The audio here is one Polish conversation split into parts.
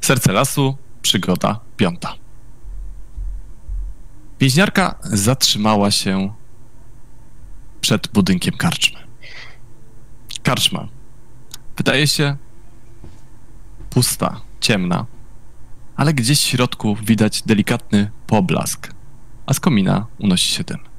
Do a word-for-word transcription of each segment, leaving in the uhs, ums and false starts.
Serce lasu, przygoda piąta. Więźniarka zatrzymała się przed budynkiem karczmy. Karczma wydaje się pusta, ciemna, ale gdzieś w środku widać delikatny poblask, a z komina unosi się dym.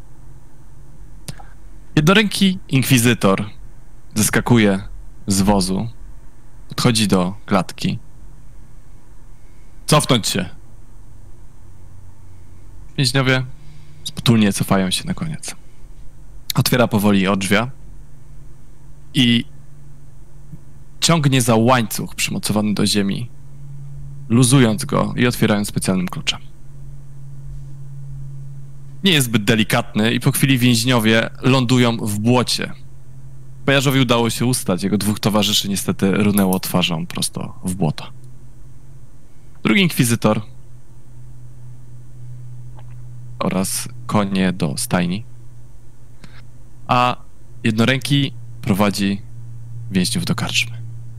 Jednoręki inkwizytor zeskakuje z wozu, podchodzi do klatki. Cofnąć się! Więźniowie potulnie cofają się na koniec. Otwiera powoli drzwi i ciągnie za łańcuch przymocowany do ziemi, luzując go i otwierając specjalnym kluczem. Nie jest zbyt delikatny i po chwili więźniowie lądują w błocie. Bojarzowi udało się ustać, jego dwóch towarzyszy niestety runęło twarzą prosto w błoto. Drugi inkwizytor oraz konie do stajni, a jednoręki prowadzi więźniów do karczmy.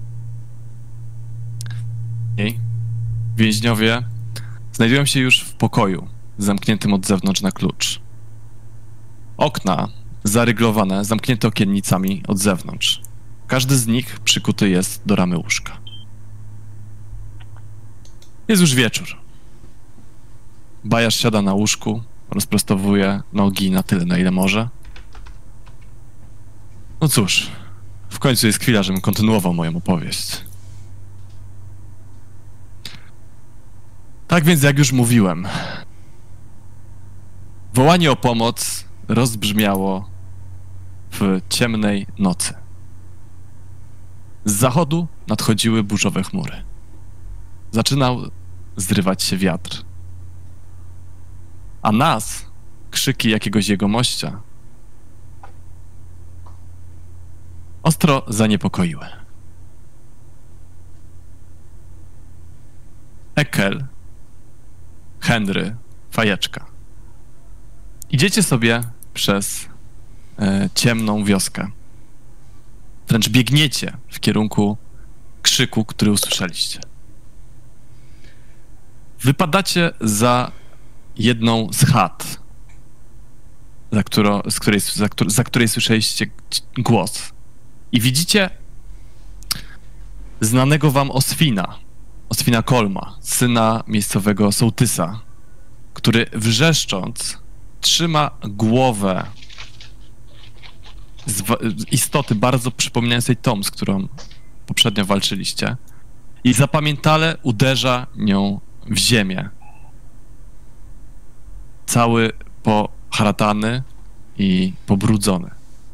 I więźniowie znajdują się już w pokoju zamkniętym od zewnątrz na klucz. Okna zaryglowane, zamknięte okiennicami od zewnątrz. Każdy z nich przykuty jest do ramy łóżka. Jest już wieczór. Bajarz siada na łóżku, rozprostowuje nogi na tyle, na ile może. No cóż, w końcu jest chwila, żebym kontynuował moją opowieść. Tak więc, jak już mówiłem, wołanie o pomoc rozbrzmiało w ciemnej nocy. Z zachodu nadchodziły burzowe chmury. Zaczynał zrywać się wiatr. A nas krzyki jakiegoś jegomościa ostro zaniepokoiły. Ekel, Henry, Fajeczka. Idziecie sobie przez e, ciemną wioskę. Wręcz biegniecie w kierunku krzyku, który usłyszeliście. Wypadacie za jedną z chat, za, którą, z której, za, za której słyszeliście głos. I widzicie znanego wam Oswina, Oswina Kolma, syna miejscowego sołtysa, który wrzeszcząc trzyma głowę z istoty bardzo przypominającej tą, z którą poprzednio walczyliście, i zapamiętale uderza nią w ziemię. Cały poharatany i pobrudzony.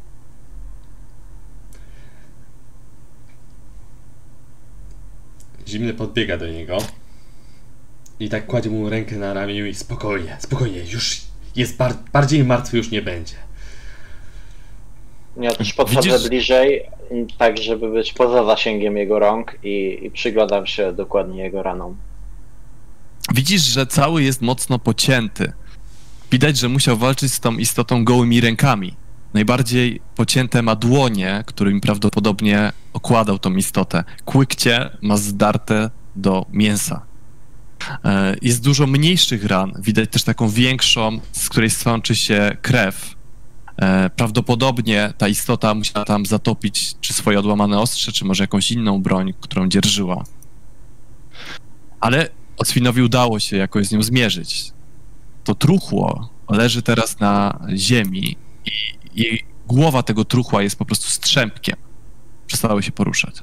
Zimny podbiega do niego i tak kładzie mu rękę na ramieniu i spokojnie, spokojnie, już jest bar bardziej martwy już nie będzie. Ja też podchodzę Widzisz? bliżej, tak żeby być poza zasięgiem jego rąk i, i przyglądam się dokładnie jego ranom. Widzisz, że cały jest mocno pocięty. Widać, że musiał walczyć z tą istotą gołymi rękami. Najbardziej pocięte ma dłonie, którymi prawdopodobnie okładał tą istotę. Kłykcie ma zdarte do mięsa. Jest dużo mniejszych ran. Widać też taką większą, z której sączy się krew. Prawdopodobnie ta istota musiała tam zatopić czy swoje odłamane ostrze, czy może jakąś inną broń, którą dzierżyła. Ale Oswinowi udało się jakoś z nią zmierzyć. To truchło leży teraz na ziemi i, i głowa tego truchła jest po prostu strzępkiem. Przestały się poruszać.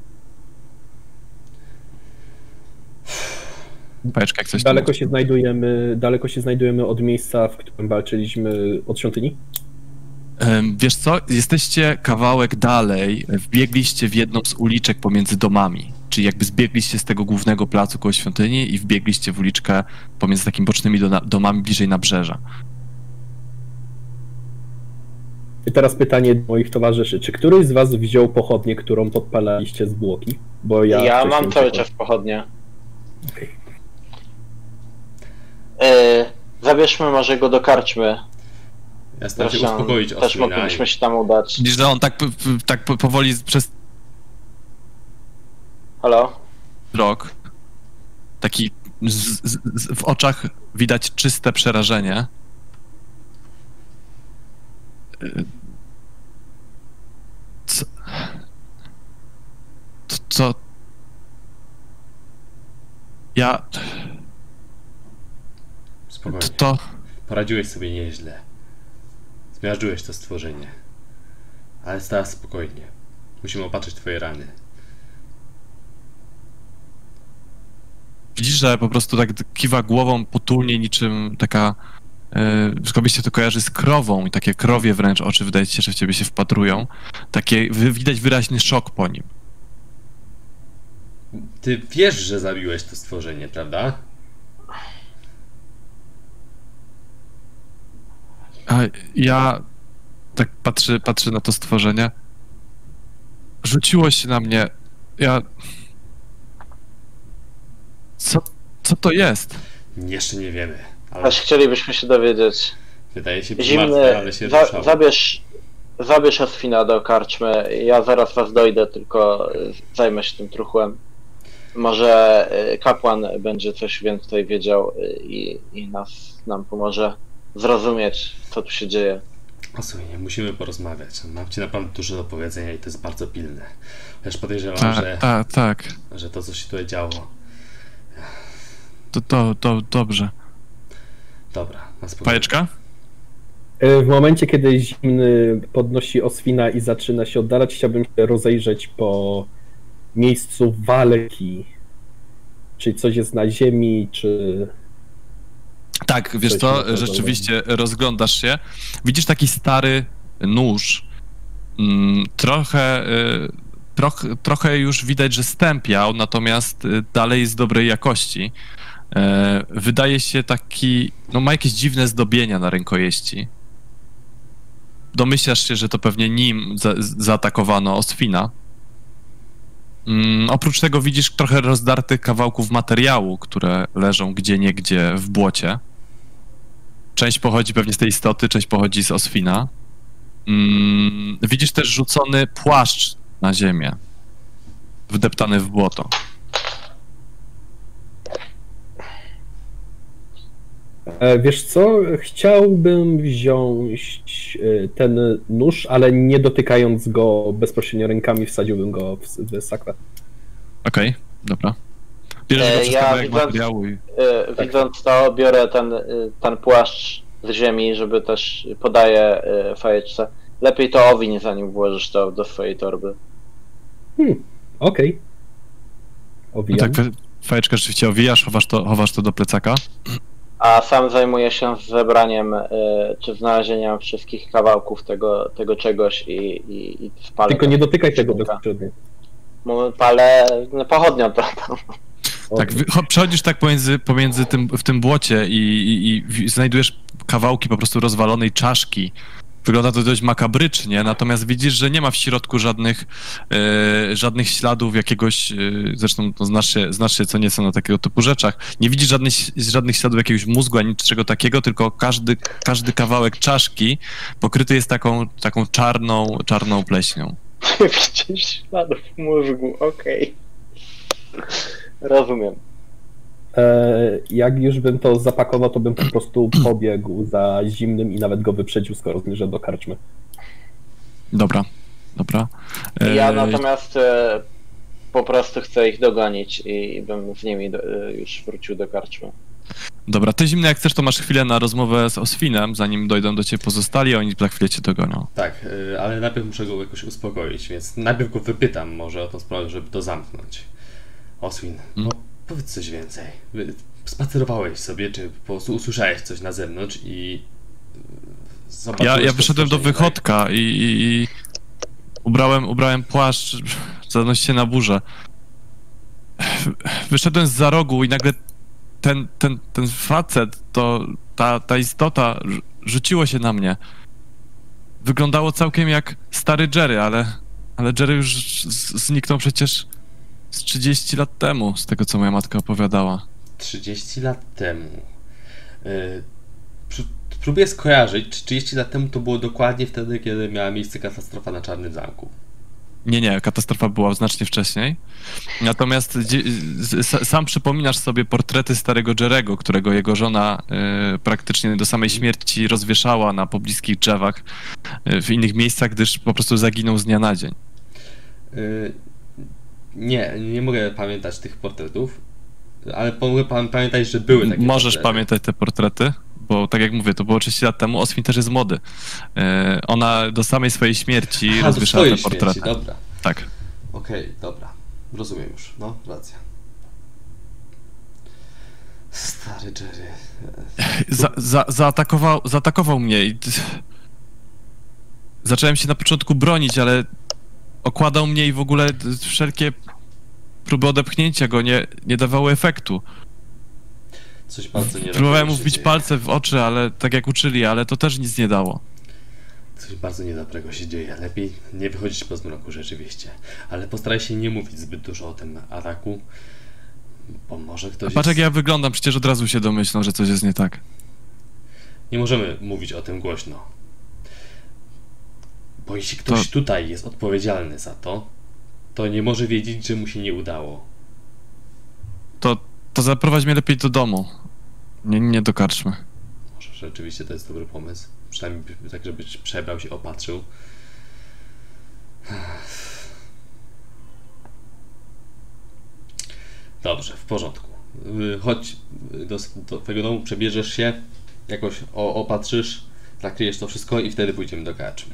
Pajeczka, jak coś daleko się znajdujemy, daleko się znajdujemy od miejsca, w którym walczyliśmy, od świątyni? Wiesz co, jesteście kawałek dalej, wbiegliście w jedną z uliczek pomiędzy domami, czyli jakby zbiegliście z tego głównego placu koło świątyni i wbiegliście w uliczkę pomiędzy takimi bocznymi do, domami bliżej nabrzeża. I teraz pytanie do moich towarzyszy. Czy któryś z was wziął pochodnię, którą podpalaliście z zwłoki? Bo ja ja mam cały czas pochodnię. Okay. Yy, zabierzmy może go do karczmy. Ja staram się uspokoić Też moglibyśmy się tam udać. Widzisz, że on tak, tak powoli przez Halo? rok taki z, z, z, w oczach widać czyste przerażenie. Co? To, co? Ja... Spokojnie. To, to... Poradziłeś sobie nieźle. Zmiażdżyłeś to stworzenie. Ale teraz spokojnie. Musimy opatrzyć twoje rany. Widzisz, że po prostu tak kiwa głową potulnie, niczym taka... Yy, komuś się to kojarzy z krową i takie krowie wręcz oczy, wydaje ci się, że w ciebie się wpatrują. Takie, wy, widać wyraźny szok po nim. Ty wiesz, że zabiłeś to stworzenie, prawda? A ja tak patrzę, patrzę na to stworzenie. Rzuciło się na mnie. Ja... Co, co to jest? Jeszcze nie wiemy. Ale Aż chcielibyśmy się dowiedzieć. wydaje się Zimny, martwe, ale się za, ruszało. zabierz, zabierz Asfina do karczmy. Ja zaraz was dojdę, tylko zajmę się tym truchłem. Może kapłan będzie coś więcej wiedział i, i nas nam pomoże zrozumieć, co tu się dzieje. O słuchaj, musimy porozmawiać. Mam ci naprawdę dużo do powiedzenia i to jest bardzo pilne. Też podejrzewam, Tak, że, tak, tak. że to, co się tutaj działo. To, to, to dobrze. Dobra, na spokojnie. Pajeczka? E, W momencie, kiedy Zimny podnosi Oswina i zaczyna się oddalać, chciałbym się rozejrzeć po miejscu walki. Czy coś jest na ziemi, czy... Tak, wiesz Coś co, na to rzeczywiście rozglądasz się. Widzisz taki stary nóż. Mm, Trochę, y, troch, trochę już widać, że stępiał, natomiast y, dalej jest dobrej jakości. E, Wydaje się taki, no ma jakieś dziwne zdobienia na rękojeści. Domyślasz się, że to pewnie nim za, zaatakowano Oswina. Mm, oprócz tego widzisz trochę rozdartych kawałków materiału, które leżą gdzieniegdzie w błocie. Część pochodzi pewnie z tej istoty, część pochodzi z Oswina. Mm, widzisz też rzucony płaszcz na ziemię, wdeptany w błoto. E, Wiesz co, chciałbym wziąć e, ten nóż, ale nie dotykając go bezpośrednio rękami, wsadziłbym go w, w sakwę. Okej, dobra. Bierzesz E, go przez ja kawałek widząc- materiału i... Yy, Widząc to, biorę ten, yy, ten płaszcz z ziemi, żeby też podaję yy, fajeczce. Lepiej to owiń, zanim włożysz to do swojej torby. Hmm, okej. No Owijam. tak, fajeczkę rzeczywiście owijasz, chowasz to, chowasz to do plecaka. A sam zajmuję się zebraniem yy, czy znalezieniem wszystkich kawałków tego, tego czegoś i, i, i spalę. Tylko to. nie dotykaj tego Sztuka. bezpośrednio. Bo palę no, pochodnią to. Tak, wy- cho- przechodzisz tak pomiędzy, pomiędzy tym, w tym błocie i, i, i w- znajdujesz kawałki po prostu rozwalonej czaszki. Wygląda to dość makabrycznie, natomiast widzisz, że nie ma w środku żadnych, e, żadnych śladów jakiegoś, e, zresztą to znasz się, znasz się co nieco na takiego typu rzeczach, nie widzisz żadnych, żadnych śladów jakiegoś mózgu ani niczego takiego, tylko każdy, każdy kawałek czaszki pokryty jest taką, taką czarną, czarną pleśnią. Widzisz śladów mózgu, okej. Rozumiem. E, jak już bym to zapakował, to bym po prostu pobiegł za Zimnym i nawet go wyprzedził, skoro zmierzę do karczmy. Dobra, dobra. E, Ja natomiast e, po prostu chcę ich dogonić i bym z nimi do, e, już wrócił do karczmy. Dobra, ty Zimny, jak chcesz, to masz chwilę na rozmowę z Oswinem, zanim dojdą do ciebie pozostali, a oni za chwilę cię dogonią. Tak, y, ale najpierw muszę go jakoś uspokoić, więc najpierw go wypytam może o tą sprawę, żeby to zamknąć. Oswin, no powiedz coś więcej. Wy- Spacerowałeś sobie, czy po prostu usłyszałeś coś na zewnątrz i y, zobaczyłeś Ja, ja to wyszedłem do stworzenie, wychodka i, i, i ubrałem, ubrałem płaszcz, zanosić się na burzę. Wyszedłem z za rogu i nagle ten, ten, ten facet, to ta, ta istota rzu- rzuciło się na mnie. Wyglądało całkiem jak stary Jerry, ale, ale Jerry już z- zniknął przecież z trzydzieści lat temu, z tego co moja matka opowiadała. trzydzieści lat temu. Y, pró- Próbuję skojarzyć, czy trzydzieści lat temu to było dokładnie wtedy, kiedy miała miejsce katastrofa na Czarnym Zamku. Nie, nie, katastrofa była znacznie wcześniej. Natomiast dzie- s- sam przypominasz sobie portrety starego Jerego, którego jego żona y, praktycznie do samej śmierci rozwieszała na pobliskich drzewach y, w innych miejscach, gdyż po prostu zaginął z dnia na dzień. Yy, nie, nie mogę pamiętać tych portretów, ale mogę pa- pamiętać, że były takie Możesz portrety. pamiętać te portrety, bo tak jak mówię, to było trzydzieści lat temu, Oswin też jest młody. Y, ona do samej swojej śmierci Aha, do rozwieszała te swojej portrety. śmierci, dobra. Tak. Okej, dobra. Rozumiem już, no, racja. Stary Jerry. Za, za, zaatakował, zaatakował mnie i zacząłem się na początku bronić, ale okładał mnie i w ogóle wszelkie próby odepchnięcia go nie, nie dawały efektu. Coś bardzo nie Próbowałem mu się wbić dzieje. palce w oczy, ale tak jak uczyli, ale to też nic nie dało. Coś bardzo niedobrego się dzieje. Lepiej nie wychodzić po zmroku rzeczywiście. Ale postaraj się nie mówić zbyt dużo o tym ataku, bo może ktoś Patrz jak jest... ja wyglądam, przecież od razu się domyślą, że coś jest nie tak. Nie możemy mówić o tym głośno. Bo jeśli ktoś To- tutaj jest odpowiedzialny za to, to nie może wiedzieć, że mu się nie udało. To, to zaprowadź mnie lepiej do domu. Nie, nie do karczmy. Może rzeczywiście to jest dobry pomysł. Przynajmniej tak, żebyś przebrał się, opatrzył. Dobrze, w porządku. Y, Chodź do, do twojego domu, przebierzesz się, jakoś o, opatrzysz, zakryjesz to wszystko i wtedy pójdziemy do karczmy.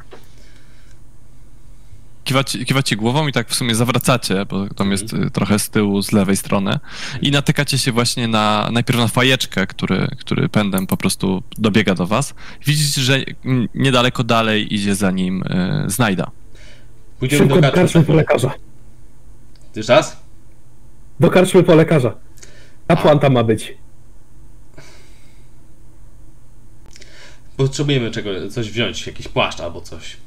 Kiwacie, kiwacie głową i tak w sumie zawracacie, bo tam jest y, trochę z tyłu, z lewej strony i natykacie się właśnie na, najpierw na fajeczkę, który, który pędem po prostu dobiega do was. Widzicie, że mm, niedaleko dalej idzie za nim y, Znajda. Pójdziemy Szybko do do karczmy. karczmy po lekarza. Jeszcze raz? Do karczmy po lekarza. Kapłan tam ma być. Potrzebujemy czego, coś wziąć, jakiś płaszcz albo coś.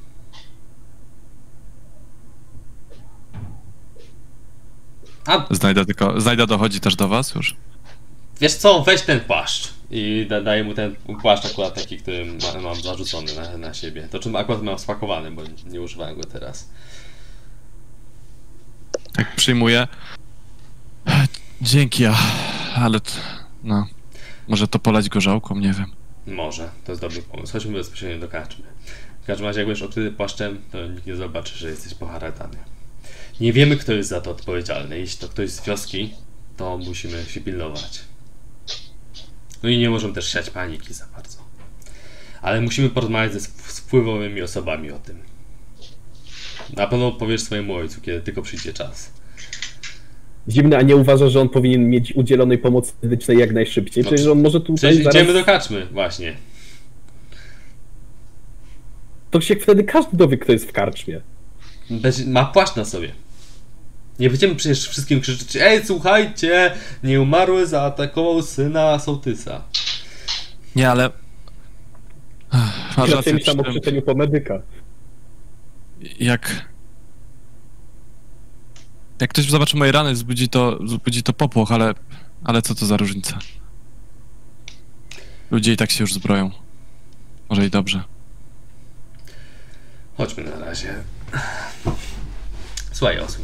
A, Znajda tylko, Znajda dochodzi też do was już. wiesz co, weź ten płaszcz. I da, daję mu ten płaszcz akurat taki, który ma, mam zarzucony na, na siebie. To czym akurat mam spakowany, bo nie używałem go teraz. Tak przyjmuję. Dzięki, a, ale t- no, może to polać gorzałką, nie wiem. Może, to jest dobry pomysł. Chodźmy bezpośrednio do karczmy. W każdym razie, jak będziesz okryty płaszczem, to nikt nie zobaczy, że jesteś poharatany. Nie wiemy, kto jest za to odpowiedzialny. Jeśli to ktoś z wioski, to musimy się pilnować. No i nie możemy też siać paniki za bardzo. Ale musimy porozmawiać ze sp- z wpływowymi osobami o tym. Na pewno powiesz swojemu ojcu, kiedy tylko przyjdzie czas. Zimny, a nie uważa, że on powinien mieć udzielonej pomocy medycznej jak najszybciej? No, Przecież on może tutaj Przecież zaraz... idziemy do karczmy, właśnie. To się wtedy każdy dowie, kto jest w karczmie. Bez, ma płaszcz na sobie. Nie będziemy przecież wszystkim krzyczeć: ej, słuchajcie, nieumarły zaatakował syna sołtysa. Nie, ale... Ach, Masz Ja rację, myślałem o przy tym, krzyczeniu po medyka. jak... Jak ktoś zobaczy moje rany, wzbudzi to, wzbudzi to popłoch, ale... Ale co to za różnica? Ludzie i tak się już zbroją. Może i dobrze. Chodźmy na razie. Słuchaj, Oswin.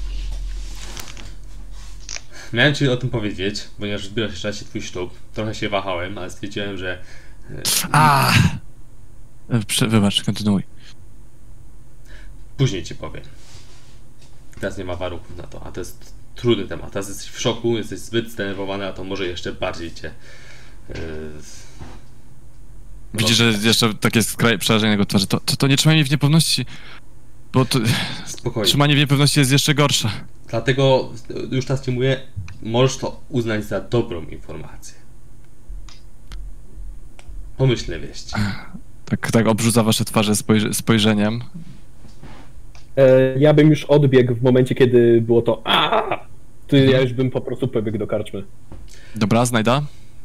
Miałem ci o tym powiedzieć, ponieważ zbliża się czas twój ślub. Trochę się wahałem, ale stwierdziłem, że A! Prze- Wybacz, kontynuuj. później ci powiem. Teraz nie ma warunków na to, a to jest trudny temat. Teraz jesteś w szoku, jesteś zbyt zdenerwowany, a to może jeszcze bardziej cię... Yy... Widzisz, że jeszcze takie skraj przerażenie na jego twarzy. To, to, to nie trzymanie w niepewności, bo to, Spokojnie. trzymanie w niepewności jest jeszcze gorsze. Dlatego już teraz ci mówię, możesz to uznać za dobrą informację. Pomyślne wieści. Tak, tak obrzuca wasze twarze spojrz- spojrzeniem. E, ja bym już odbiegł w momencie, kiedy było to a, to ja już bym po prostu pobiegł do karczmy. Dobra, Znajda?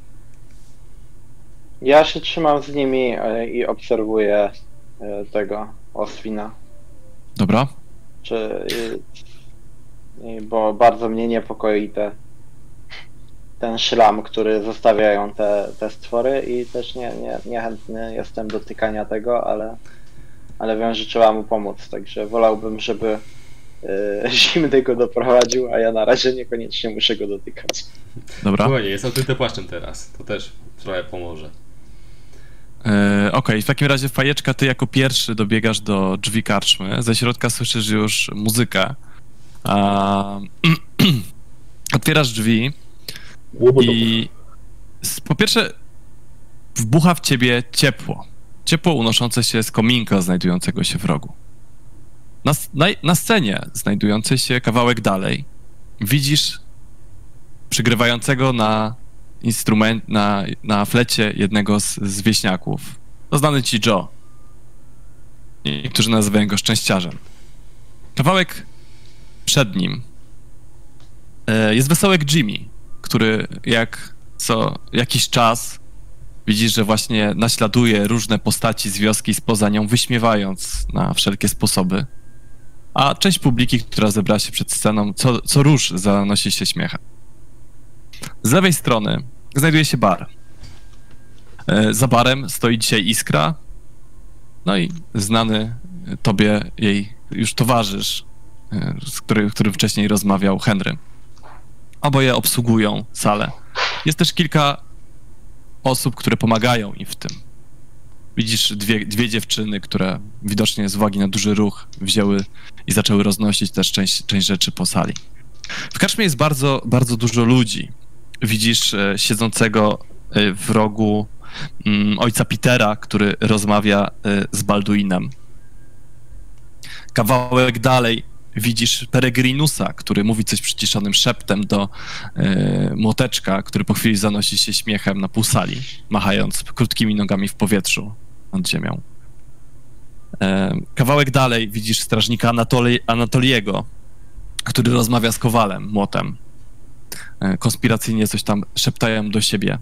Ja się trzymam z nimi e, i obserwuję e, tego Oswina. Dobra. Czy, i, i, bo bardzo mnie niepokoi te, ten szlam, który zostawiają te, te stwory i też nie, nie, niechętny jestem do tykania tego, ale ale wiem, że trzeba mu pomóc, także wolałbym, żeby yy, Zimny go doprowadził, a ja na razie niekoniecznie muszę go dotykać. Dobra. Spokojnie, jest okryty płaszczem teraz, to też trochę pomoże. E, Okej, okay. W takim razie Fajeczka, ty jako pierwszy dobiegasz do drzwi karczmy. Ze środka słyszysz już muzykę. A, otwierasz drzwi i z, po pierwsze wbucha w ciebie ciepło. Ciepło unoszące się z kominka znajdującego się w rogu. Na, na, na scenie, znajdującej się kawałek dalej, widzisz przygrywającego na instrument, na, na flecie jednego z, z wieśniaków. To znany ci Joe. Niektórzy nazywają go szczęściarzem. Kawałek przed nim e, jest wesołek Jimmy, który jak co jakiś czas widzisz, że właśnie naśladuje różne postaci z wioski spoza nią, wyśmiewając na wszelkie sposoby. A część publiki, która zebrała się przed sceną, co, co róż zanosi się śmiechem. Z lewej strony znajduje się bar. E, za barem stoi dzisiaj Iskra, no i znany tobie jej już towarzysz, e, z którym, którym wcześniej rozmawiał, Henry. Oboje obsługują salę. Jest też kilka osób, które pomagają im w tym. Widzisz dwie, dwie dziewczyny, które widocznie z uwagi na duży ruch wzięły i zaczęły roznosić też część, część rzeczy po sali. W karczmie jest bardzo, bardzo dużo ludzi. Widzisz e, siedzącego e, w rogu m, ojca Petera, który rozmawia e, z Balduinem. Kawałek dalej widzisz Peregrinusa, który mówi coś przyciszonym szeptem do e, młoteczka, który po chwili zanosi się śmiechem na pół sali, machając krótkimi nogami w powietrzu nad ziemią. E, kawałek dalej widzisz strażnika Anatoli Anatoliego, który rozmawia z Kowalem, młotem. E, konspiracyjnie coś tam szeptają do siebie.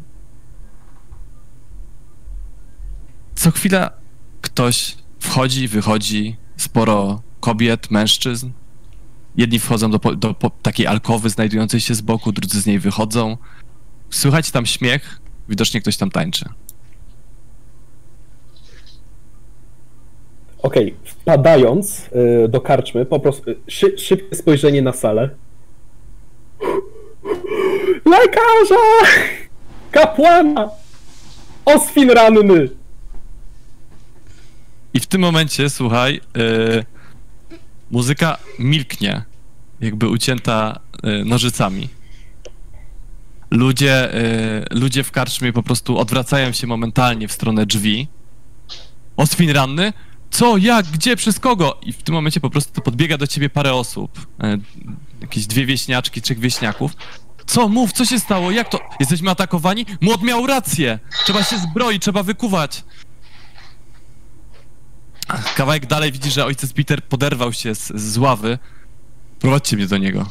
Co chwila ktoś wchodzi, wychodzi, sporo kobiet, mężczyzn. Jedni wchodzą do, do po, takiej alkowy znajdującej się z boku, drudzy z niej wychodzą. Słychać tam śmiech, widocznie ktoś tam tańczy. Okej, okay. Wpadając y, do karczmy, po prostu y, szy, szybkie spojrzenie na salę. Lekarza! Kapłana! Oswin ranny! I w tym momencie, słuchaj, yy, muzyka milknie, jakby ucięta yy, nożycami. Ludzie, yy, ludzie w karczmie po prostu odwracają się momentalnie w stronę drzwi. Oswin ranny? Co, jak, gdzie, przez kogo? I w tym momencie po prostu podbiega do ciebie parę osób. Yy, jakieś dwie wieśniaczki, trzech wieśniaków. Co, mów, co się stało? Jak to? Jesteśmy atakowani? Młot miał rację! Trzeba się zbroić, trzeba wykuwać. Kawałek dalej widzisz, że ojciec Peter poderwał się z, z ławy. Prowadźcie mnie do niego.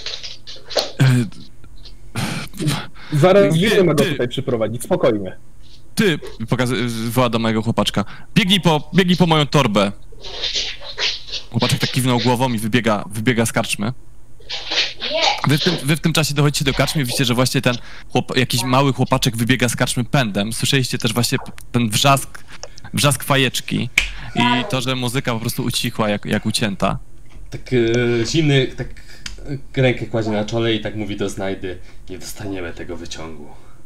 Zaraz wiemy go tutaj przyprowadzić, spokojnie. Ty, pokazuję, woła do mojego chłopaczka. Biegnij po, biegnij po moją torbę. Chłopaczek tak kiwnął głową i wybiega, wybiega z karczmy. Wy w, tym, wy w tym czasie dochodzicie do karczmy i widzicie, że właśnie ten chłop, jakiś mały chłopaczek wybiega z karczmy pędem. Słyszeliście też właśnie ten wrzask, wrzask Fajeczki i to, że muzyka po prostu ucichła jak, jak ucięta. Tak yy, zimny, tak yy, rękę kładzie na czole i tak mówi do Znajdy: nie dostaniemy tego wyciągu.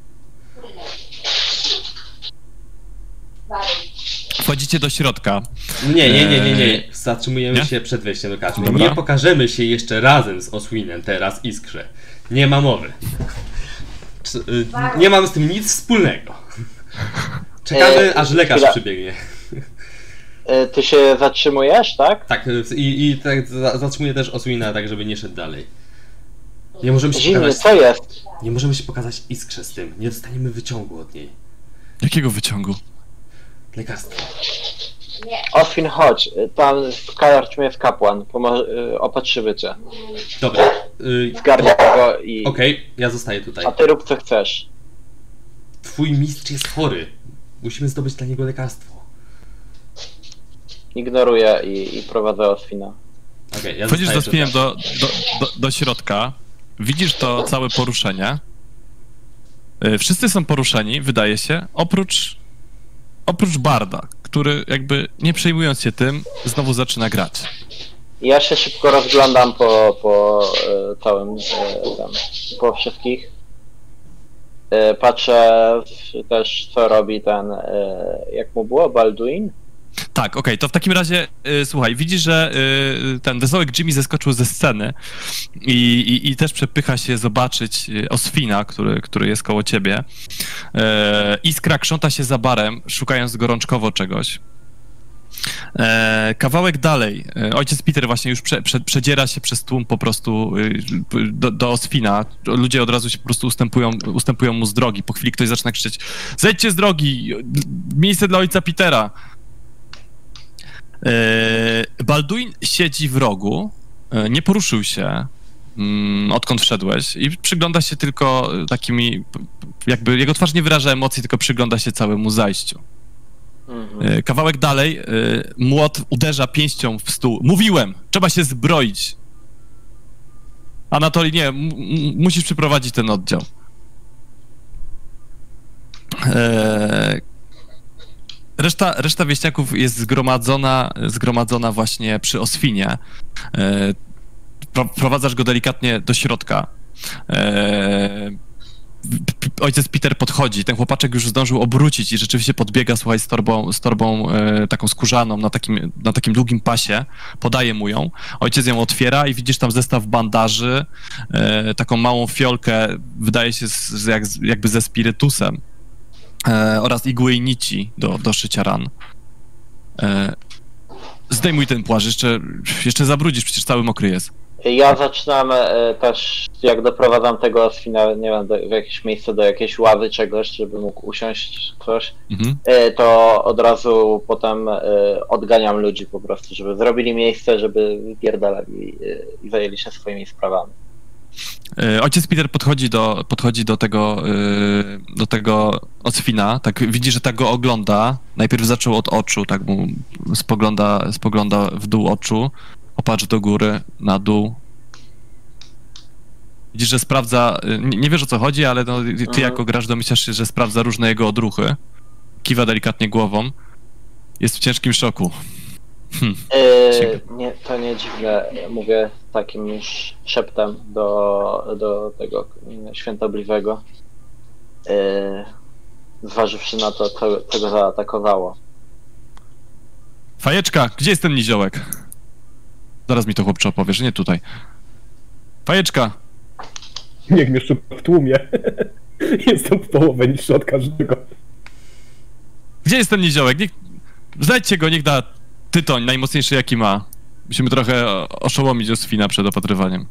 Wchodzicie do środka. Nie, nie, nie, nie, nie. Zatrzymujemy nie? się przed wejściem do karczmy. Nie pokażemy się jeszcze razem z Oswinem teraz Iskrze. Nie ma mowy. Nie mamy z tym nic wspólnego. Czekamy, aż lekarz przybiegnie. Ty się zatrzymujesz, tak? Tak, i, i tak zatrzymuję też Oswina, tak żeby nie szedł dalej. Nie możemy się Zimny, pokazać. co jest? Nie możemy się pokazać Iskrze z tym. Nie dostaniemy wyciągu od niej. Jakiego wyciągu? Lekarstwo. Oswin, chodź. Tam w karczmie jest kapłan. Opatrzymy cię. Dobra. Y Zgarnia go i... Okej, okay, ja zostaję tutaj. A ty rób co chcesz. Twój mistrz jest chory. Musimy zdobyć dla niego lekarstwo. Ignoruję i, i prowadzę Oswina. Okay, ja wchodzisz z Oswinem do, do, do, do środka. Widzisz to całe poruszenie. Wszyscy są poruszeni, wydaje się, oprócz oprócz Barda, który jakby nie przejmując się tym, znowu zaczyna grać. Ja się szybko rozglądam po, po e, całym, e, tam, po wszystkich. E, patrzę w, też, co robi ten, e, jak mu było, Balduin? Tak, okej, okay, to w takim razie, y, słuchaj, widzisz, że y, ten wesołek Jimmy zeskoczył ze sceny i, i, i też przepycha się zobaczyć Oswina, który, który jest koło ciebie. Y, Iskra krząta się za barem, szukając gorączkowo czegoś. E, kawałek dalej, e, ojciec Peter właśnie już prze, prze, przedziera się przez tłum po prostu e, do, do Oswina. Ludzie od razu się po prostu ustępują, ustępują mu z drogi. Po chwili ktoś zaczyna krzyczeć: zejdźcie z drogi! Miejsce dla ojca Petera! E, Balduin siedzi w rogu, e, nie poruszył się, mm, odkąd wszedłeś, i przygląda się tylko takimi, jakby jego twarz nie wyraża emocji, tylko przygląda się całemu zajściu. Mhm. Kawałek dalej, młot uderza pięścią w stół. Mówiłem, trzeba się zbroić. Anatolii, nie, musisz przyprowadzić ten oddział. Eee, reszta, reszta wieśniaków jest zgromadzona, zgromadzona właśnie przy Oswinie. Eee, wprowadzasz go delikatnie do środka. Eee, Ojciec Peter podchodzi, ten chłopaczek już zdążył obrócić i rzeczywiście podbiega, słuchaj, z torbą, z torbą e, taką skórzaną na takim, na takim długim pasie, podaje mu ją, ojciec ją otwiera i widzisz tam zestaw bandaży, e, taką małą fiolkę, wydaje się z, z, jak, jakby ze spirytusem, e, oraz igły i nici do, do szycia ran. E, zdejmuj ten płaszcz, jeszcze, jeszcze zabrudzisz, przecież cały mokry jest. Ja zaczynam e, też, jak doprowadzam tego Oswina, nie wiem, do, w jakieś miejsce, do jakiejś ławy czegoś, żeby mógł usiąść coś, mhm. e, to od razu potem e, odganiam ludzi po prostu, żeby zrobili miejsce, żeby wypierdalali e, i zajęli się swoimi sprawami. E, ojciec Peter podchodzi do, podchodzi do tego, e, do tego Oswina, tak widzi, że tak go ogląda. Najpierw zaczął od oczu, tak mu spogląda, spogląda w dół oczu. Popatrz do góry, na dół. Widzisz, że sprawdza, nie, nie wiesz o co chodzi, ale no, ty mhm. jako gracz domyślasz się, że sprawdza różne jego odruchy. Kiwa delikatnie głową. Jest w ciężkim szoku. Hm. Yy, nie, to nie dziwne, mówię takim już szeptem do, do tego świętobliwego. Yy, zważywszy na to, co, co go zaatakowało. Fajeczka, gdzie jest ten niziołek? Zaraz mi to chłopcze opowie, że nie tutaj. Fajeczka! Niech mnie szuka w tłumie. Jestem w połowę niższy od każdego. Gdzie jest ten niziołek? Niech... Znajdźcie go, niech da tytoń, najmocniejszy jaki ma. Musimy trochę oszołomić Oswina przed opatrywaniem.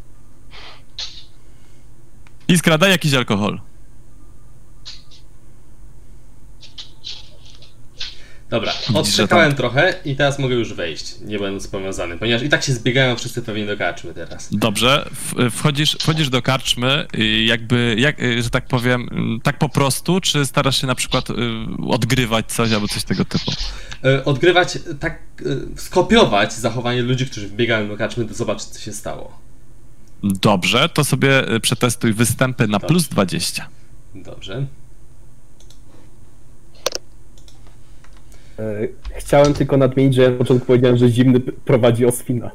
Iskra, daj jakiś alkohol. Dobra, odczekałem trochę i teraz mogę już wejść, nie będąc powiązany, ponieważ i tak się zbiegają wszyscy pewnie do karczmy teraz. Dobrze, wchodzisz, wchodzisz do karczmy, jakby, jak, że tak powiem, tak po prostu, czy starasz się na przykład odgrywać coś albo coś tego typu? Odgrywać, tak, skopiować zachowanie ludzi, którzy wbiegają do karczmy, to zobaczyć, co się stało. Dobrze, to sobie przetestuj występy na Dobrze. plus dwadzieścia. Dobrze. Chciałem tylko nadmienić, że ja na początku powiedziałem, że Zimny prowadzi Oswina.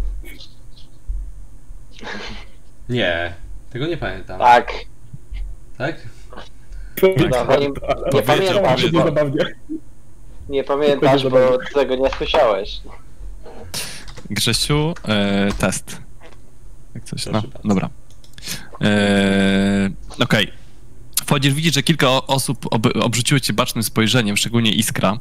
Nie, tego nie pamiętam. Tak. Tak? No, nie, nie pamiętasz, bo, nie pamiętasz, bo tego nie słyszałeś. Grzesiu, e, test. Jak coś, no, dobra. E, Okej. Okay. Wchodzisz, widzisz, że kilka osób ob obrzuciło cię bacznym spojrzeniem, szczególnie Iskra.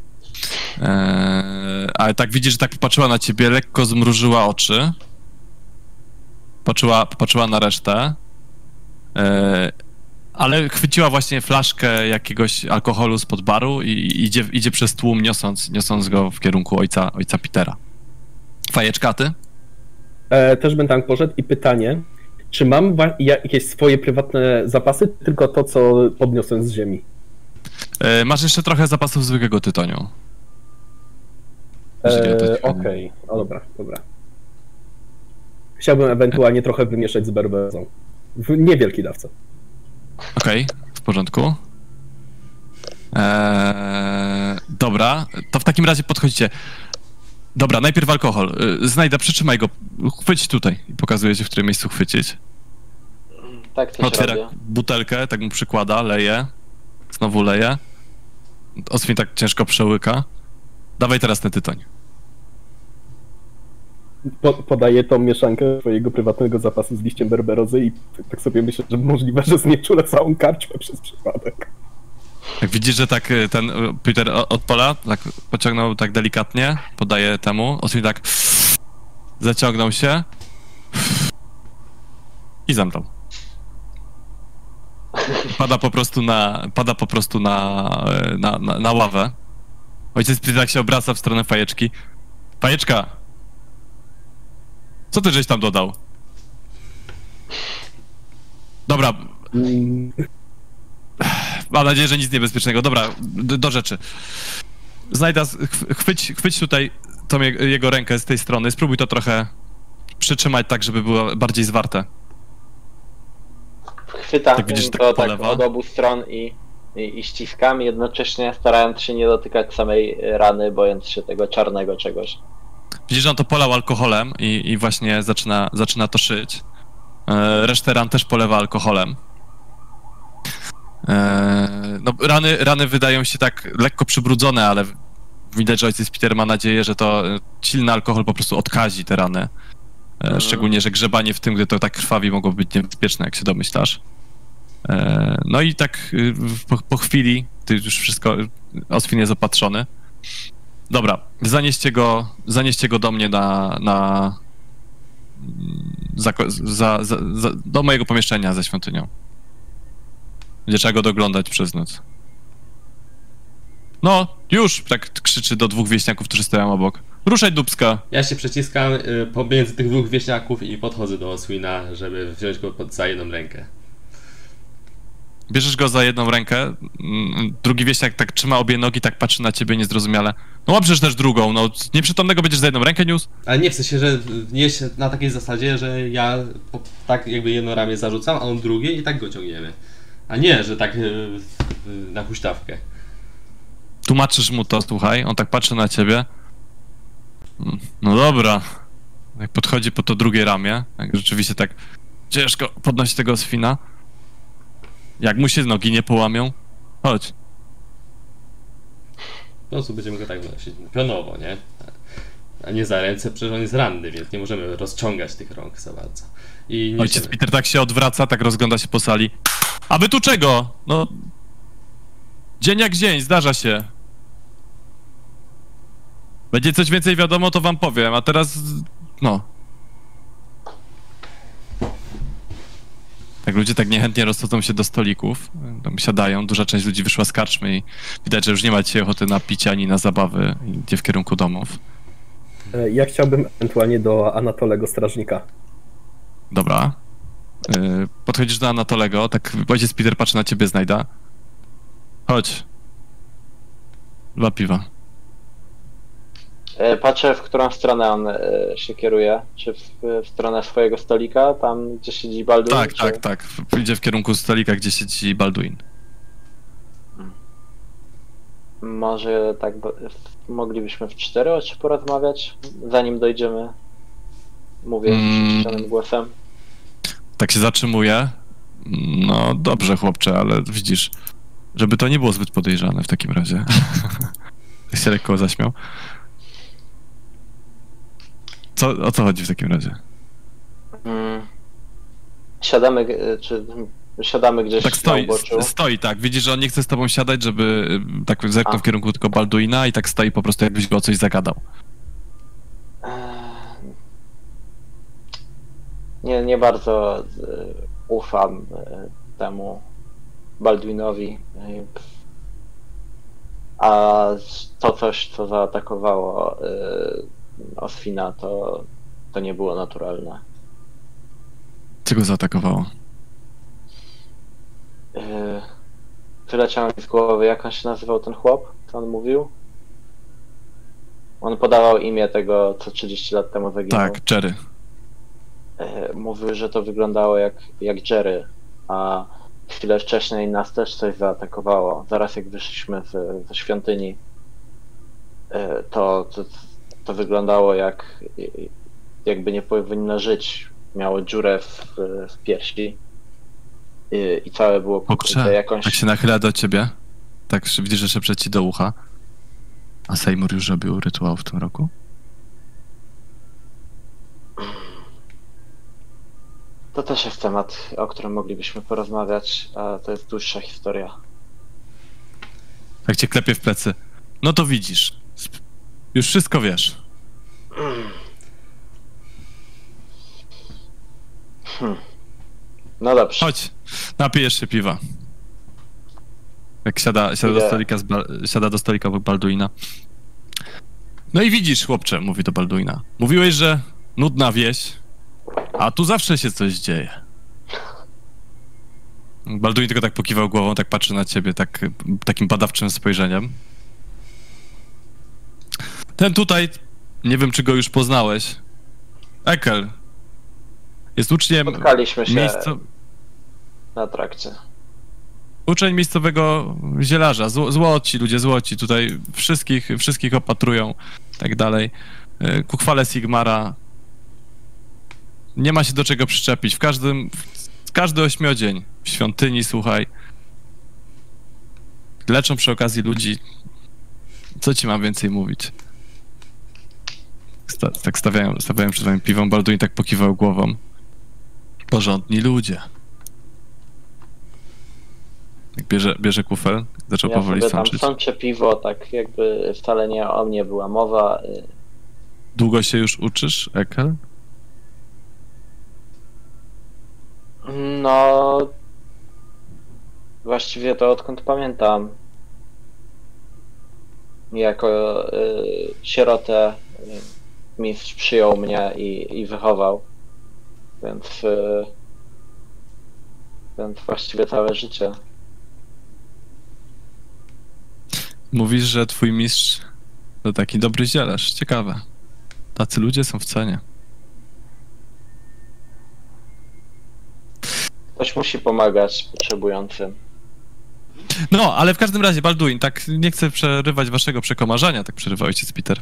Eee, ale tak widzisz, że tak popatrzyła na ciebie, lekko zmrużyła oczy. Patrzyła, popatrzyła na resztę. Eee, ale chwyciła właśnie flaszkę jakiegoś alkoholu spod baru i, i idzie, idzie przez tłum, niosąc, niosąc go w kierunku ojca, ojca Petera. Fajeczka, ty? E, też bym tam poszedł i pytanie, czy mam jakieś swoje prywatne zapasy, tylko to, co podniosłem z ziemi? E, masz jeszcze trochę zapasów zwykłego tytoniu. Eee, Okej, okay. O dobra, dobra. Chciałbym ewentualnie trochę wymieszać z berbezą. Niewielki dawca. Okej, okay, w porządku. Eee, Dobra, to w takim razie podchodzicie. Dobra, najpierw alkohol. Y, Znajdę, przytrzymaj go. Chwyć tutaj. I pokazuję ci, w którym miejscu chwycić. Tak też Otwiera robię. butelkę, tak mu przykłada, leje. Znowu leje. Oswin tak ciężko przełyka. Dawaj teraz ten tytoń. Po, podaję tą mieszankę twojego prywatnego zapasu z liściem berberozy i tak sobie myślę, że możliwe, że znieczulę całą karczmę przez przypadek. Jak widzisz, że tak y, ten y, Peter o- odpala, tak pociągnął tak delikatnie, podaje temu, Oswin tak zaciągnął się i zamknął. Pada po prostu na, pada po prostu na, y, na, na, na ławę. Ojciec Peter tak się obraca w stronę fajeczki. Fajeczka! Co ty żeś tam dodał? Dobra, Mm, mam nadzieję, że nic niebezpiecznego. Dobra, do, do rzeczy. Znajda, ch- chwyć, chwyć tutaj tą je, jego rękę z tej strony. Spróbuj to trochę przytrzymać tak, żeby było bardziej zwarte. Chwytam Tak widzisz, tak to tak polewa. od obu stron i, i, i ściskam, jednocześnie starając się nie dotykać samej rany, bojąc się tego czarnego czegoś. Widzisz, że on to polał alkoholem i, i właśnie zaczyna, zaczyna to szyć. E, resztę ran też polewa alkoholem. E, no, rany, rany wydają się tak lekko przybrudzone, ale widać, że ojciec Peter ma nadzieję, że to e, silny alkohol po prostu odkazi te rany. E, Mhm. Szczególnie, że grzebanie w tym, gdy to tak krwawi, mogło być niebezpieczne, jak się domyślasz. E, no i tak y, po, po chwili, ty już wszystko, Oswin jest opatrzony. Dobra, zanieście go, zanieście go do mnie na, na za, za, za, za, do mojego pomieszczenia ze świątynią. Będzie trzeba go doglądać przez noc. No, już! Tak krzyczy do dwóch wieśniaków, którzy stoją obok. Ruszaj, dupska! Ja się przeciskam y, pomiędzy tych dwóch wieśniaków i podchodzę do Oswina, żeby wziąć go pod, za jedną rękę. Bierzesz go za jedną rękę, mm, drugi wieśniak tak trzyma obie nogi, tak patrzy na ciebie niezrozumiale. No łaprzesz też drugą, no nieprzytomnego będziesz za jedną rękę niósł? Ale nie w sensie, że nie jest na takiej zasadzie, że ja po, tak jakby jedno ramię zarzucam, a on drugie i tak go ciągniemy. A nie, że tak y, y, na huśtawkę. Tłumaczysz mu to, słuchaj, on tak patrzy na ciebie. Mm, No dobra. Jak podchodzi po to drugie ramię, tak rzeczywiście tak ciężko podnosi tego Oswina. Jak mu się nogi nie połamią, chodź. Po prostu będziemy go tak nosić pionowo, nie? A nie za ręce, przecież on jest ranny, więc nie możemy rozciągać tych rąk za bardzo. I nie Ojciec Peter tak się odwraca, tak rozgląda się po sali. A wy tu czego? No... Dzień jak dzień, zdarza się. Będzie coś więcej wiadomo, to wam powiem, a teraz... no... Tak ludzie tak niechętnie rozchodzą się do stolików, tam siadają, duża część ludzi wyszła z karczmy i widać, że już nie ma dzisiaj ochoty na picie ani na zabawy, idzie w kierunku domów. e, Ja chciałbym ewentualnie do Anatolego strażnika. Dobra. Yy, podchodzisz do Anatolego, tak ojciec Peter patrzy na ciebie, Znajda. Chodź. Dwa piwa. E, Patrzę, w którą stronę on e, się kieruje. Czy w, w stronę swojego stolika, tam gdzie siedzi Balduin? Tak, czy... tak, tak. Idzie w kierunku stolika, gdzie siedzi Balduin. Może tak bo- w- moglibyśmy w cztery oczy porozmawiać, zanim dojdziemy. Mówię Mm. przyciszonym głosem. Tak się zatrzymuje. No dobrze, chłopcze, ale widzisz, żeby to nie było zbyt podejrzane w takim razie. Tak się lekko zaśmiał. Co, o co chodzi w takim razie? Mm. Siadamy, g- czy siadamy gdzieś Tak na stoi, uboczu. stoi, tak. Widzisz, że on nie chce z tobą siadać, żeby y, tak zerknął A. w kierunku tylko Balduina i tak stoi po prostu, jakbyś go o coś zagadał. Eee, Nie, nie bardzo e, ufam e, temu Balduinowi. E, A to coś, co zaatakowało e, Oswina, to, to nie było naturalne. Co go zaatakowało? Yy, wyleciał mi z głowy, jak on się nazywał, ten chłop, co on mówił? On podawał imię tego, co trzydzieści lat temu zaginął. Tak, Jerry. Yy, mówił, że to wyglądało jak, jak Jerry, a chwilę wcześniej nas też coś zaatakowało, zaraz jak wyszliśmy z, ze świątyni. to, to, to wyglądało jak jakby nie powinno żyć. Miało dziurę w, w piersi i, i całe było pokryte jakąś... Tak się nachyla do ciebie, tak widzisz, że szepcze ci do ucha. A Seymour już robił rytuał w tym roku? To też jest temat, o którym moglibyśmy porozmawiać, a to jest dłuższa historia. Tak cię klepie w plecy. No to widzisz. Już wszystko wiesz. Hmm. No dobrze. Chodź, napijesz się piwa. Jak siada, siada, do, stolika z siada do stolika Balduina. No i widzisz, chłopcze, mówi do Balduina. Mówiłeś, że nudna wieś, a tu zawsze się coś dzieje. Balduin tylko tak pokiwał głową, tak patrzy na ciebie tak, takim badawczym spojrzeniem. Ten tutaj, nie wiem, czy go już poznałeś. Ekel. Jest uczniem... Spotkaliśmy się miejsco... na trakcie. Uczeń miejscowego zielarza. Zło, złoci, ludzie złoci. Tutaj wszystkich, wszystkich opatrują, tak dalej. Ku chwale Sigmara. Nie ma się do czego przyczepić. W każdym... Każdy ośmiodzień w świątyni, słuchaj. Leczą przy okazji ludzi. Co ci mam więcej mówić? Sta tak stawiają, stawiają przed wami piwą. Balduin tak pokiwał głową. Porządni ludzie. Jak bierze, bierze kufel, zaczął ja powoli sobie tam sączyć. sączę piwo, tak jakby wcale nie o mnie była mowa. Długo się już uczysz, Ekel? No... Właściwie to odkąd pamiętam. Jako y, sierotę y, mistrz przyjął mnie i, i wychował. Więc... Y, więc właściwie całe życie. Mówisz, że twój mistrz to taki dobry zielarz. Ciekawe. Tacy ludzie są w cenie. Ktoś musi pomagać potrzebującym. No, ale w każdym razie, Balduin, tak nie chcę przerywać waszego przekomarzania, tak przerywa ojciec Peter.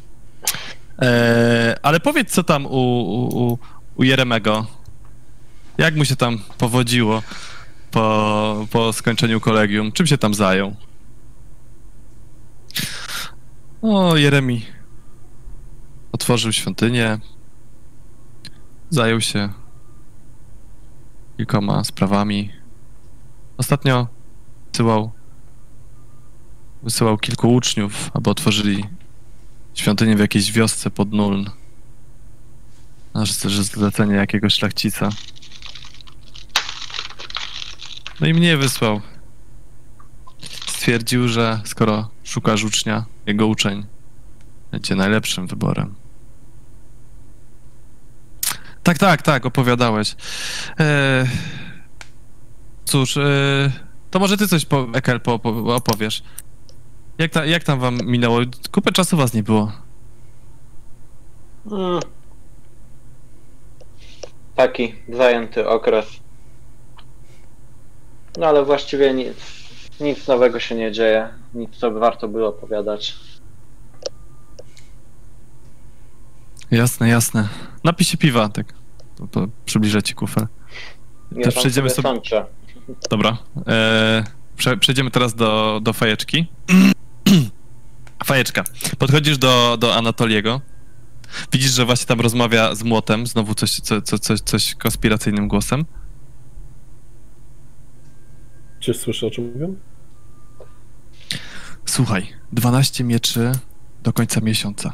Eee, ale powiedz, co tam u, u, u Jeremego. Jak mu się tam powodziło po, po skończeniu kolegium? Czym się tam zajął? O, Jeremi otworzył świątynię, zajął się kilkoma sprawami. Ostatnio wysyłał, wysyłał kilku uczniów, aby otworzyli świątynię w jakiejś wiosce pod Nuln. Aż że zlecenie jakiegoś szlachcica. No i mnie wysłał. Stwierdził, że skoro szukasz ucznia, jego uczeń będzie najlepszym wyborem. Tak, tak, tak, opowiadałeś. Eee, cóż, eee, to może ty coś, po, Ekel, po, po, opowiesz. Jak, ta, jak tam wam minęło? Kupę czasu was nie było. Hmm. Taki zajęty okres. No ale właściwie nic, nic nowego się nie dzieje. Nic, co by warto było opowiadać. Jasne, jasne. Napij się piwa, tak. To, to przybliżę ci kufel. Ja Też tam przejdziemy sobie sobie... sączę. Dobra. Eee, prze, przejdziemy teraz do, do fajeczki. Fajeczka. Podchodzisz do, do Anatoliego. Widzisz, że właśnie tam rozmawia z młotem. Znowu coś, co, co, coś, coś konspiracyjnym głosem. Czy słyszę, o czym mówią? Słuchaj, dwanaście mieczy do końca miesiąca.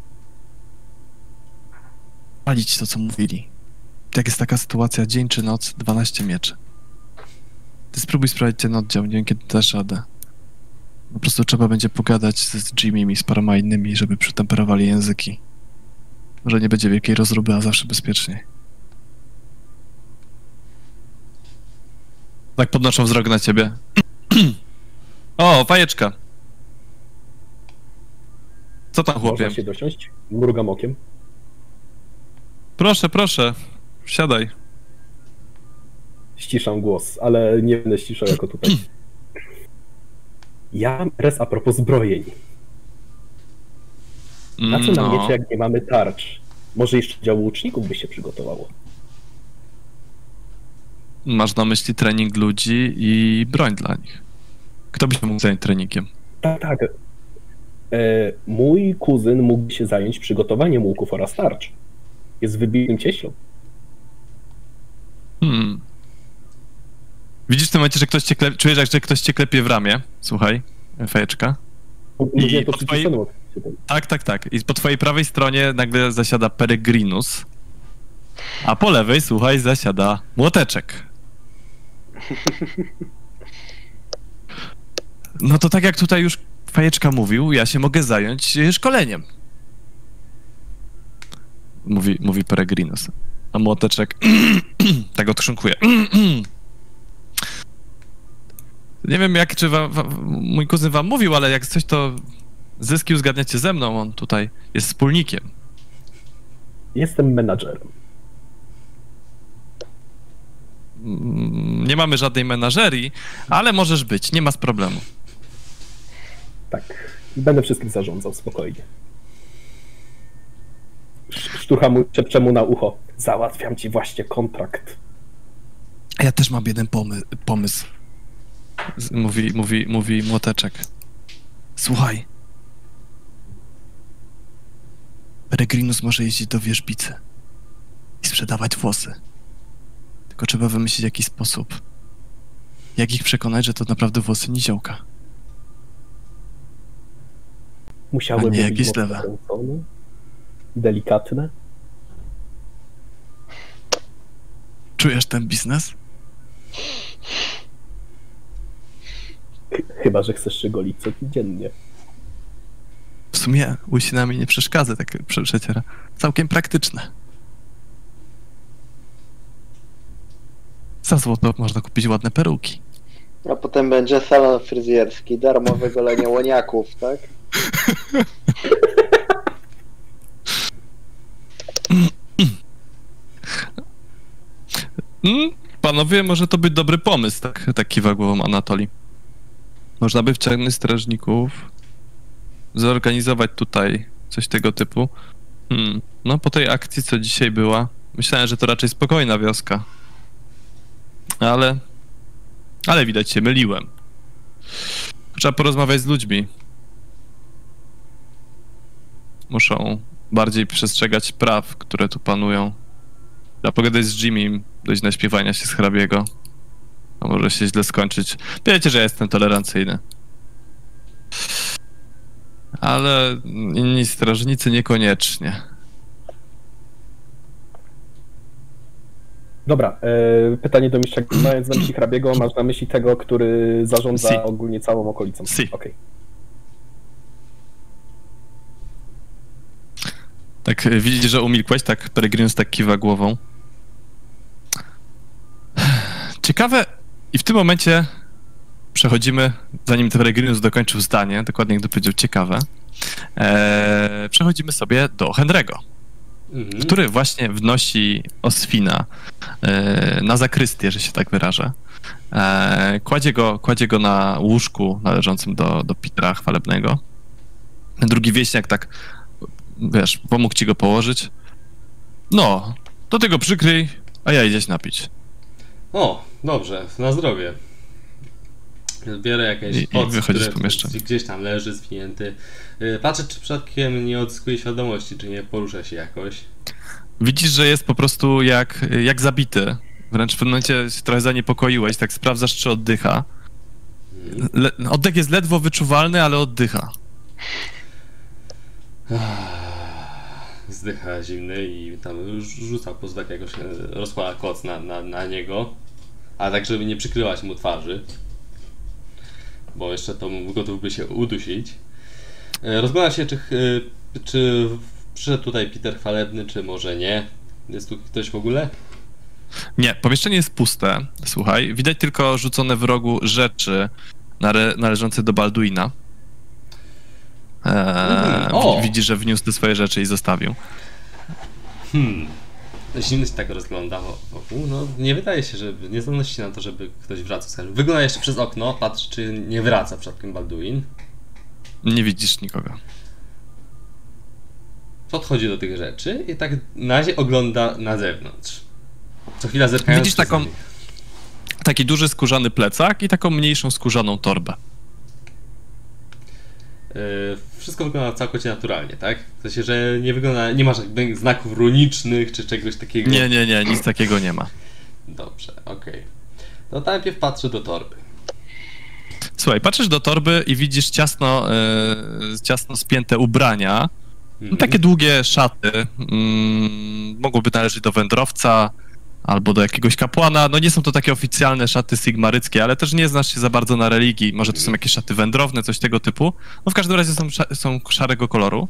Palić to, co mówili. Jak jest taka sytuacja, dzień czy noc, dwanaście mieczy. Ty spróbuj sprawdzić ten oddział, nie wiem, kiedy dasz radę. Po prostu trzeba będzie pogadać z Jimmy'mi, z paroma innymi, żeby przytemperowali języki. Może nie będzie wielkiej rozruby, a zawsze bezpieczniej. Tak podnoszą wzrok na ciebie. O, fajeczka. Co tam, chłopie? Można się dosiąść? Mrugam okiem. Proszę, proszę. Siadaj. Ściszam głos, ale nie będę ściszał jako tutaj. Ja mam res a propos zbrojeń. Na co nam No. miecie, jak nie mamy tarcz? Może jeszcze dział łuczników by się przygotowało? Masz na myśli trening ludzi i broń dla nich. Kto by się mógł zająć treningiem? Tak, tak. E, mój kuzyn mógł się zająć przygotowaniem łuków oraz tarcz. Jest wybitnym cieślą. Hmm. Widzisz w tym momencie, że ktoś cię klepie, czujesz, jak że ktoś cię klepie w ramię? Słuchaj, fejeczka. Mówię to po przy twojej- twojej... Tak, tak, tak. I po twojej prawej stronie nagle zasiada Peregrinus, a po lewej, słuchaj, zasiada Młoteczek. No to tak jak tutaj już Fajeczka mówił, ja się mogę zająć e, szkoleniem. Mówi, mówi Peregrinus. A Młoteczek tak odkrząkuje. Nie wiem, jak czy wam, wam, mój kuzyn wam mówił, ale jak coś, to zyski uzgadniacie ze mną. On tutaj jest wspólnikiem. Jestem menadżerem. Mm, Nie mamy żadnej menażerii, ale możesz być, nie ma z problemu. Tak. Będę wszystkim zarządzał, spokojnie. Sz- Sztucha mu, szepcze mu na ucho. Załatwiam ci właśnie kontrakt. A ja też mam jeden pomy pomysł. Z- Mówi, mówi, mówi Młoteczek. Słuchaj. Peregrinus może jeździć do wierzbicy i sprzedawać włosy. Tylko trzeba wymyślić jakiś sposób. Jak ich przekonać, że to naprawdę włosy niziołka. Musiały A nie być jakieś mocno lewe. kręcone, delikatne. Czujesz ten biznes? Ch- Chyba, że chcesz się golić codziennie. W sumie łysinami nie przeszkadza, tak prze- przeciera. Całkiem praktyczne. Za złoto można kupić ładne peruki. A potem będzie salon fryzjerski, darmowe golenie łoniaków, tak? Mm, panowie, może to być dobry pomysł, tak, tak kiwa głową Anatolii. Można by wciągnąć strażników, zorganizować tutaj coś tego typu. Hmm. No po tej akcji, co dzisiaj była, myślałem, że to raczej spokojna wioska. Ale... Ale widać się myliłem. Trzeba porozmawiać z ludźmi. Muszą bardziej przestrzegać praw, które tu panują. Trzeba pogadać z Jimmym, dojść na śpiewania się z hrabiego. To może się źle skończyć. Wiecie, że ja jestem tolerancyjny. Ale inni strażnicy niekoniecznie. Dobra, e, pytanie do mistrza. Mając na myśli hrabiego, masz na myśli tego, który zarządza Si. ogólnie całą okolicą. Si. Okej. Tak, y, widzisz, że umilkłeś, tak Peregrinus tak kiwa głową. Ciekawe, i w tym momencie przechodzimy, zanim Peregrinus dokończył zdanie, dokładnie jak dopowiedział ciekawe, e, przechodzimy sobie do Henry'ego, Mhm. który właśnie wnosi Oswina e, na zakrystię, że się tak wyrażę. E, kładzie, go, kładzie go na łóżku należącym do, do Petera Chwalebnego. Drugi wieśniak tak, wiesz, pomógł ci go położyć. No, to ty go przykryj, a ja idę się napić. O, dobrze, na zdrowie. Biorę jakieś I- i koc, wychodzisz z który pomieszczenia. gdzieś tam leży, zwinięty. Yy, Patrzę, czy przypadkiem nie odzyskuje świadomości, czy nie porusza się jakoś. Widzisz, że jest po prostu jak, jak zabity. Wręcz w pewnym momencie się trochę zaniepokoiłeś, tak sprawdzasz, czy oddycha. Mhm. Le oddech jest ledwo wyczuwalny, ale oddycha. Zdycha zimny i tam rz- rzuca po prostu tak jakoś, e, rozkłada koc na, na, na niego. A tak, żeby nie przykrywać mu twarzy. Bo jeszcze to mu gotów by się udusić. E, Rozgląda się, czy, ch- e, czy przyszedł tutaj Peter Chwalebny, czy może nie. Jest tu ktoś w ogóle? Nie, pomieszczenie jest puste, słuchaj. Widać tylko rzucone w rogu rzeczy nale należące do Balduina. Eee, O! Widzisz, że wniósł te swoje rzeczy i zostawił. Hmm. Zimny się tak rozgląda wokół. No, nie wydaje się, że nie zdolności się na to, żeby ktoś wracał. Wygląda jeszcze przez okno, patrzy, czy nie wraca przypadkiem Balduin. Nie widzisz nikogo. podchodzi do tych rzeczy i tak na razie ogląda na zewnątrz. Co chwila zerkając. Widzisz taką, taki duży skórzany plecak i taką mniejszą skórzaną torbę. Yy, wszystko wygląda całkowicie naturalnie, tak? W sensie, że nie wygląda, nie ma żadnych znaków runicznych czy czegoś takiego. Nie, nie, nie, nic takiego nie ma. Dobrze, okej. Okay. No najpierw patrzę do torby. Słuchaj, patrzysz do torby i widzisz ciasno, yy, ciasno spięte ubrania. No, takie długie szaty. Mm, mogłyby należeć do wędrowca albo do jakiegoś kapłana. No nie są to takie oficjalne szaty sigmaryckie, ale też nie znasz się za bardzo na religii. Może to są jakieś szaty wędrowne, coś tego typu. No w każdym razie są, są szarego koloru.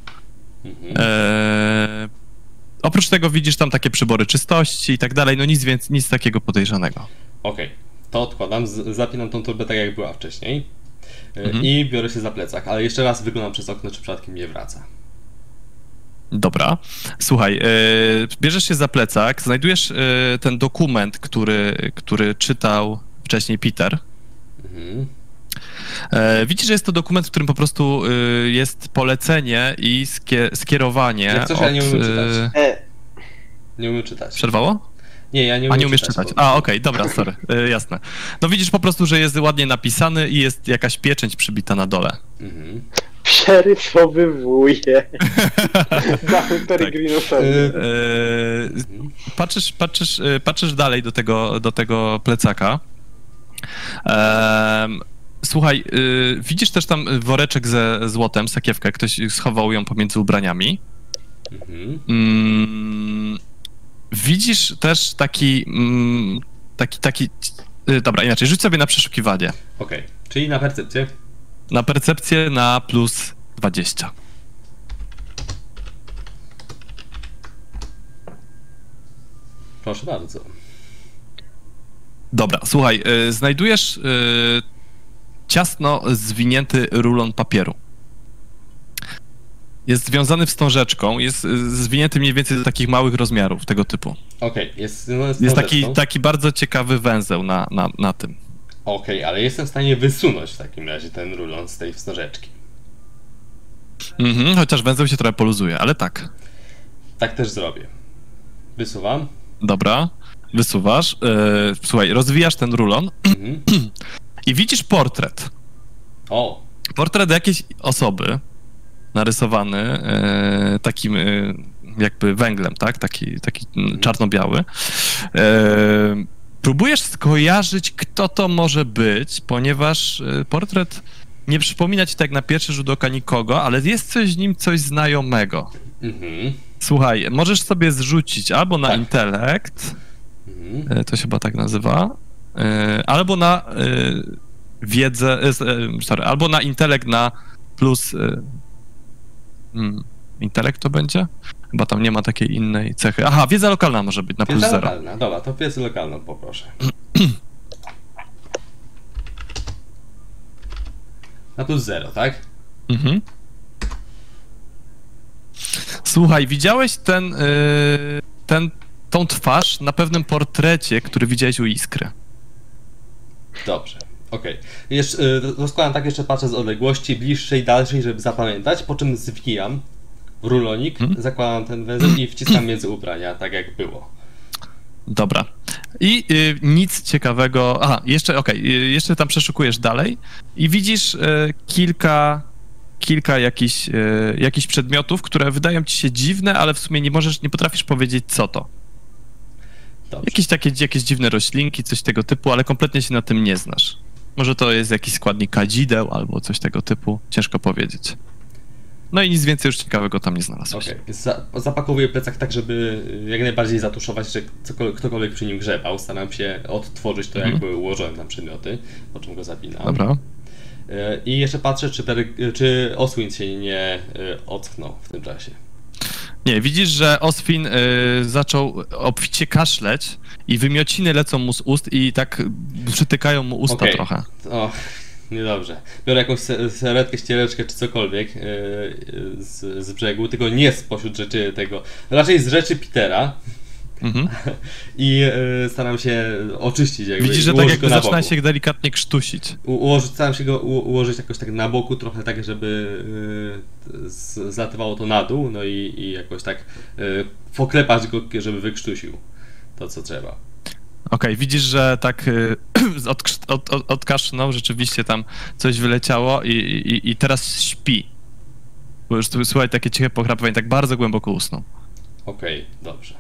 Eee, oprócz tego widzisz tam takie przybory czystości i tak dalej. No nic, więc, nic takiego podejrzanego. Okej, okay. To odkładam, z, zapinam tą torbę tak jak była wcześniej mhm. i biorę się za plecak, ale jeszcze raz wyglądam przez okno, czy przypadkiem nie wraca. Dobra. Słuchaj, yy, bierzesz się za plecak, znajdujesz yy, ten dokument, który, który czytał wcześniej Peter. Mhm. Yy, widzisz, że jest to dokument, w którym po prostu yy, jest polecenie i skie skierowanie. Jak coś, od, ja nie umiem czytać. E. Nie umiem czytać. Przerwało? Nie, ja nie umiem A nie umiesz czytać. czytać. A, okej, okay, dobra, sorry, yy, jasne. No widzisz po prostu, że jest ładnie napisany i jest jakaś pieczęć przybita na dole. Mhm. Przerysowywuje. Peregrinusowi. Yy, patrzysz, patrzysz, patrzysz dalej do tego, do tego plecaka. Yy, słuchaj, yy, widzisz też tam woreczek ze złotem, sakiewkę, ktoś schował ją pomiędzy ubraniami. Mhm. Yy, widzisz też taki, yy, taki, taki, yy, dobra, inaczej, rzuć sobie na przeszukiwanie. Okej, okay. Czyli na percepcję? Na percepcję na plus dwadzieścia. Proszę bardzo. Dobra, słuchaj, y, znajdujesz y, ciasno zwinięty rulon papieru. Jest związany wstążeczką, jest zwinięty mniej więcej do takich małych rozmiarów, tego typu. Okej, okay, jest no, Jest taki, taki bardzo ciekawy węzeł na, na, na tym. Okej, okay, ale jestem w stanie wysunąć w takim razie ten rulon z tej wstążeczki. Mhm, chociaż węzeł się trochę poluzuje, ale tak. Tak też zrobię. Wysuwam. Dobra, wysuwasz. Yy, słuchaj, rozwijasz ten rulon mhm. i widzisz portret. O! Portret jakiejś osoby, narysowany yy, takim yy, jakby węglem, tak? Taki, taki mhm. czarno-biały. Yy, próbujesz skojarzyć, kto to może być, ponieważ yy, portret nie przypomina ci tak na pierwszy rzut oka nikogo, ale jest coś w nim, coś znajomego. Mhm. Słuchaj, możesz sobie zrzucić albo na tak. intelekt, mhm. to się chyba tak nazywa, albo na wiedzę, sorry, albo na intelekt na plus, hmm, intelekt to będzie? Chyba tam nie ma takiej innej cechy. Aha, wiedza lokalna może być na plus wiedza zero. Lokalna, dobra, to wiedzę lokalną poproszę. Na plus zero, tak? Mhm. Słuchaj, widziałeś ten, yy, ten, tą twarz na pewnym portrecie, który widziałeś u Iskry. Dobrze, okej. Okay. Yy, rozkładam tak, jeszcze patrzę z odległości bliższej, dalszej, żeby zapamiętać, po czym zwijam w rulonik, hmm? zakładam ten węzeł i wciskam między ubrania, tak jak było. Dobra. I y, nic ciekawego... Aha, jeszcze, okej, okay, jeszcze tam przeszukujesz dalej i widzisz y, kilka, kilka jakichś, y, jakichś przedmiotów, które wydają ci się dziwne, ale w sumie nie możesz, nie potrafisz powiedzieć, co to. Dobrze. Jakieś takie jakieś dziwne roślinki, coś tego typu, ale kompletnie się na tym nie znasz. Może to jest jakiś składnik kadzideł albo coś tego typu, ciężko powiedzieć. No i nic więcej już ciekawego tam nie znalazłeś. Okej, okay. Za zapakowuję plecak tak, żeby jak najbardziej zatuszować, że cokolwiek, ktokolwiek przy nim grzebał. Staram się odtworzyć to, jak mm. były ułożone tam przedmioty, po czym go zapinam. Dobra. I jeszcze patrzę, czy, czy Oswin się nie ocknął w tym czasie. Nie, widzisz, że Oswin y, zaczął obficie kaszleć i wymiociny lecą mu z ust i tak przytykają mu usta okay. trochę. O. Niedobrze. Biorę jakąś serwetkę, ściereczkę czy cokolwiek yy, z, z brzegu, tylko nie spośród rzeczy tego, raczej z rzeczy Petera. Mhm. I y, staram się oczyścić jakby. Widzisz, że tak jakby zaczyna się delikatnie krztusić. U, ułożyć, staram się go u, ułożyć jakoś tak na boku, trochę tak, żeby y, z, zlatywało to na dół, no i, i jakoś tak y, poklepać go, żeby wykrztusił to, co trzeba. Okej, okay, widzisz, że tak y, od, od, od, odkaszlnął, rzeczywiście tam coś wyleciało i, i, i teraz śpi. Bo już tu słuchaj takie ciche pochrapywanie, tak bardzo głęboko usnął. Okej, okay, dobrze.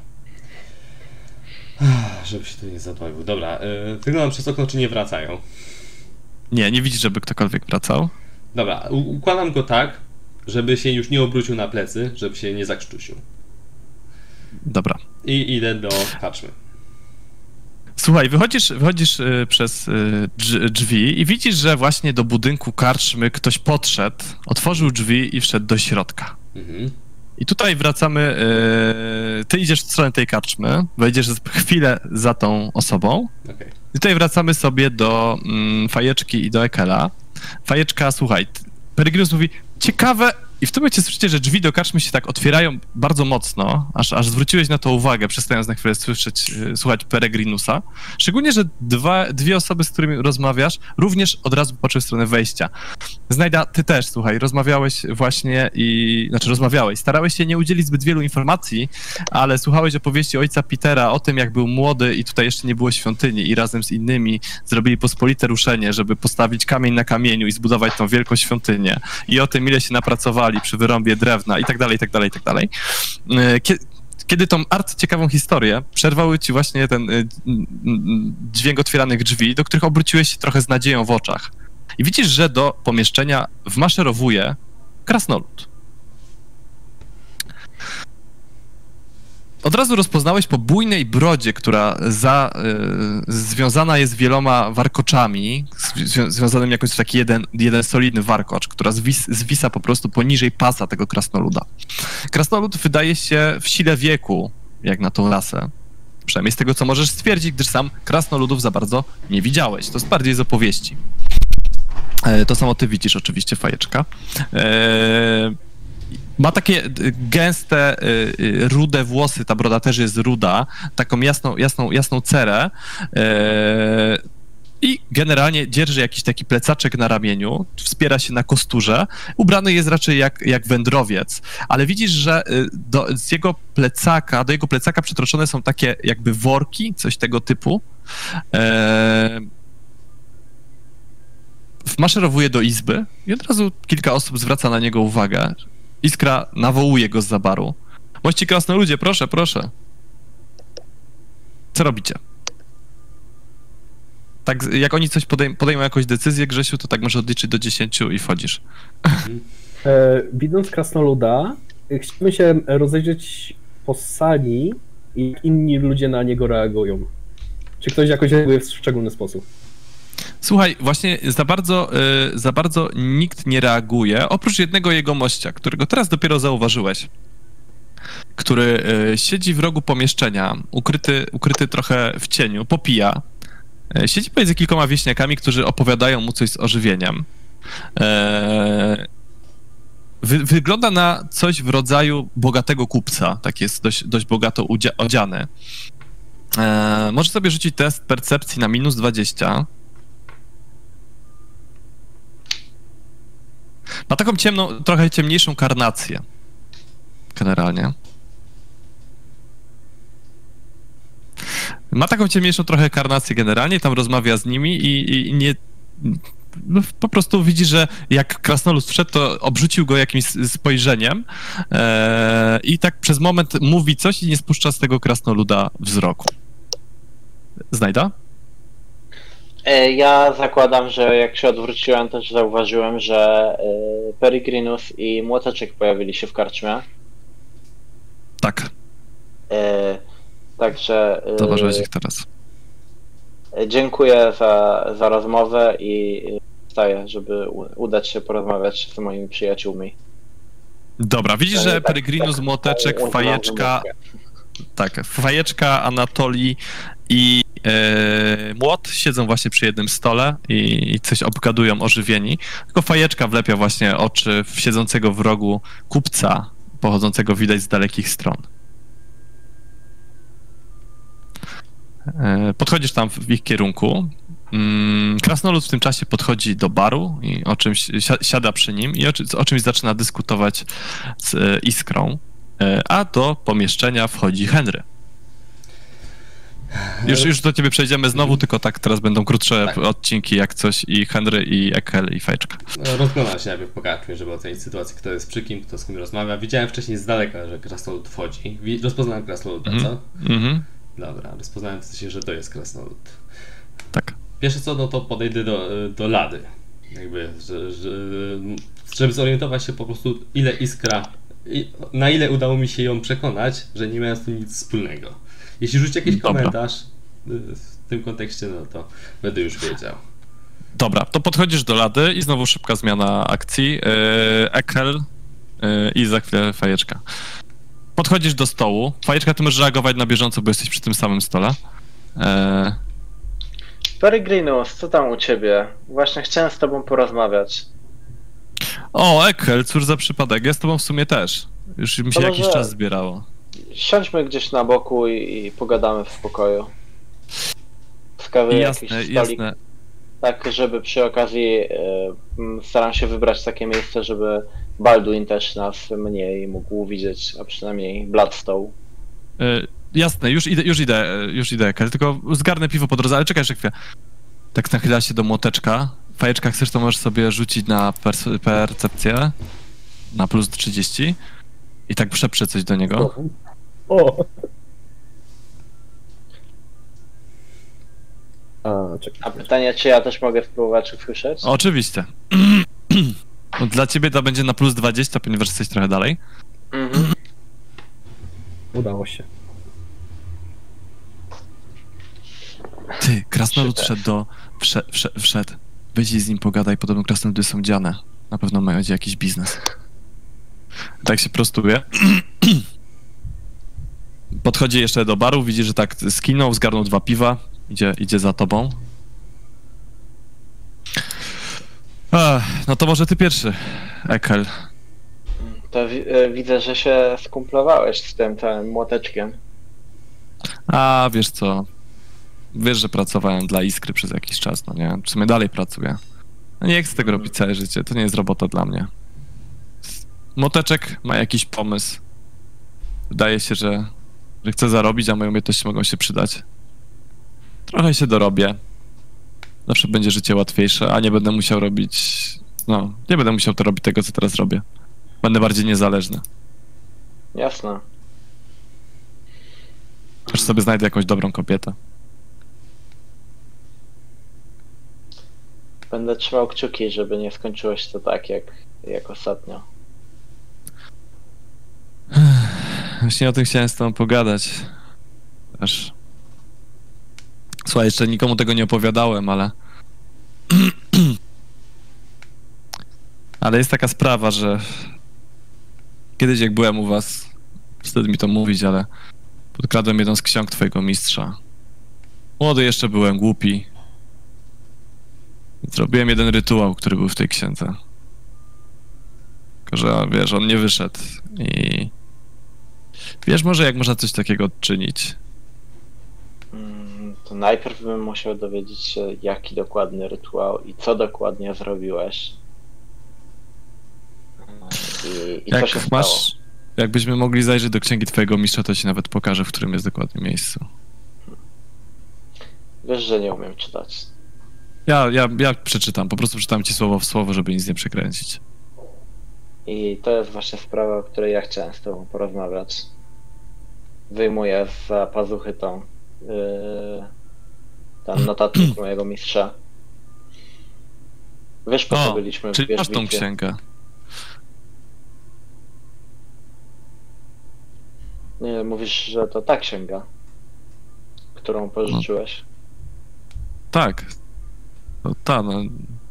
Żeby się tu nie zadławił. Dobra, yy, wyglądam przez okno, czy nie wracają. Nie, nie widzisz, żeby ktokolwiek wracał. Dobra, układam go tak, żeby się już nie obrócił na plecy, żeby się nie zakrztusił. Dobra. I idę do karczmy. Słuchaj, wychodzisz, wychodzisz y, przez y, drzwi i widzisz, że właśnie do budynku karczmy ktoś podszedł, otworzył drzwi i wszedł do środka. Mhm. I tutaj wracamy, y, ty idziesz w stronę tej karczmy, wejdziesz chwilę za tą osobą. Okay. I tutaj wracamy sobie do mm, Fajeczki i do Ekela. Fajeczka, słuchaj, Peregrinus mówi, ciekawe, i w tym momencie słyszycie, że drzwi do karczmy się tak otwierają bardzo mocno, aż, aż zwróciłeś na to uwagę, przestając na chwilę słyszeć, słuchać Peregrinusa. Szczególnie, że dwa, dwie osoby, z którymi rozmawiasz, również od razu popatrzyły w stronę wejścia. Znajda, ty też, słuchaj, rozmawiałeś właśnie i... Znaczy rozmawiałeś, starałeś się nie udzielić zbyt wielu informacji, ale słuchałeś opowieści ojca Petera o tym, jak był młody i tutaj jeszcze nie było świątyni i razem z innymi zrobili pospolite ruszenie, żeby postawić kamień na kamieniu i zbudować tą wielką świątynię. I o tym, ile się napracowali przy wyrąbie drewna i tak dalej, i tak dalej, i tak dalej. Kiedy tą arcyciekawą historię przerwały ci właśnie ten dźwięk otwieranych drzwi, do których obróciłeś się trochę z nadzieją w oczach. I widzisz, że do pomieszczenia wmaszerowuje krasnolud. Od razu rozpoznałeś po bujnej brodzie, która za, y, związana jest wieloma warkoczami, zwią związanym jakoś w taki jeden, jeden solidny warkocz, która zwis zwisa po prostu poniżej pasa tego krasnoluda. Krasnolud wydaje się w sile wieku, jak na tą rasę. Przynajmniej z tego, co możesz stwierdzić, gdyż sam krasnoludów za bardzo nie widziałeś. To jest bardziej z opowieści. E, to samo ty widzisz oczywiście, Fajeczka. E, Ma takie gęste, rude włosy, ta broda też jest ruda, taką jasną, jasną, jasną cerę i generalnie dzierży jakiś taki plecaczek na ramieniu, wspiera się na kosturze, ubrany jest raczej jak, jak wędrowiec, ale widzisz, że do, z jego plecaka, do jego plecaka przytroczone są takie jakby worki, coś tego typu. Wmaszerowuje do izby i od razu kilka osób zwraca na niego uwagę. Iskra nawołuje go zza baru. Mości krasnoludzie, proszę, proszę. Co robicie? Tak, jak oni coś podejm podejmą jakąś decyzję, Grzesiu, to tak może odliczyć do dziesięciu i wchodzisz. E, widząc krasnoluda, chciałbym się rozejrzeć po sali i jak inni ludzie na niego reagują. Czy ktoś jakoś reaguje w szczególny sposób? Słuchaj, właśnie za bardzo, y, za bardzo nikt nie reaguje, oprócz jednego jego mościa, którego teraz dopiero zauważyłeś, który y, siedzi w rogu pomieszczenia, ukryty, ukryty trochę w cieniu, popija. Y, siedzi pomiędzy kilkoma wieśniakami, którzy opowiadają mu coś z ożywieniem. Y, wy, wygląda na coś w rodzaju bogatego kupca, tak jest dość, dość bogato odziany. Y, może sobie rzucić test percepcji na minus dwadzieścia. Ma taką ciemną, trochę ciemniejszą karnację. Generalnie. Ma taką ciemniejszą trochę karnację generalnie, tam rozmawia z nimi i, i nie... No, po prostu widzi, że jak krasnolud wszedł, to obrzucił go jakimś spojrzeniem e, i tak przez moment mówi coś i nie spuszcza z tego krasnoluda wzroku. Znajda? Ja zakładam, że jak się odwróciłem, też zauważyłem, że Peregrinus i Młoteczek pojawili się w karczmie. Tak. E, także... Zauważyłeś ich teraz. Dziękuję za, za rozmowę i wstaję, żeby udać się porozmawiać z moimi przyjaciółmi. Dobra, widzisz, że tak, Peregrinus, tak, Młoteczek, tak, Fajeczka... Tak, Fajeczka, Anatolii i e, Młot siedzą właśnie przy jednym stole i, i coś obgadują ożywieni. Tylko Fajeczka wlepia właśnie oczy w siedzącego w rogu kupca, pochodzącego widać z dalekich stron. E, podchodzisz tam w ich kierunku. Mm, Krasnolud w tym czasie podchodzi do baru i o czymś si- siada przy nim i o, czy- o czymś zaczyna dyskutować z e, Iskrą, e, a do pomieszczenia wchodzi Henry. Już, już do ciebie przejdziemy znowu, tylko tak teraz będą krótsze Tak. odcinki jak coś i Henry, i Ekel, i Fajczka. Rozglądam się najpierw po karczmie, żeby ocenić sytuację, kto jest przy kim, kto z kim rozmawia. Widziałem wcześniej z daleka, że Krasnolud wchodzi. Wi- Rozpoznałem Krasnoluda, Mhm. co? Mhm, Dobra, rozpoznałem w sensie, że to jest Krasnolud. tak. Pierwsze co, no to podejdę do, do Lady. Jakby, że, że, żeby zorientować się po prostu, ile Iskra, i- na ile udało mi się ją przekonać, że nie miałem z tym nic wspólnego. Jeśli rzuci jakiś Dobra. komentarz y, w tym kontekście, no to będę już wiedział. Dobra, to podchodzisz do Lady i znowu szybka zmiana akcji. Yy, Ekel yy, i za chwilę Fajeczka. Podchodzisz do stołu. Fajeczka, ty możesz reagować na bieżąco, bo jesteś przy tym samym stole. Yy, Peregrinus, co tam u ciebie? Właśnie chciałem z tobą porozmawiać. O, Ekel, cóż za przypadek. Ja z tobą w sumie też. Już mi się To jakiś może- czas zbierało. Siądźmy gdzieś na boku i, i pogadamy w spokoju. Wskazuję Jasne, jakiś stolik, jasne. tak żeby przy okazji y, m, staram się wybrać takie miejsce, żeby Balduin też nas mniej mógł widzieć, a przynajmniej Bloodstone. Yy, jasne, już idę, już idę, yy, już idę, Ekel, tylko zgarnę piwo po drodze, ale czekaj jeszcze chwilę. Tak nachyla się do młoteczka. Fajeczka, chcesz, to możesz sobie rzucić na pers- percepcję na plus trzydzieści i tak przeprze coś do niego. O! A, czekaj. A pytanie, czy ja też mogę spróbować usłyszeć? Oczywiście. No, dla ciebie to będzie na plus dwadzieścia, ponieważ jesteś trochę dalej. Mhm. Udało się. Ty, krasnolud Super. wszedł do... Wszedł, wszedł, wszedł. Wyjdź i z nim pogadaj, podobno krasnoludy są dziane. Na pewno mają jakiś biznes. Tak się prostuje. Podchodzi jeszcze do baru, widzi, że tak skinął, zgarnął dwa piwa. Idzie, idzie za tobą. Ech, no to może ty pierwszy, Ekel. To wi- y, widzę, że się skumplowałeś z tym całym młoteczkiem. A, wiesz co, wiesz, że pracowałem dla Iskry przez jakiś czas, no nie? W sumie dalej pracuję. No nie chcę tego robić całe życie, to nie jest robota dla mnie. Moteczek ma jakiś pomysł. Wydaje się, że, że chce zarobić, a moje umiejętności mogą się przydać. Trochę się dorobię. Zawsze będzie życie łatwiejsze, a nie będę musiał robić... No, nie będę musiał to robić tego, co teraz robię. Będę bardziej niezależny. Jasne. Aż sobie znajdę jakąś dobrą kobietę. Będę trzymał kciuki, żeby nie skończyło się to tak jak, jak ostatnio. Właśnie o tym chciałem z tobą pogadać. Aż... Słuchaj, jeszcze nikomu tego nie opowiadałem, ale... ale jest taka sprawa, że... Kiedyś jak byłem u was, wstyd mi to mówić, ale... Podkradłem jedną z ksiąg twojego mistrza. Młody jeszcze byłem, głupi. Zrobiłem jeden rytuał, który był w tej księdze. Tylko, że wiesz, on nie wyszedł i... Wiesz może, jak można coś takiego odczynić? Mm, To najpierw bym musiał dowiedzieć się, jaki dokładny rytuał i co dokładnie zrobiłeś. I, i co się Jak stało. masz... Jakbyśmy mogli zajrzeć do księgi twojego mistrza, to ci nawet pokażę, w którym jest dokładnie miejscu. Wiesz, że nie umiem czytać. Ja, ja, ja przeczytam, po prostu przeczytam ci słowo w słowo, żeby nic nie przekręcić. I to jest właśnie sprawa, o której ja chciałem z tobą porozmawiać. Wyjmuję z pazuchy tą yy, ten notatnik mojego mistrza. Wiesz, po co O, byliśmy w czyli masz tą wierzbicie? księgę. Nie, mówisz, że to ta księga, którą pożyczyłeś. Tak. No, ta, no.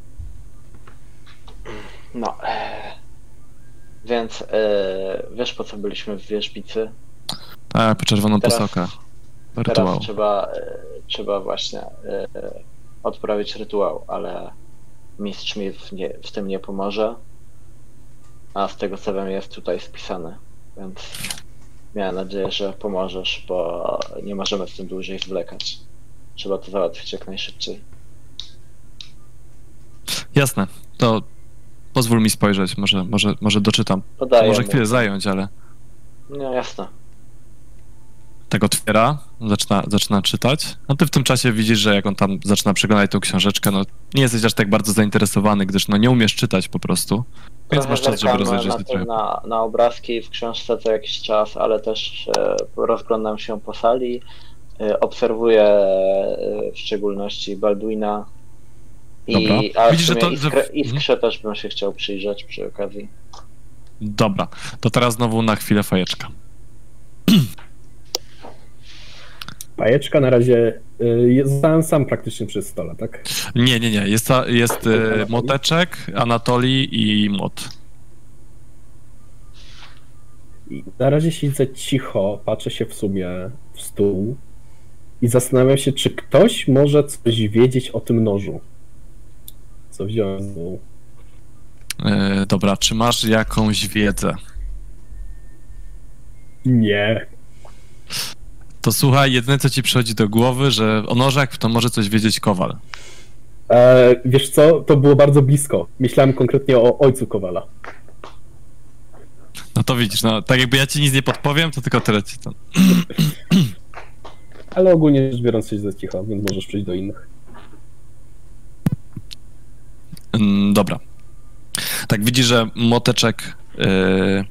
No. E, więc e, wiesz, po co byliśmy w wierzbicy? Tak, po czerwoną Teraz- posokę. Teraz Rytuał. trzeba, e, trzeba właśnie e, odprawić rytuał, ale mistrz mi w, nie, w tym nie pomoże. A z tego co wiem jest tutaj spisane, więc miałem nadzieję, że pomożesz, bo nie możemy z tym dłużej zwlekać. Trzeba to załatwić jak najszybciej. Jasne, to pozwól mi spojrzeć, może, może, może doczytam. Podaję Może mu. chwilę zająć, ale No jasne. tak otwiera, zaczyna, zaczyna czytać. No ty w tym czasie widzisz, że jak on tam zaczyna przeglądać tą książeczkę, no nie jesteś aż tak bardzo zainteresowany, gdyż no nie umiesz czytać po prostu. Więc Trochę masz czas, żeby zerkam rozejrzeć na, się tym, trochę. na, na obrazki w książce co jakiś czas, ale też e, rozglądam się po sali. E, obserwuję e, w szczególności Balduina. Dobra. I, a w Widzisz, że sumie to- że- Iskrę, Mhm. Iskrze też bym się chciał przyjrzeć przy okazji. Dobra, to teraz znowu na chwilę fajeczka. Fajeczka na razie y, jest- zostałem sam praktycznie przy stole, tak? Nie, nie, nie, jest, ta- jest e, moteczek, Anatolii i młot. I na razie siedzę cicho, patrzę się w sumie w stół i zastanawiam się, czy ktoś może coś wiedzieć o tym nożu. Co wziąłem z dołu. E, dobra, czy masz jakąś wiedzę? Nie. To słuchaj, jedyne co ci przychodzi do głowy, że o nożach to może coś wiedzieć Kowal. E, wiesz co, to było bardzo blisko. Myślałem konkretnie o ojcu Kowala. No to widzisz, no tak jakby ja ci nic nie podpowiem, to tylko tyle ci to. Ale ogólnie rzecz biorąc siedzę cicho, więc możesz przejść do innych. Mm, dobra. Tak widzisz, że moteczek yy,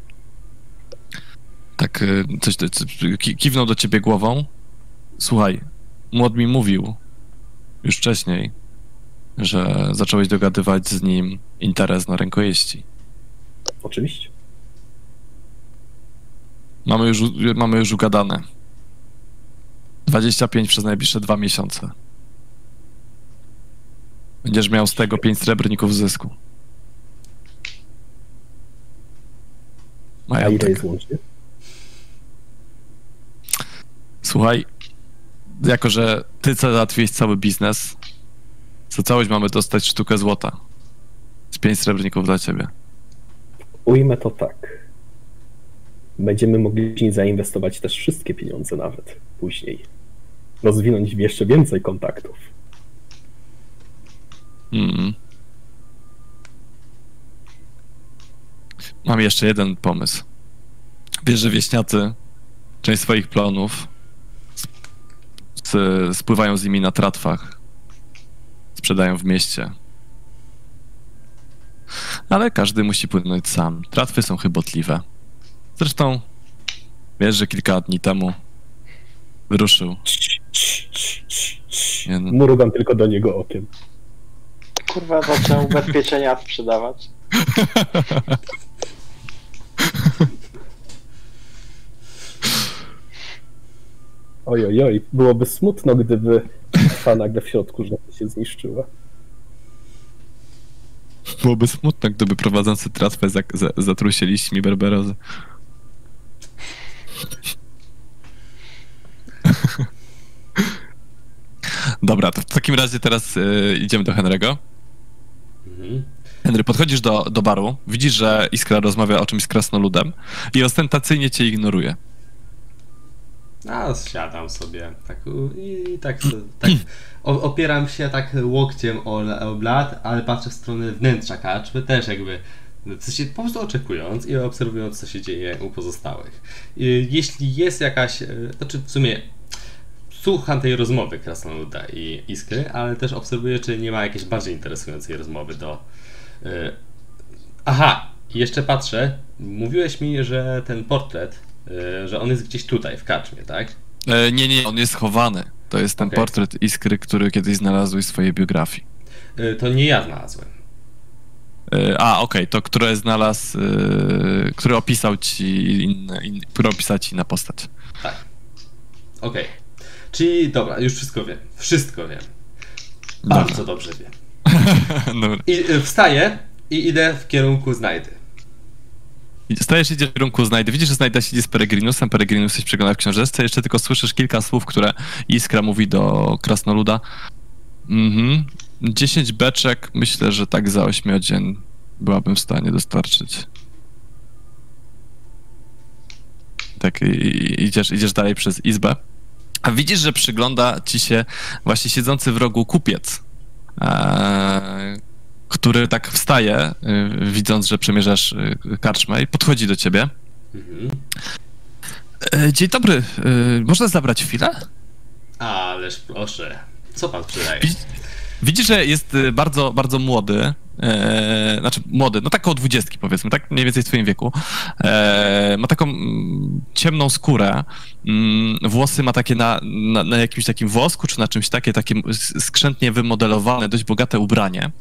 tak yy, coś, coś ki- kiwnął do ciebie głową. Słuchaj, młot mi mówił już wcześniej, że zacząłeś dogadywać z nim interes na rękojeści. Oczywiście. Mamy już, u- mamy już ugadane. dwadzieścia pięć przez najbliższe dwa miesiące. Będziesz miał z tego pięć srebrników zysku. A ile Majątek. jest łącznie? Słuchaj, jako że ty co załatwiłeś cały biznes, za całość mamy dostać sztukę złota. Z pięć srebrników dla ciebie. Ujmę to tak. Będziemy mogli zainwestować też wszystkie pieniądze nawet później. Rozwinąć jeszcze więcej kontaktów. Mm. Mam jeszcze jeden pomysł. Wiesz, że wieśniacy część swoich plonów s- spływają z nimi na tratwach. Sprzedają w mieście. Ale każdy musi płynąć sam. Tratwy są chybotliwe. Zresztą wiesz, że kilka dni temu wyruszył. Nie, no. Mrugam tylko do niego okiem. Kurwa, zacznę ubezpieczenia sprzedawać. Oj, oj, oj. Byłoby smutno, gdyby trwa nagle w środku rzeczy się zniszczyła. Byłoby smutno, gdyby prowadzący tratwę za, za, zatruł się liśćmi berberozy. Dobra, to w takim razie teraz y, idziemy do Henry'ego. Mhm. Henry, podchodzisz do, do baru, widzisz, że Iskra rozmawia o czymś z krasnoludem i ostentacyjnie cię ignoruje. A siadam sobie tak u- i tak, so- tak o, opieram się tak łokciem o, o blat, ale patrzę w stronę wnętrza karczmy też jakby w sensie po prostu oczekując i obserwując co się dzieje u pozostałych. I jeśli jest jakaś, e, znaczy w sumie słucham tej rozmowy Krasnoluda i Iskry, ale też obserwuję czy nie ma jakiejś bardziej interesującej rozmowy do... e, Aha, i jeszcze patrzę, mówiłeś mi, że ten portret, e, że on jest gdzieś tutaj w karczmie, tak? E, nie, nie, on jest schowany. To jest ten Okej. portret Iskry, który kiedyś znalazłeś w swojej biografii. E, To nie ja znalazłem. E, a, okej, to które znalazł, e, który opisał ci inny, in, który opisał ci na postać. Tak. Okej. Czyli dobra, już wszystko wiem. Wszystko wiem. Dobra. Bardzo dobrze wiem. Dobra. I e, wstaję i idę w kierunku znajdy. Stajesz, idziesz w kierunku znajdy. Widzisz, że znajda siedzi z Peregrinusem. Peregrinus coś przegląda w książeczce. Jeszcze tylko słyszysz kilka słów, które Iskra mówi do krasnoluda. Mhm. dziesięć beczek, myślę, że tak za ośmiodzień byłabym w stanie dostarczyć. tak i- idziesz, idziesz dalej przez izbę. A widzisz, że przygląda ci się właśnie siedzący w rogu kupiec, e, który tak wstaje, e, widząc, że przemierzasz e, karczmę i podchodzi do ciebie. Mhm. E, dzień dobry, e, można zabrać chwilę? Ależ proszę, co pan sprzedaje? Widz- Widzisz, że jest e, bardzo, bardzo młody, e, znaczy młody, no tak około dwudziestki powiedzmy, tak mniej więcej w twoim wieku. E, ma taką mm, ciemną skórę, mm, włosy ma takie na, na, na jakimś takim włosku, czy na czymś takie, takie s- skrzętnie wymodelowane, dość bogate ubranie.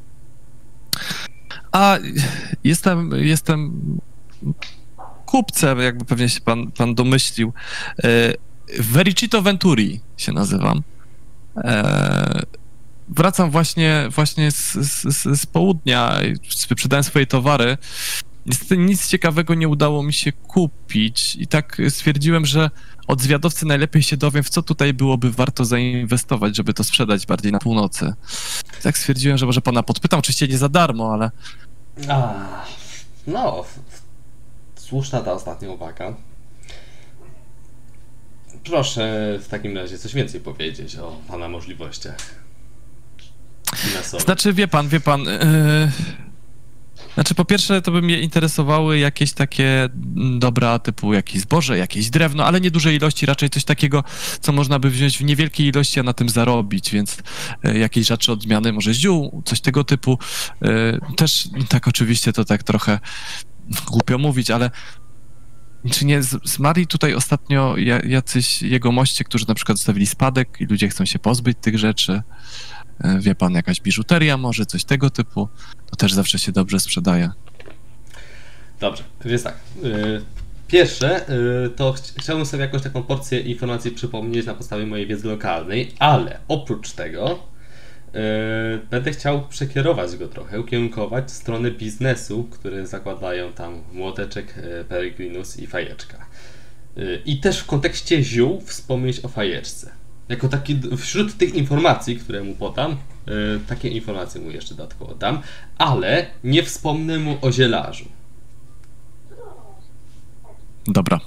A jestem, jestem kupcem, jakby pewnie się pan, pan domyślił. E, Vericito Venturi się nazywam. E, wracam właśnie, właśnie z, z, z południa, sprzedałem swoje towary. Niestety nic ciekawego nie udało mi się kupić i tak stwierdziłem, że od zwiadowcy najlepiej się dowiem, w co tutaj byłoby warto zainwestować, żeby to sprzedać bardziej na północy. I tak stwierdziłem, że może pana podpytam, oczywiście nie za darmo, ale A, no, słuszna ta ostatnia uwaga. Proszę w takim razie coś więcej powiedzieć o pana możliwościach finansowych. znaczy, wie pan, wie pan, yy... znaczy po pierwsze to by mnie interesowały jakieś takie dobra typu jakieś zboże, jakieś drewno, ale nie duże ilości, raczej coś takiego, co można by wziąć w niewielkiej ilości, a na tym zarobić, więc y, jakieś rzeczy odmiany, może ziół, coś tego typu. Y, też tak oczywiście to tak trochę głupio mówić, ale czy nie z- zmarli tutaj ostatnio ja- jacyś jegomoście, którzy na przykład zostawili spadek i ludzie chcą się pozbyć tych rzeczy? Y, Wie pan, jakaś biżuteria może, coś tego typu? To też zawsze się dobrze sprzedaje. Dobrze, więc tak. y, Pierwsze, y, to ch- chciałbym sobie jakąś taką porcję informacji przypomnieć na podstawie mojej wiedzy lokalnej, ale oprócz tego y, będę chciał przekierować go trochę, ukierunkować w stronę biznesu, które zakładają tam młoteczek, y, peregrinus i fajeczka. Y, I też w kontekście ziół wspomnieć o fajeczce. Jako taki d- wśród tych informacji, które mu podam, y, takie informacje mu jeszcze dodatkowo dam, ale nie wspomnę mu o zielarzu. Dobra.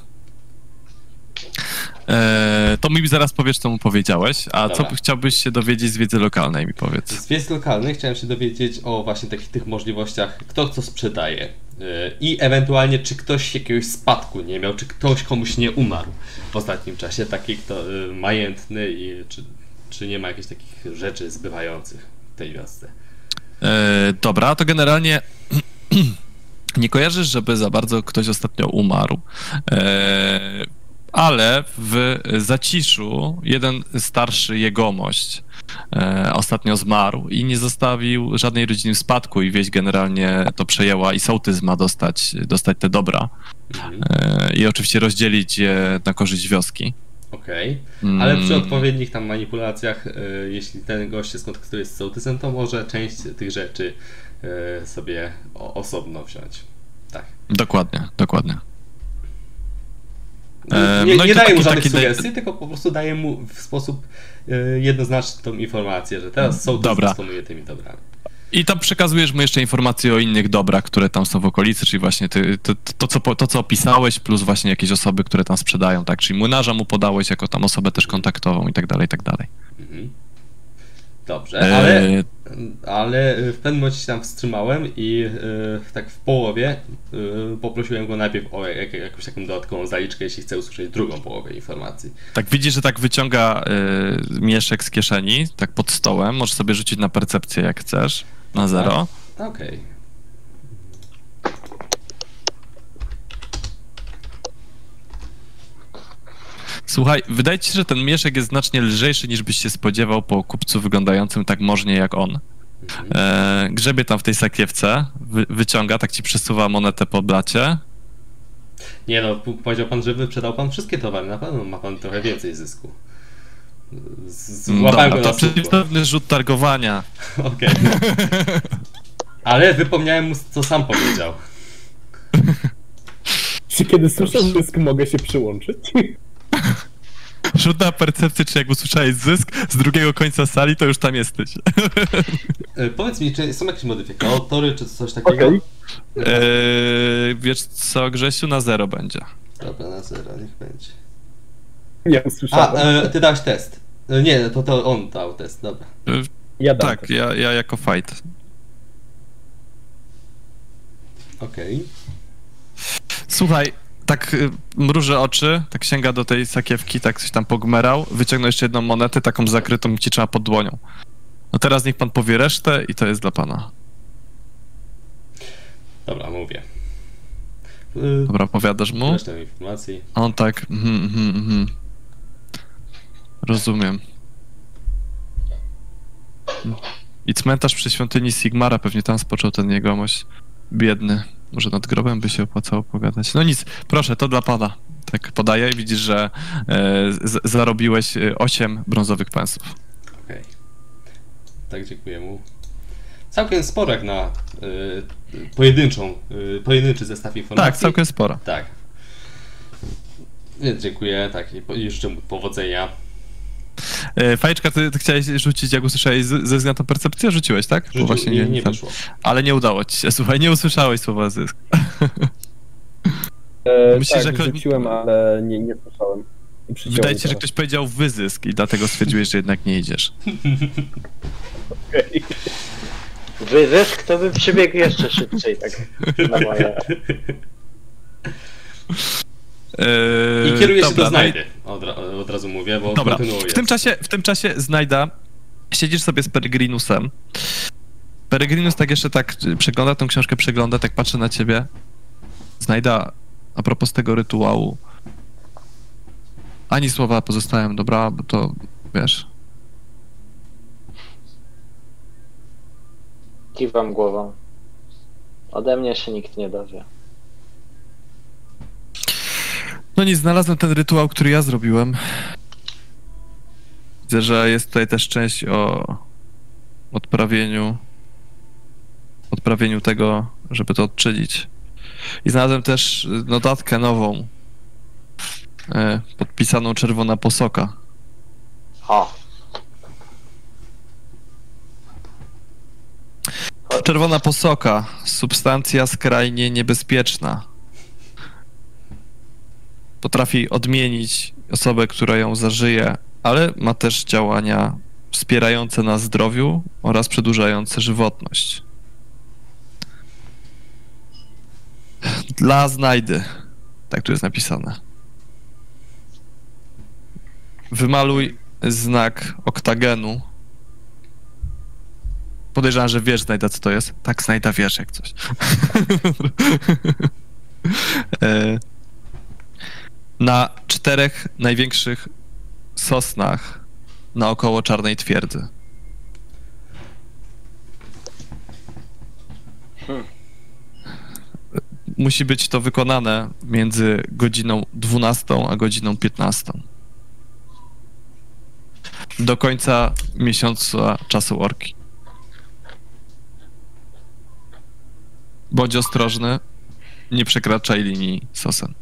Eee, to mi zaraz powiesz, co mu powiedziałeś, a Dobra. co chciałbyś się dowiedzieć z wiedzy lokalnej, mi powiedz. Z wiedzy lokalnej chciałem się dowiedzieć o właśnie takich tych możliwościach, kto co sprzedaje yy, i ewentualnie czy ktoś jakiegoś spadku nie miał, czy ktoś komuś nie umarł w ostatnim czasie, taki kto yy, majętny i czy, czy nie ma jakichś takich rzeczy zbywających w tej wiosce. Eee, dobra, to generalnie nie kojarzysz, żeby za bardzo ktoś ostatnio umarł, eee, ale w Zaciszu jeden starszy jegomość e, ostatnio zmarł i nie zostawił żadnej rodziny w spadku i wieś generalnie to przejęła i sołtys ma dostać, dostać te dobra Mhm. e, i oczywiście rozdzielić je na korzyść wioski. Okej, ale przy Mm. odpowiednich tam manipulacjach, yy, jeśli ten gość się skontaktuje z sołtysem, to może część tych rzeczy yy, sobie o, osobno wziąć. Tak. Dokładnie, dokładnie. Nie, Em, nie, no i nie to daje taki- mu żadnych taki daj- sugestii, tylko po prostu daje mu w sposób y, jednoznaczny tą informację, że teraz sołtys Dobra. dysponuje tymi dobrami. I tam przekazujesz mu jeszcze informacje o innych dobrach, które tam są w okolicy, czyli właśnie ty, to, to, co, po- to, co opisałeś, plus właśnie jakieś osoby, które tam sprzedają, tak? Czyli młynarza mu podałeś jako tam osobę też kontaktową i tak dalej, i tak dalej. Mhm. Dobrze, ale, Eee, ale w pewnym momencie się tam wstrzymałem i y, tak w połowie y, poprosiłem go najpierw o jak, jakąś taką dodatkową zaliczkę, jeśli chce usłyszeć drugą połowę informacji. tak widzisz, że tak wyciąga y, mieszek z kieszeni, tak pod stołem, możesz sobie rzucić na percepcję jak chcesz, na zero. Okej. Słuchaj, wydaje ci się, że ten mieszek jest znacznie lżejszy niż byś się spodziewał po kupcu wyglądającym tak możnie jak on. Mhm. E, grzebie tam w tej sakiewce, wy, wyciąga, tak ci przesuwa monetę po blacie. Nie no, p- powiedział pan, że wyprzedał pan wszystkie towary, na pewno ma pan trochę więcej zysku. Z- Złapałem Dobra, go to na słówko. przeciwstawny rzut targowania. Okej. Ale wypomniałem mu, co sam powiedział. Czy kiedy słyszę zysk, mogę się przyłączyć? Rzut na percepcję, czy jak usłyszałeś zysk z drugiego końca sali, to już tam jesteś. E, powiedz mi, czy są jakieś modyfikatory, czy coś takiego? Okej. Eee, wiesz co, Grzesiu, na zero będzie. Dobra, na zero, niech będzie. Ja A, usłyszałem. e, ty dałeś test. E, nie, to, to on dał test, dobra. Ja dam Tak, też. ja, ja jako fight. Okej. Słuchaj, tak y, mruży oczy, tak sięga do tej sakiewki, tak coś tam pogmerał, wyciągnął jeszcze jedną monetę, taką zakrytą ci trzeba pod dłonią. No teraz niech pan powie resztę i to jest dla pana. Dobra, mówię. E, Dobra, powiadasz mu? Resztę informacji. A on tak, mhm, mhm, mhm. Rozumiem. I cmentarz przy świątyni Sigmara, pewnie tam spoczął ten jegomość. Biedny. Może nad grobem by się opłacało pogadać. No nic, proszę, to dla pana. Tak podaję i widzisz, że e, z, zarobiłeś osiem brązowych pensów. Okej. Tak, dziękuję mu. Całkiem sporo jak na y, pojedynczą, y, pojedynczy zestaw informacji. Tak, całkiem sporo. Tak. Więc dziękuję, tak, i po- i życzę mu powodzenia. E, Fajeczka, ty, ty chciałeś rzucić, jak usłyszałeś z- ze względu na percepcję? Rzuciłeś, tak? Bo Rzucił, właśnie nie, nie tam- wyszło. Ale nie udało ci się, słuchaj, nie usłyszałeś słowa zysk. E, myślisz, tak, że- rzuciłem, ale nie, nie słyszałem. I przyciąłem Wydaje ci się, że teraz. ktoś powiedział wyzysk i dlatego stwierdziłeś, że jednak nie idziesz. Okej. Wyzysk to bym przybiegł jeszcze szybciej, tak na moje... Eee, I kieruję się dobra, do no i- znajdy. Od, ra- od razu mówię, bo Dobra, kontynuuję. w tym czasie, w tym czasie znajda, siedzisz sobie z Peregrinusem. Peregrinus tak jeszcze tak przegląda tą książkę, przegląda, tak patrzy na ciebie. Znajda, a propos tego rytuału, ani słowa pozostałem, dobra, bo to, wiesz, Kiwam głową. Ode mnie się nikt nie dowie. no nic, znalazłem ten rytuał, który ja zrobiłem. Widzę, że jest tutaj też część o odprawieniu, odprawieniu tego, żeby to odczynić. I znalazłem też notatkę nową, e, podpisaną Czerwona Posoka. O! Czerwona Posoka, substancja skrajnie niebezpieczna. Potrafi odmienić osobę, która ją zażyje, ale ma też działania wspierające na zdrowiu oraz przedłużające żywotność. Dla znajdy. Tak tu jest napisane. Wymaluj znak oktagenu. Podejrzewam, że wiesz, znajda, co to jest. Tak, znajda, wiesz, jak coś. E, Na czterech największych sosnach naokoło Czarnej Twierdzy. Hmm. Musi być to wykonane między godziną dwunastą a godziną piętnastą. Do końca miesiąca czasu orki. Bądź ostrożny, nie przekraczaj linii sosen.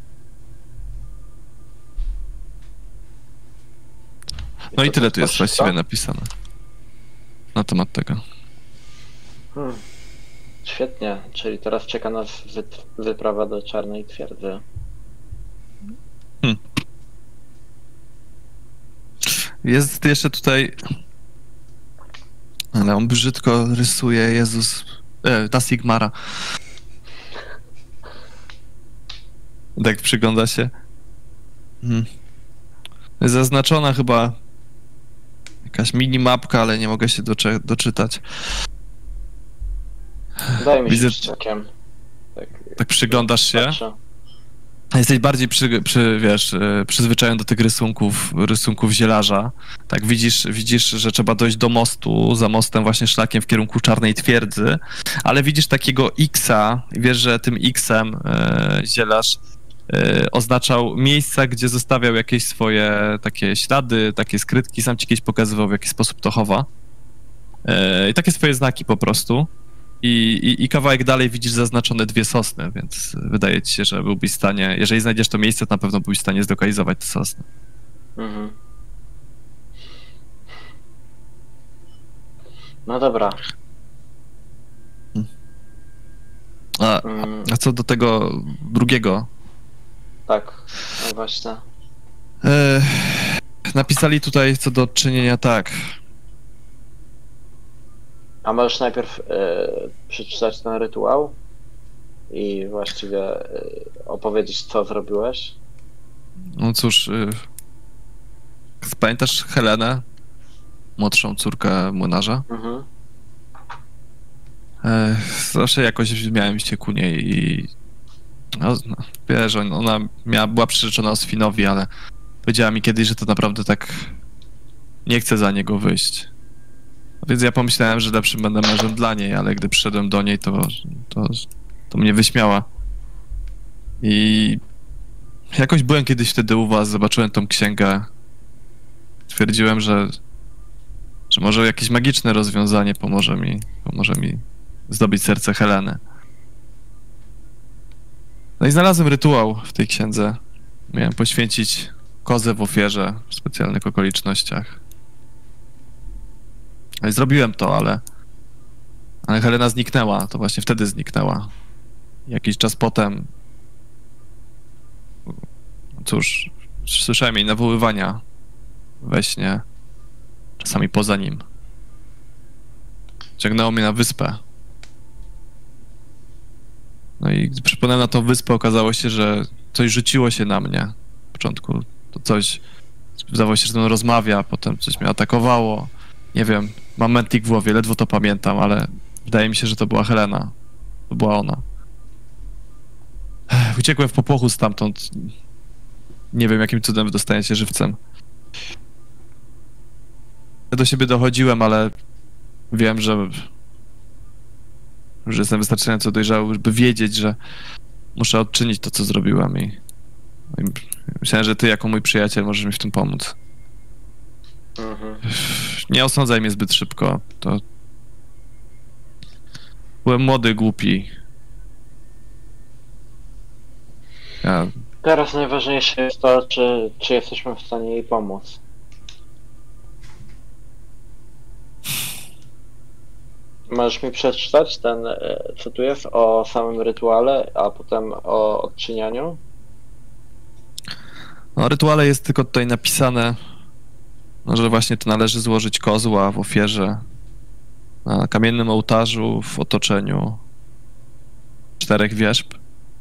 No i tyle tu jest właściwie napisane na temat tego. Hmm. Świetnie, czyli teraz czeka nas wy wyprawa do Czarnej Twierdzy. Jest jeszcze tutaj, ale on brzydko rysuje, Jezus, e, ta Sigmara. Tak przygląda się. Hmm. Jest zaznaczona chyba jakaś minimapka, ale nie mogę się doczy doczytać. Daj mi się Widzę- szczekiem. Tak, Tak przyglądasz się. patrzę. Jesteś bardziej przy, przy, wiesz, e, przyzwyczajony do tych rysunków, rysunków zielarza. Tak, widzisz, widzisz, że trzeba dojść do mostu, za mostem właśnie szlakiem w kierunku Czarnej Twierdzy, ale widzisz takiego X-a i wiesz, że tym X-em e, zielarz e, oznaczał miejsca, gdzie zostawiał jakieś swoje takie ślady, takie skrytki, sam ci kiedyś pokazywał, w jaki sposób to chowa. E, I takie swoje znaki po prostu. I, i, I kawałek dalej widzisz zaznaczone dwie sosny, więc wydaje ci się, że byłbyś w stanie, jeżeli znajdziesz to miejsce, to na pewno byłbyś w stanie zlokalizować te sosny. Mhm. No dobra. A, Mm, a co do tego drugiego Tak, no właśnie. E, napisali tutaj co do odczynienia tak. A możesz najpierw e, przeczytać ten rytuał i właściwie e, opowiedzieć, co zrobiłeś? No cóż, y, pamiętasz Helenę, młodszą córkę młynarza? Mhm. E, zawsze jakoś miałem się ku niej i no, no, wiesz, ona miała, była przyrzeczona Oswinowi, ale powiedziała mi kiedyś, że to naprawdę tak nie chce za niego wyjść. Więc ja pomyślałem, że lepszym będę mężem dla niej, ale gdy przyszedłem do niej, to, to, to mnie wyśmiała. I jakoś byłem kiedyś wtedy u was, zobaczyłem tą księgę. Stwierdziłem, że, że może jakieś magiczne rozwiązanie pomoże mi, pomoże mi zdobyć serce Heleny. No i znalazłem rytuał w tej księdze. Miałem poświęcić kozę w ofierze w specjalnych okolicznościach. No i zrobiłem to, ale, ale Helena zniknęła, to właśnie wtedy zniknęła. Jakiś czas potem, cóż, słyszałem jej nawoływania we śnie, czasami poza nim. Ciągnęło mnie na wyspę. No i gdy przypomniałem na tą wyspę, okazało się, że coś rzuciło się na mnie. W początku to coś, wydawało się, że to rozmawia, potem coś mnie atakowało. Nie wiem, mam mętlik w głowie, ledwo to pamiętam, ale wydaje mi się, że to była Helena. To była ona. Uciekłem w popłochu stamtąd. Nie wiem, jakim cudem dostałem się żywcem. Ja do siebie dochodziłem, ale wiem, że, że jestem wystarczająco dojrzały, by wiedzieć, że muszę odczynić to, co zrobiłem i, i myślałem, że ty jako mój przyjaciel możesz mi w tym pomóc. Mhm. Nie osądzaj mnie zbyt szybko. To... Byłem młody, głupi. Ja... Teraz najważniejsze jest to, czy, czy jesteśmy w stanie jej pomóc. Możesz mi przeczytać ten, e, co tu jest o samym rytuale, a potem o odczynianiu? No, rytuale jest tylko tutaj napisane, no, że właśnie to należy złożyć kozła w ofierze na kamiennym ołtarzu w otoczeniu czterech wierzb.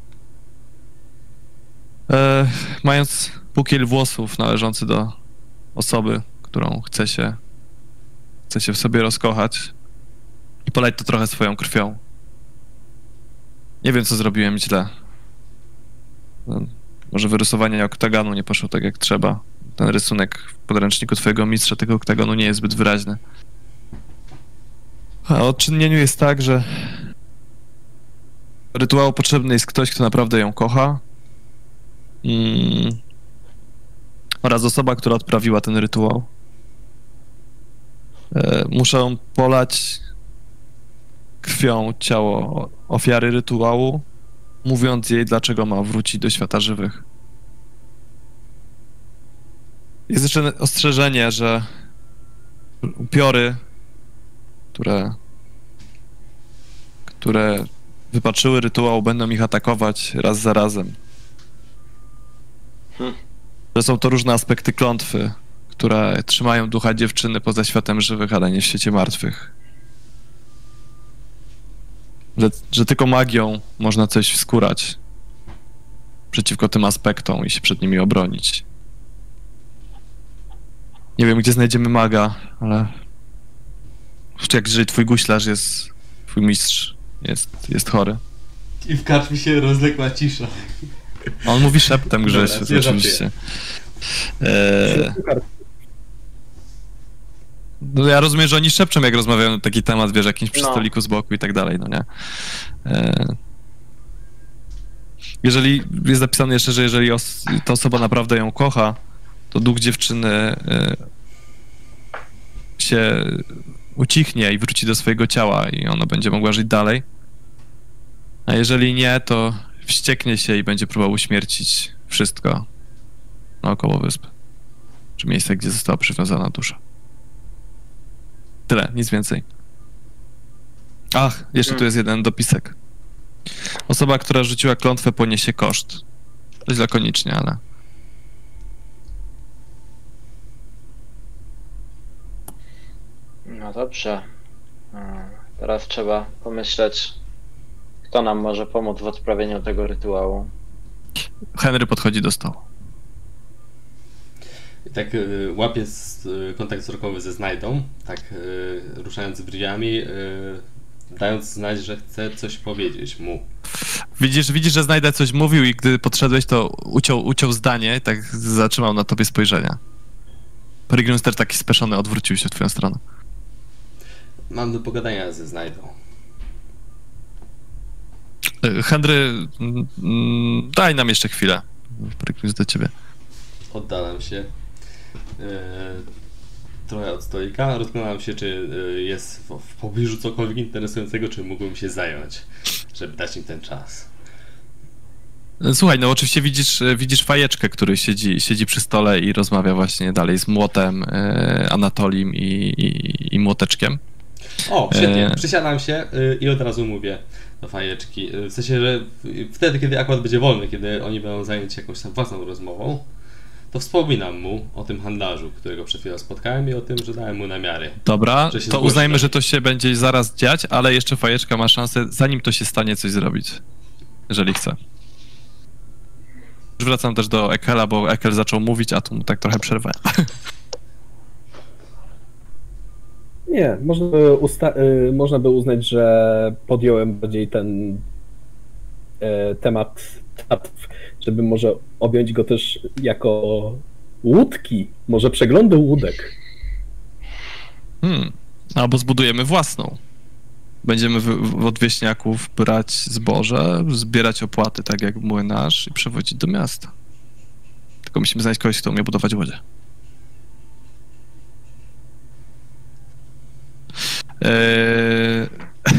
E, mając bukiel włosów należący do osoby, którą chce się, chce się w sobie rozkochać i polać to trochę swoją krwią. Nie wiem, co zrobiłem źle. No, może wyrysowanie oktagonu nie poszło tak, jak trzeba. Ten rysunek w podręczniku twojego mistrza tego oktagonu nie jest zbyt wyraźny. A o odczynieniu jest tak, że rytuału potrzebny jest ktoś, kto naprawdę ją kocha. Mm. Oraz osoba, która odprawiła ten rytuał. E, muszę polać krwią ciało ofiary rytuału, mówiąc jej, dlaczego ma wrócić do świata żywych. Jest jeszcze ostrzeżenie, że upiory, które, które wypaczyły rytuał, będą ich atakować raz za razem. Hmm. Że są to różne aspekty klątwy, które trzymają ducha dziewczyny poza światem żywych, ale nie w świecie martwych. Że, że tylko magią można coś wskórać przeciwko tym aspektom i się przed nimi obronić. Nie wiem, gdzie znajdziemy maga, ale jak jeżeli twój guślarz jest, twój mistrz jest, jest chory. I w karczmie się rozległa cisza. On mówi szeptem, Grzesiu, Dobra, oczywiście. Eee... No ja rozumiem, że oni szepczą, jak rozmawiają na taki temat, wiesz, jakimś przy No. stoliku z boku i tak dalej, no nie? Eee... Jeżeli jest zapisane jeszcze, że jeżeli os ta osoba naprawdę ją kocha, to duch dziewczyny e, się ucichnie i wróci do swojego ciała i ona będzie mogła żyć dalej. A jeżeli nie, to wścieknie się i będzie próbował uśmiercić wszystko naokoło wyspy. Czy miejsce, gdzie została przywiązana dusza. Tyle, nic więcej. Ach, jeszcze tu jest jeden dopisek. Osoba, która rzuciła klątwę, poniesie koszt. Dość lakonicznie, ale... No dobrze. Teraz trzeba pomyśleć, kto nam może pomóc w odprawieniu tego rytuału. Henry podchodzi do stołu. I tak y, łapie z, y, kontakt wzrokowy ze Znajdą, tak y, ruszając brwiami, y, dając znać, że chce coś powiedzieć mu. Widzisz, widzisz, że Znajda coś mówił i gdy podszedłeś, to uciął, uciął zdanie i tak zatrzymał na tobie spojrzenia. Peregrinus też taki speszony odwrócił się w twoją stronę. Mam do pogadania ze Znajdą. Henry, mm, daj nam jeszcze chwilę. Peregrinus do ciebie. Oddalam się yy, trochę od stolika. Rozglądam się, czy yy, jest w, w pobliżu cokolwiek interesującego, czy mógłbym się zająć, żeby dać im ten czas. Słuchaj, no oczywiście widzisz, widzisz fajeczkę, który siedzi, siedzi przy stole i rozmawia właśnie dalej z młotem, yy, Anatolim i, i, i młoteczkiem. O, świetnie. Przysiadam się yy, i od razu mówię do fajeczki. Yy, w sensie, że wtedy, kiedy akurat będzie wolny, kiedy oni będą zajęci jakąś tam własną rozmową, to wspominam mu o tym handlarzu, którego przed chwilą spotkałem i o tym, że dałem mu namiary. Dobra, to zgłosi, uznajmy, tak? Że to się będzie zaraz dziać, ale jeszcze fajeczka ma szansę, zanim to się stanie, coś zrobić. Jeżeli chce. Już wracam też do Ekela, bo Ekel zaczął mówić, a tu mu tak trochę przerwałem. Nie, można by, usta- y, można by uznać, że podjąłem bardziej ten y, temat tatw, żeby może objąć go też jako łódki, może przeglądy łódek. Hmm, albo zbudujemy własną. Będziemy w, w, od wieśniaków brać zboże, zbierać opłaty, tak jak młynarz i przewozić do miasta. Tylko musimy znaleźć kogoś, kto umie budować łodzie. Eee...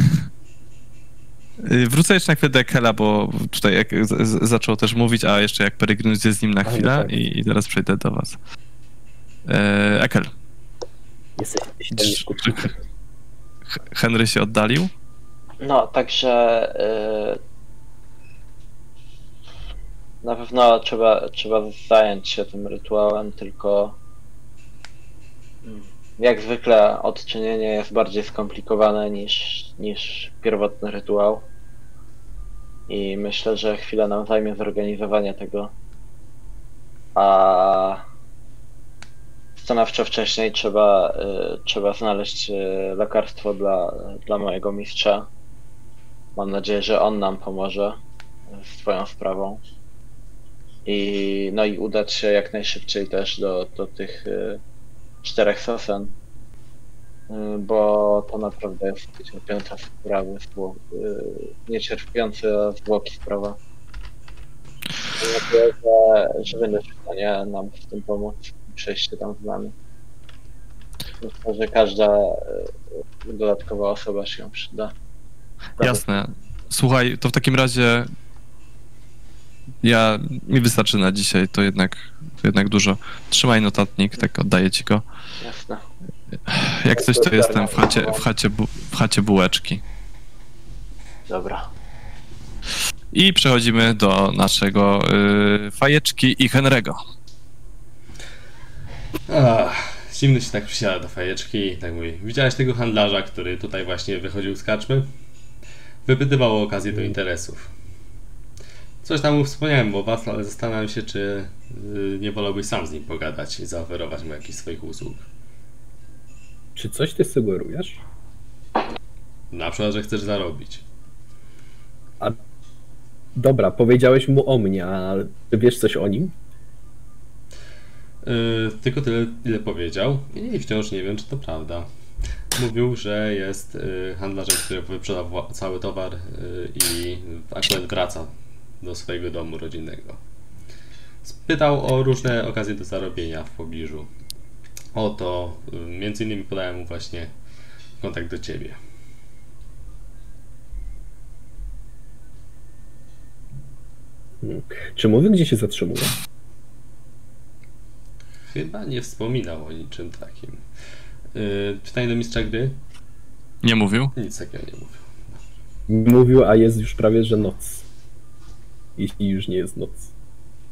Wrócę jeszcze na chwilę do Ekela, bo tutaj jak z, z, zaczął też mówić, a jeszcze jak Peregrinus jest z nim na chwilę tak. i, i teraz przejdę do was. Eee, Ekel. Jesteś Henry się oddalił? No, także yy, na pewno trzeba, trzeba zająć się tym rytuałem, tylko jak zwykle odczynienie jest bardziej skomplikowane niż, niż pierwotny rytuał. I myślę, że chwilę nam zajmie zorganizowanie tego. A stanowczo wcześniej trzeba, y, trzeba znaleźć y, lekarstwo dla, dla mojego mistrza. Mam nadzieję, że on nam pomoże z twoją sprawą. I, no i udać się jak najszybciej też do, do tych y, czterech sosen. Bo to naprawdę jest niecierpiąca sprawa, niecierpiąca zwłoki sprawa. Mam nadzieję, że, że będziesz w stanie nam w tym pomóc i przejść się tam z nami. Myślę, że każda dodatkowa osoba się przyda. Jasne. Słuchaj, to w takim razie ja mi wystarczy na dzisiaj, to jednak, to jednak dużo. Trzymaj notatnik, tak oddaję ci go. Jasne. Jak coś, to jestem w chacie, w chacie, bu, w chacie bułeczki. Dobra. I przechodzimy do naszego y, fajeczki i Henry'ego. Ach, zimny się tak przysiada do fajeczki i tak mówi: widziałeś tego handlarza, który tutaj właśnie wychodził z karczmy? Wypytywał o okazję do interesów. Coś tam mu wspomniałem o was, ale zastanawiam się, czy y, nie wolałbyś sam z nim pogadać i zaoferować mu jakichś swoich usług. Czy coś ty sugerujesz? Na przykład, że chcesz zarobić. A dobra, powiedziałeś mu o mnie, a ty wiesz coś o nim? Yy, tylko tyle, ile powiedział i wciąż nie wiem, czy to prawda. Mówił, że jest yy, handlarzem, który wyprzedał cały towar yy, i akurat wraca do swojego domu rodzinnego. Spytał o różne okazje do zarobienia w pobliżu. Oto, między innymi podałem mu właśnie kontakt do ciebie. Hmm. Czy mówię, gdzie się zatrzymuje? Chyba nie wspominał o niczym takim. Yy, pytanie do mistrza gry? Nie mówił? Nic takiego nie mówił. Nie mówił, a jest już prawie, że noc. Jeśli już nie jest noc.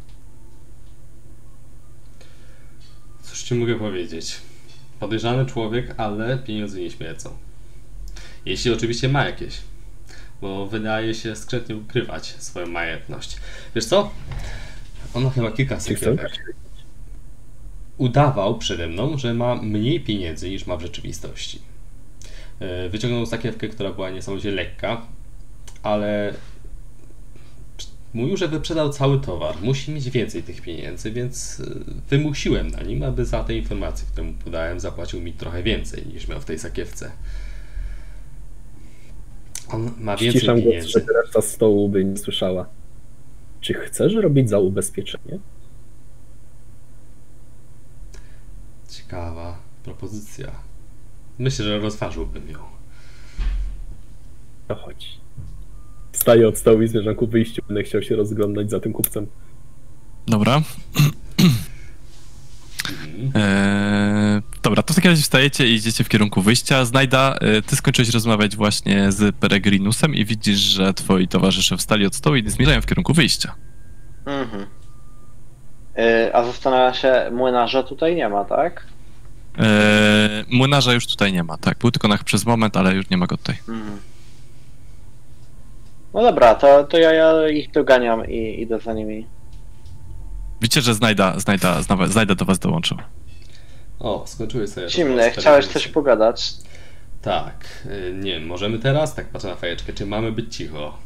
ci mogę powiedzieć? Podejrzany człowiek, ale pieniądze nie śmierdzą. Jeśli oczywiście ma jakieś. Bo wydaje się skrzętnie ukrywać swoją majętność. Wiesz co? On ma chyba kilka sekietek. Udawał przede mną, że ma mniej pieniędzy niż ma w rzeczywistości. Wyciągnął sakiewkę, która była niesamowicie lekka, ale mówił, że wyprzedał cały towar. Musi mieć więcej tych pieniędzy, więc wymusiłem na nim, aby za te informacje, które mu podałem, zapłacił mi trochę więcej niż miał w tej sakiewce. On ma więcej Ściszam pieniędzy. Głos, żeby reszta stołu by nie słyszała. Czy chcesz robić za ubezpieczenie? Ciekawa propozycja. Myślę, że rozważyłbym ją. To chodź. Wstaję od stołu i zmierzam ku wyjściu. Będę chciał się rozglądać za tym kupcem. Dobra. Eee, dobra, to w takim razie wstajecie i idziecie w kierunku wyjścia. Znajda, e, ty skończyłeś rozmawiać właśnie z Peregrinusem i widzisz, że twoi towarzysze wstali od stołu i zmierzają w kierunku wyjścia. Mhm. Yy, a zastanawiam się, młynarza tutaj nie ma, tak? Eee, młynarza już tutaj nie ma, tak. Był tylko na przez moment, ale już nie ma go tutaj. Mhm. No dobra, to, to ja, ja ich doganiam i idę za nimi. Widzicie, że Znajda, Znajda, Znajda, Znajda do was dołączył. O, skończyłeś sobie. Zimny, rozmowę z chciałeś Peregrinusem. coś pogadać? Tak. y, Nie wiem, możemy teraz? Tak patrzę na fajeczkę. Czy mamy być cicho?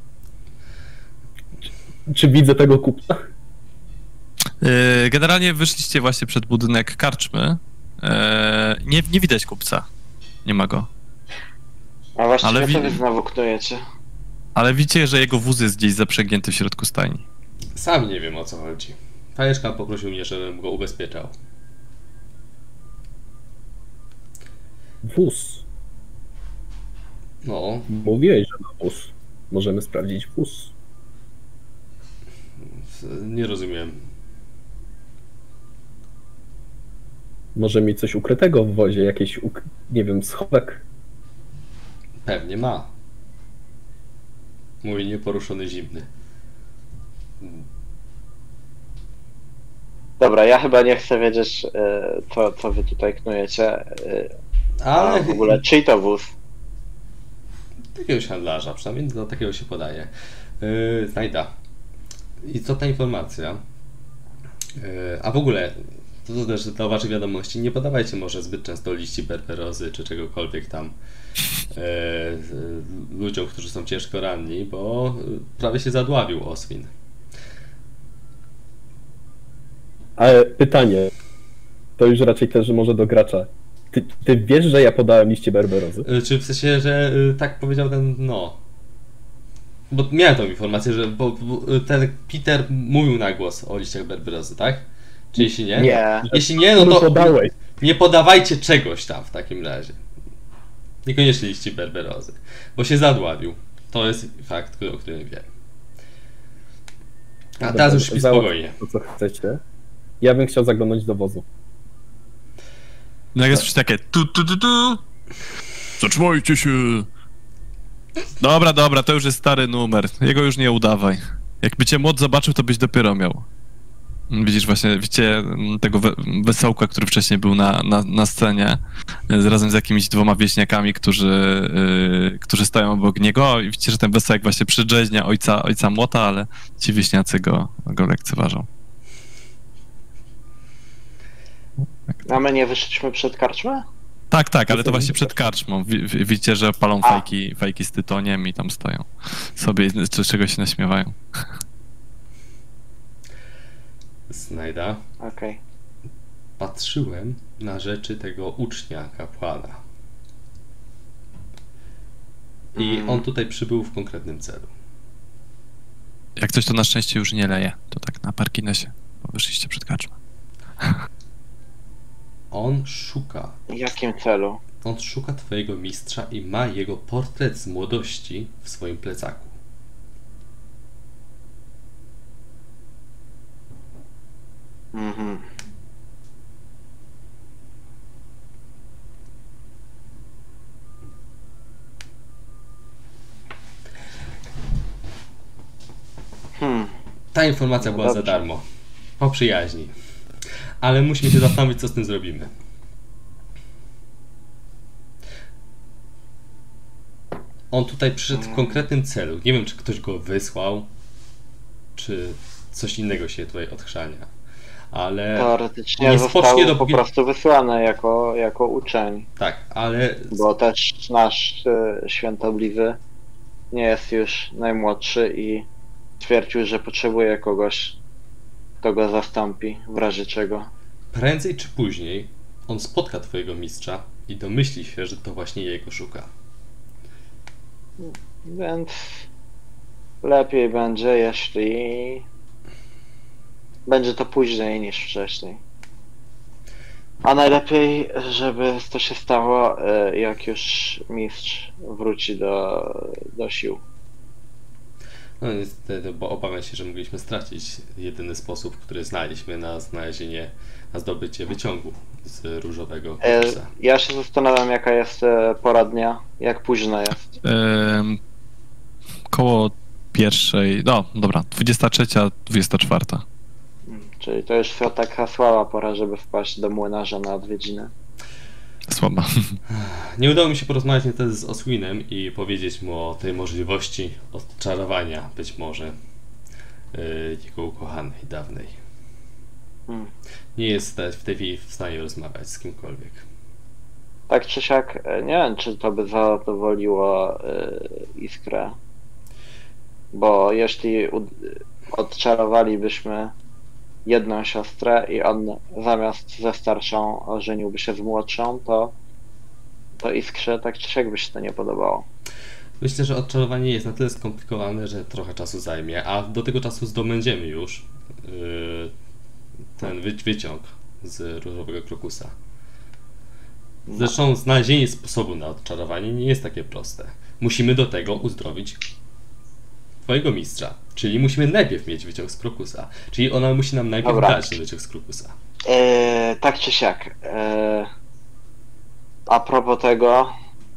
Czy widzę tego kupca? Eee, generalnie wyszliście właśnie przed budynek karczmy. Eee, nie, nie widać kupca. Nie ma go. A właściwie Ale co wi- wy znowu knujecie? Ale widzicie, że jego wóz jest gdzieś zaprzęgnięty w środku stajni. Sam nie wiem, o co chodzi. Fajeczka poprosił mnie, żebym go ubezpieczał. Wóz. No, Mówiłeś, że ma wóz. Możemy sprawdzić wóz. nie rozumiem. Może mieć coś ukrytego w wozie, jakiś, uk- nie wiem, schowek. Pewnie ma. Mój nieporuszony zimny. Dobra, ja chyba nie chcę wiedzieć, yy, co, co wy tutaj knujecie. Yy, a Ale w ogóle, czyj to wóz? jakiegoś handlarza, przynajmniej do takiego się podaje. Yy, Znajda. I co ta informacja? Yy, a w ogóle, to, to też dla waszej wiadomości, nie podawajcie może zbyt często liści berberozy czy czegokolwiek tam yy, yy, ludziom, którzy są ciężko ranni, bo yy, prawie się zadławił Oswin. Ale pytanie, to już raczej też może do gracza. Ty, ty wiesz, że ja podałem liście berberozy? Yy, czy w sensie, że yy, tak powiedział ten, no... Bo miałem tą informację, że bo, bo, ten Peter mówił na głos o liściach berberozy, tak? Czy jeśli nie? Nie. Jeśli nie, no No to podałeś. nie podawajcie czegoś tam w takim razie. Niekoniecznie liści berberozy, bo się zadławił. To jest fakt, o którym wiem. A teraz już śpi Załatw spokojnie. to, co chcecie. Ja bym chciał zaglądać do wozu. No jak jest coś takie tu, tu, tu, tu. Zatrzymajcie się. Dobra, dobra, to już jest stary numer. Jego już nie udawaj. Jakby cię młot zobaczył, to byś dopiero miał. Widzisz właśnie, widzicie tego we wesołka, który wcześniej był na, na, na scenie, z, razem z jakimiś dwoma wieśniakami, którzy, yy, którzy stoją obok niego i widzicie, że ten wesołek właśnie przydrzeźnia ojca, ojca młota, ale ci wieśniacy go, go lekceważą. A my nie wyszliśmy przed karczmę? Tak, tak, ale to właśnie przed karczmą. Wi- wi- Widzicie, że palą fajki, fajki z tytoniem i tam stoją sobie, z czego się naśmiewają. Znajda. Okej. Patrzyłem na rzeczy tego ucznia kapłana. I Mm. on tutaj przybył w konkretnym celu. Jak coś, to na szczęście już nie leje. To tak na parkinesie, bo wyszliście przed karczmą. On szuka. W jakim celu? On szuka twojego mistrza i ma jego portret z młodości w swoim plecaku. Mhm. Hmm. Ta informacja No była za dobrze. darmo. Po przyjaźni. Ale musimy się zastanowić, co z tym zrobimy. On tutaj przyszedł w konkretnym celu. Nie wiem, czy ktoś go wysłał, czy coś innego się tutaj odchrzania. Ale Teoretycznie nie został spocznie po dopóki... prostu wysłany jako, jako uczeń. Tak, ale Bo też nasz y, świętobliwy nie jest już najmłodszy i stwierdził, że potrzebuje kogoś, kto go zastąpi, w razie czego. prędzej czy później on spotka twojego mistrza i domyśli się, że to właśnie jego szuka. Więc lepiej będzie, jeśli będzie to później niż wcześniej. A najlepiej, żeby to się stało, y, jak już mistrz wróci do, do sił. No niestety, bo obawiam się, że mogliśmy stracić jedyny sposób, który znaleźliśmy na znalezienie, na zdobycie wyciągu z różowego E, krokusa. ja się zastanawiam, jaka jest e, pora dnia, jak późno jest. Em, koło pierwszej, no dobra, dwudziesta trzecia, dwudziesta czwarta. Mm, Czyli to już taka słaba pora, żeby wpaść do młynarza na odwiedziny. Słaba. Nie udało mi się porozmawiać niestety z Oswinem i powiedzieć mu o tej możliwości odczarowania być może yy, jego ukochanej, dawnej. Mm. Nie jest w tej chwili w stanie rozmawiać z kimkolwiek. Tak czy siak, e, nie wiem, czy to by zadowoliło e, Iskrę. Bo jeśli u- odczarowalibyśmy jedną siostrę i on zamiast ze starszą ożeniłby się z młodszą, to, to Iskrze tak czy siak by się to nie podobało. Myślę, że odczarowanie jest na tyle skomplikowane, że trochę czasu zajmie, a do tego czasu zdobędziemy już yy, ten wy- wyciąg z różowego krokusa. Zresztą znalezienie sposobu na odczarowanie nie jest takie proste. Musimy do tego uzdrowić twojego mistrza, czyli musimy najpierw mieć wyciąg z krokusa, czyli ona musi nam najpierw Dobra. dać ten wyciąg z krokusa. E, tak czy siak. E, a propos tego,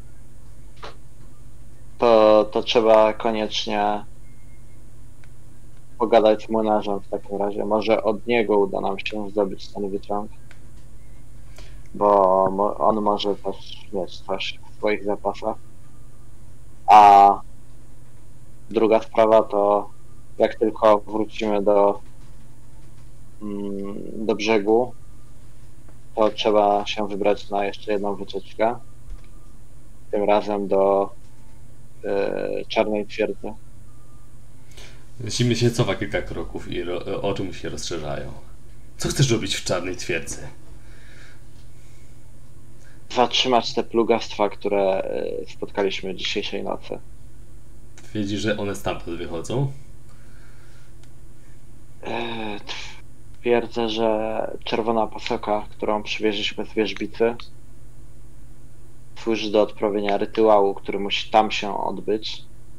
to, to trzeba koniecznie pogadać z młynarzem w takim razie. Może od niego uda nam się zdobyć ten wyciąg. Bo mo- on może też mieć coś w swoich zapasach. A druga sprawa to jak tylko wrócimy do, mm, do brzegu, to trzeba się wybrać na jeszcze jedną wycieczkę. Tym razem do y, Czarnej Twierdzy. Zimy się cofa kilka kroków i ro- oczy mu się rozszerzają. Co chcesz robić w czarnej twierdzy? Zatrzymać te plugastwa, które y, spotkaliśmy dzisiejszej nocy. Wiedzi, że one stamtąd wychodzą? Y, Twierdzę, że czerwona posoka, którą przywieźliśmy z wierzbicy, służy do odprawienia rytuału, który musi tam się odbyć.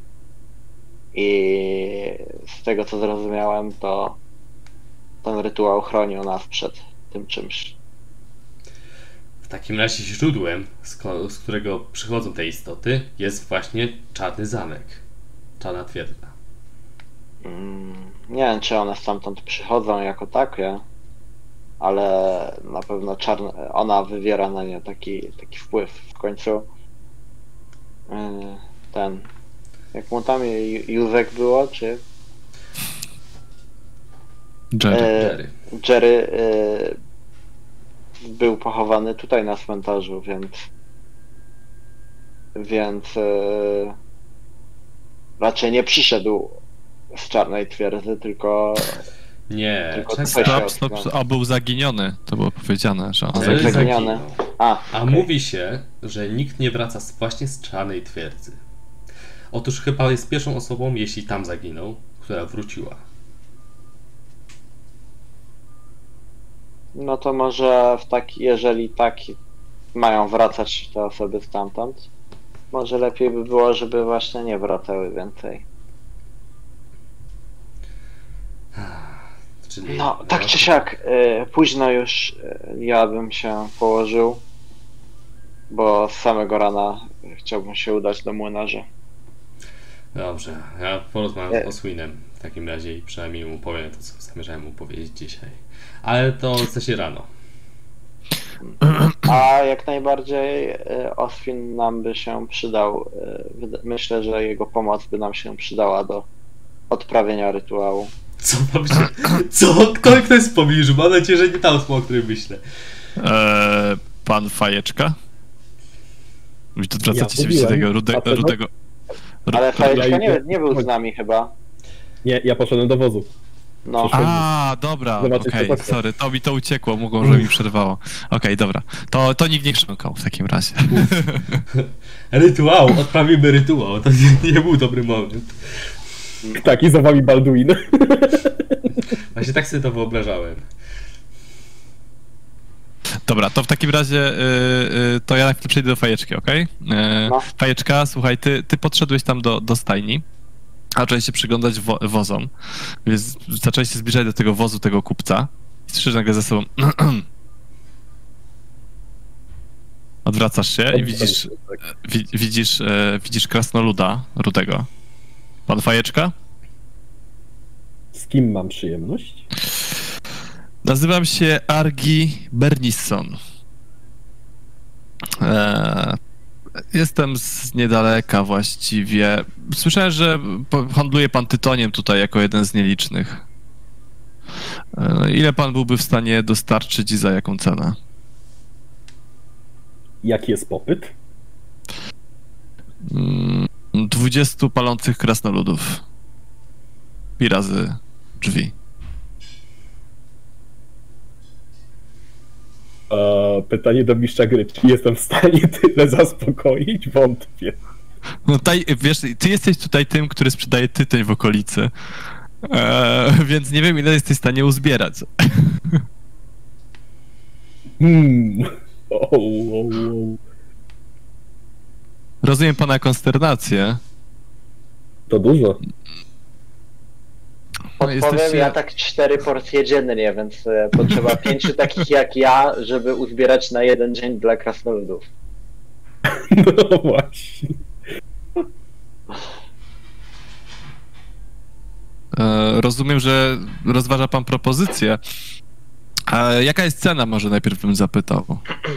I z tego co zrozumiałem, to ten rytuał chronił nas przed tym czymś. W takim razie źródłem, z, ko- z którego przychodzą te istoty, jest właśnie czarny zamek. Czarna twierdza. Mm, Nie wiem, czy one stamtąd przychodzą jako takie, ale na pewno czarna, ona wywiera na nie taki, taki wpływ. W końcu yy, ten, jak mu tam Ju- Józek było, czy Jerry. e, Jerry. Jerry yy, był pochowany tutaj na cmentarzu, więc więc yy, raczej nie przyszedł z Czarnej Twierdzy, tylko Nie, Tylko czekaj. coś- Stop, stop, stop. A był zaginiony. To było powiedziane, że on Ale Jerry zaginął. zaginiony. zaginął. A, A okej. mówi się, że nikt nie wraca z- właśnie z czarnej twierdzy. Otóż chyba jest pierwszą osobą, jeśli tam zaginął, która wróciła. No to może w taki, jeżeli tak mają wracać te osoby stamtąd, może lepiej by było, żeby właśnie nie wracały więcej. Czyli No, tak czy siak, y, późno już y, ja bym się położył, bo z samego rana chciałbym się udać do młynarza. Dobrze, ja porozmawiam E- z Oswinem w takim razie i przynajmniej mu powiem to, co zamierzałem mu powiedzieć dzisiaj. Ale to chce się rano. A jak najbardziej y, Oswin nam by się przydał. Y, wyda- Myślę, że jego pomoc by nam się przydała do odprawienia rytuału. Co mam się... Co? Kto, kto jest w pobliżu? Mam nadzieję, że nie ta osoba, o której myślę. Eee, pan Fajeczka? Wy tu wracacie się, widzicie mówiłem. tego rude, A to- rudego... ru- Ale Fajeczka ja nie, idę- nie był z nami chyba. Nie, ja poszedłem do wozu. No. A, dobra, Zobaczyć, okej, co to sorry, to mi to uciekło, mogło, że mi przerwało. Okej, dobra, to, to nikt nie krzykał w takim razie. Rytuał, odprawimy rytuał. To nie, nie był dobry moment. Tak, i za wami Balduin. Właśnie tak sobie to wyobrażałem. Dobra, to w takim razie y, y, to ja na chwilę przejdę do Fajeczki, okej? Y, No. Fajeczka, słuchaj, ty, ty podszedłeś tam do, do stajni, a zacząłeś się przyglądać wo wozom, więc zacząłeś się zbliżać do tego wozu, tego kupca i słyszysz nagle za sobą odwracasz się i widzisz, wi widzisz, e, widzisz krasnoluda rudego. Pan Fajeczka? Z kim mam przyjemność? Nazywam się Argi Bernisson. E, jestem z niedaleka właściwie. Słyszałem, że po- handluje pan tytoniem tutaj jako jeden z nielicznych. E, ile pan byłby w stanie dostarczyć i za jaką cenę? Jaki jest popyt? Mm, dwudziestu palących krasnoludów. I razy drzwi. E, pytanie do mistrza gry, czy jestem w stanie tyle zaspokoić? Wątpię. No taj, wiesz, ty jesteś tutaj tym, który sprzedaje tytoń w okolicy. E, więc nie wiem, ile jesteś w stanie uzbierać. Hmm. O, o, o. Rozumiem pana konsternację. To dużo. No, Podpowiem, jesteście- ja tak cztery porcje dziennie, więc e, potrzeba pięciu takich jak ja, żeby uzbierać na jeden dzień dla krasnoludów. No właśnie. E, rozumiem, że rozważa pan propozycję. A jaka jest cena, może najpierw bym zapytał.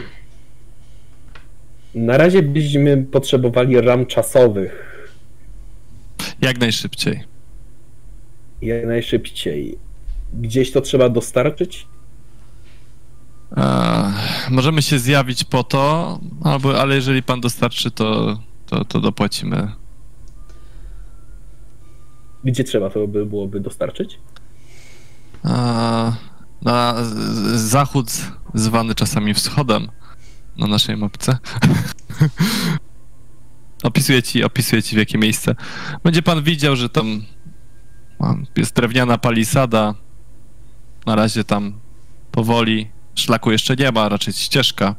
Na razie byśmy potrzebowali ram czasowych. Jak najszybciej. Jak najszybciej. Gdzieś to trzeba dostarczyć? E, możemy się zjawić po to, albo, ale jeżeli pan dostarczy, to, to, to dopłacimy. Gdzie trzeba to by byłoby dostarczyć? E, na z- z- zachód, zwany czasami wschodem, na naszej mapce. Opisuję ci, opisuję ci w jakie miejsce. Będzie pan widział, że tam a, jest drewniana palisada. Na razie tam powoli. Szlaku jeszcze nie ma, raczej ścieżka.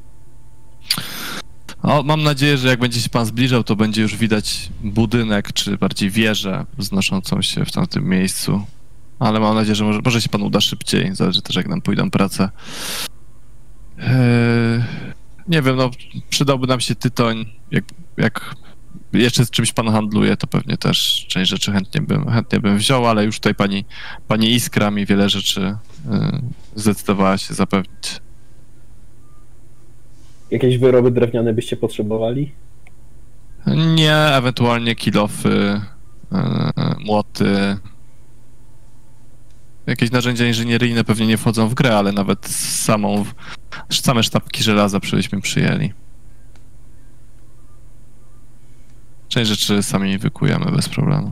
O, mam nadzieję, że jak będzie się pan zbliżał, to będzie już widać budynek, czy bardziej wieżę wznoszącą się w tamtym miejscu. Ale mam nadzieję, że może, może się pan uda szybciej. Zależy też, jak nam pójdą prace. Eee, nie wiem, no przydałby nam się tytoń. Jak, jak jeszcze z czymś pan handluje, to pewnie też część rzeczy chętnie bym, chętnie bym wziął, ale już tutaj pani, pani Iskra mi wiele rzeczy yy, zdecydowała się zapewnić. Jakieś wyroby drewniane byście potrzebowali? Nie, ewentualnie kilofy, yy, młoty. Jakieś narzędzia inżynieryjne pewnie nie wchodzą w grę, ale nawet samą, same sztabki żelaza byśmy przyjęli. Część rzeczy sami wykujemy bez problemu.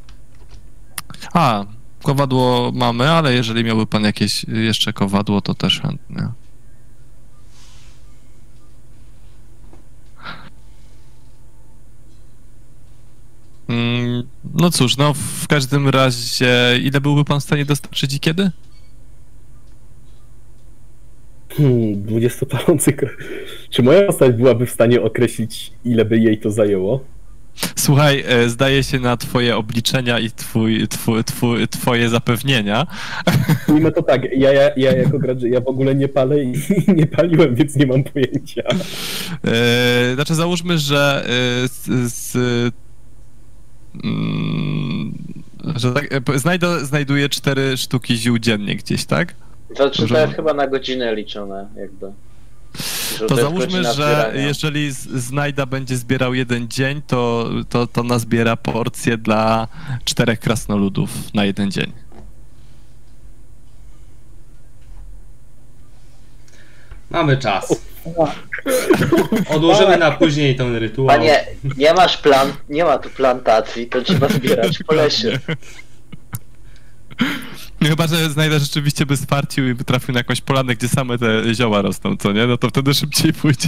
A, kowadło mamy, ale jeżeli miałby pan jakieś jeszcze kowadło, to też chętnie. Mm, no cóż, no w każdym razie, ile byłby pan w stanie dostarczyć i kiedy? Hmm, dwudziestu palących. Czy moja postać byłaby w stanie określić, ile by jej to zajęło? Słuchaj, e, zdaje się na twoje obliczenia i twój, twój, twój, twoje zapewnienia. Mimo to tak, ja, ja, ja jako gracz, ja w ogóle nie palę i nie paliłem, więc nie mam pojęcia. E, znaczy załóżmy, że e, z, z, mm, że tak, e, znajdę, znajduję cztery sztuki ziół dziennie gdzieś, tak? To, czy to Że- jest chyba na godzinę liczone, jakby. Że To jest załóżmy, godzina że zbierania. jeżeli z- Znajda będzie zbierał jeden dzień, to, to, to nazbiera porcję dla czterech krasnoludów na jeden dzień. Mamy czas. Odłożymy na później ten rytuał. Panie, nie masz plan, nie ma tu plantacji, to trzeba zbierać po lesie. No chyba, że Znajda rzeczywiście by sparcił i by trafił na jakąś polanę, gdzie same te zioła rosną, co nie? No to wtedy szybciej pójdzie.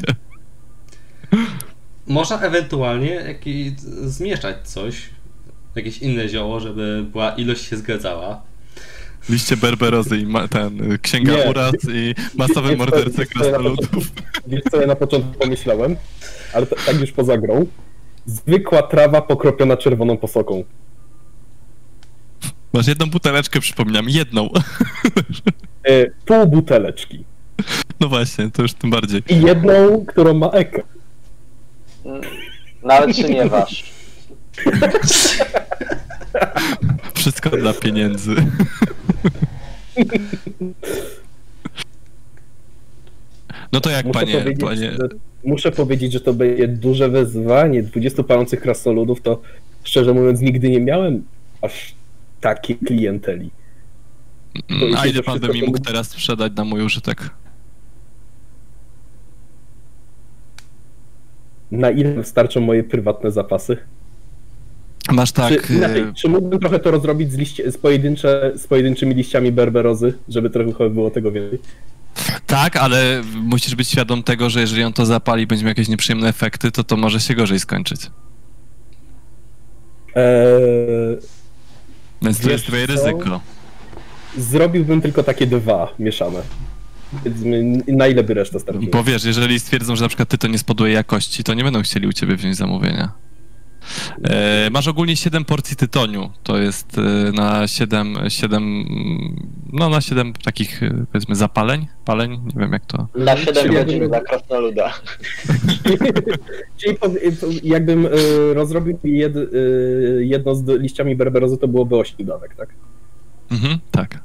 Można ewentualnie jaki, zmieszać coś, jakieś inne zioło, żeby była ilość się zgadzała. Liście berberozy i ma, ten, y, księga Nie. uraz i masowe Wiesz co- morderce wiesz, co ja na krasnoludów. początku- Wiesz co ja na początku pomyślałem? Ale to, tak już poza grą. Zwykła trawa pokropiona czerwoną posoką. Masz jedną buteleczkę, przypominam, jedną. E, pół buteleczki. No właśnie, to już tym bardziej. I jedną, którą ma Eka. Nawet czy nie wasz. Wszystko dla pieniędzy. No to jak, Muszę panie, powiedzieć, panie... że, muszę powiedzieć, że to będzie duże wyzwanie. dwudziestu palących krasnoludów to, szczerze mówiąc, nigdy nie miałem aż takiej klienteli. Mm, A ile pan by wszystko mi to mógł mógł- teraz sprzedać na mój użytek? Na ile starczą moje prywatne zapasy? Masz tak... Czy, inaczej, y, czy mógłbym trochę to rozrobić z, liście, z, pojedyncze, z pojedynczymi liściami berberozy, żeby trochę było tego więcej? Tak, ale musisz być świadom tego, że jeżeli on to zapali i będzie miał jakieś nieprzyjemne efekty, to to może się gorzej skończyć. Eee, Więc tu Wiesz jest twoje co? ryzyko. zrobiłbym tylko takie dwa mieszane. Powiedzmy, na ile by reszta starczyła? Bo wiesz, jeżeli stwierdzą, że na przykład ty to nie spoduje jakości, to nie będą chcieli u ciebie wziąć zamówienia. E, masz ogólnie siedem porcji tytoniu. To jest e, na siedem, siedem, no na siedem takich, e, powiedzmy, zapaleń, paleń, nie wiem jak to... Na siedem Czyli godzin jakby- dla krasnoluda. Czyli powie- jakbym y, rozrobił jed, y, jedno z d- liściami berberozy, to byłoby osiem dawek, tak? Mhm, tak.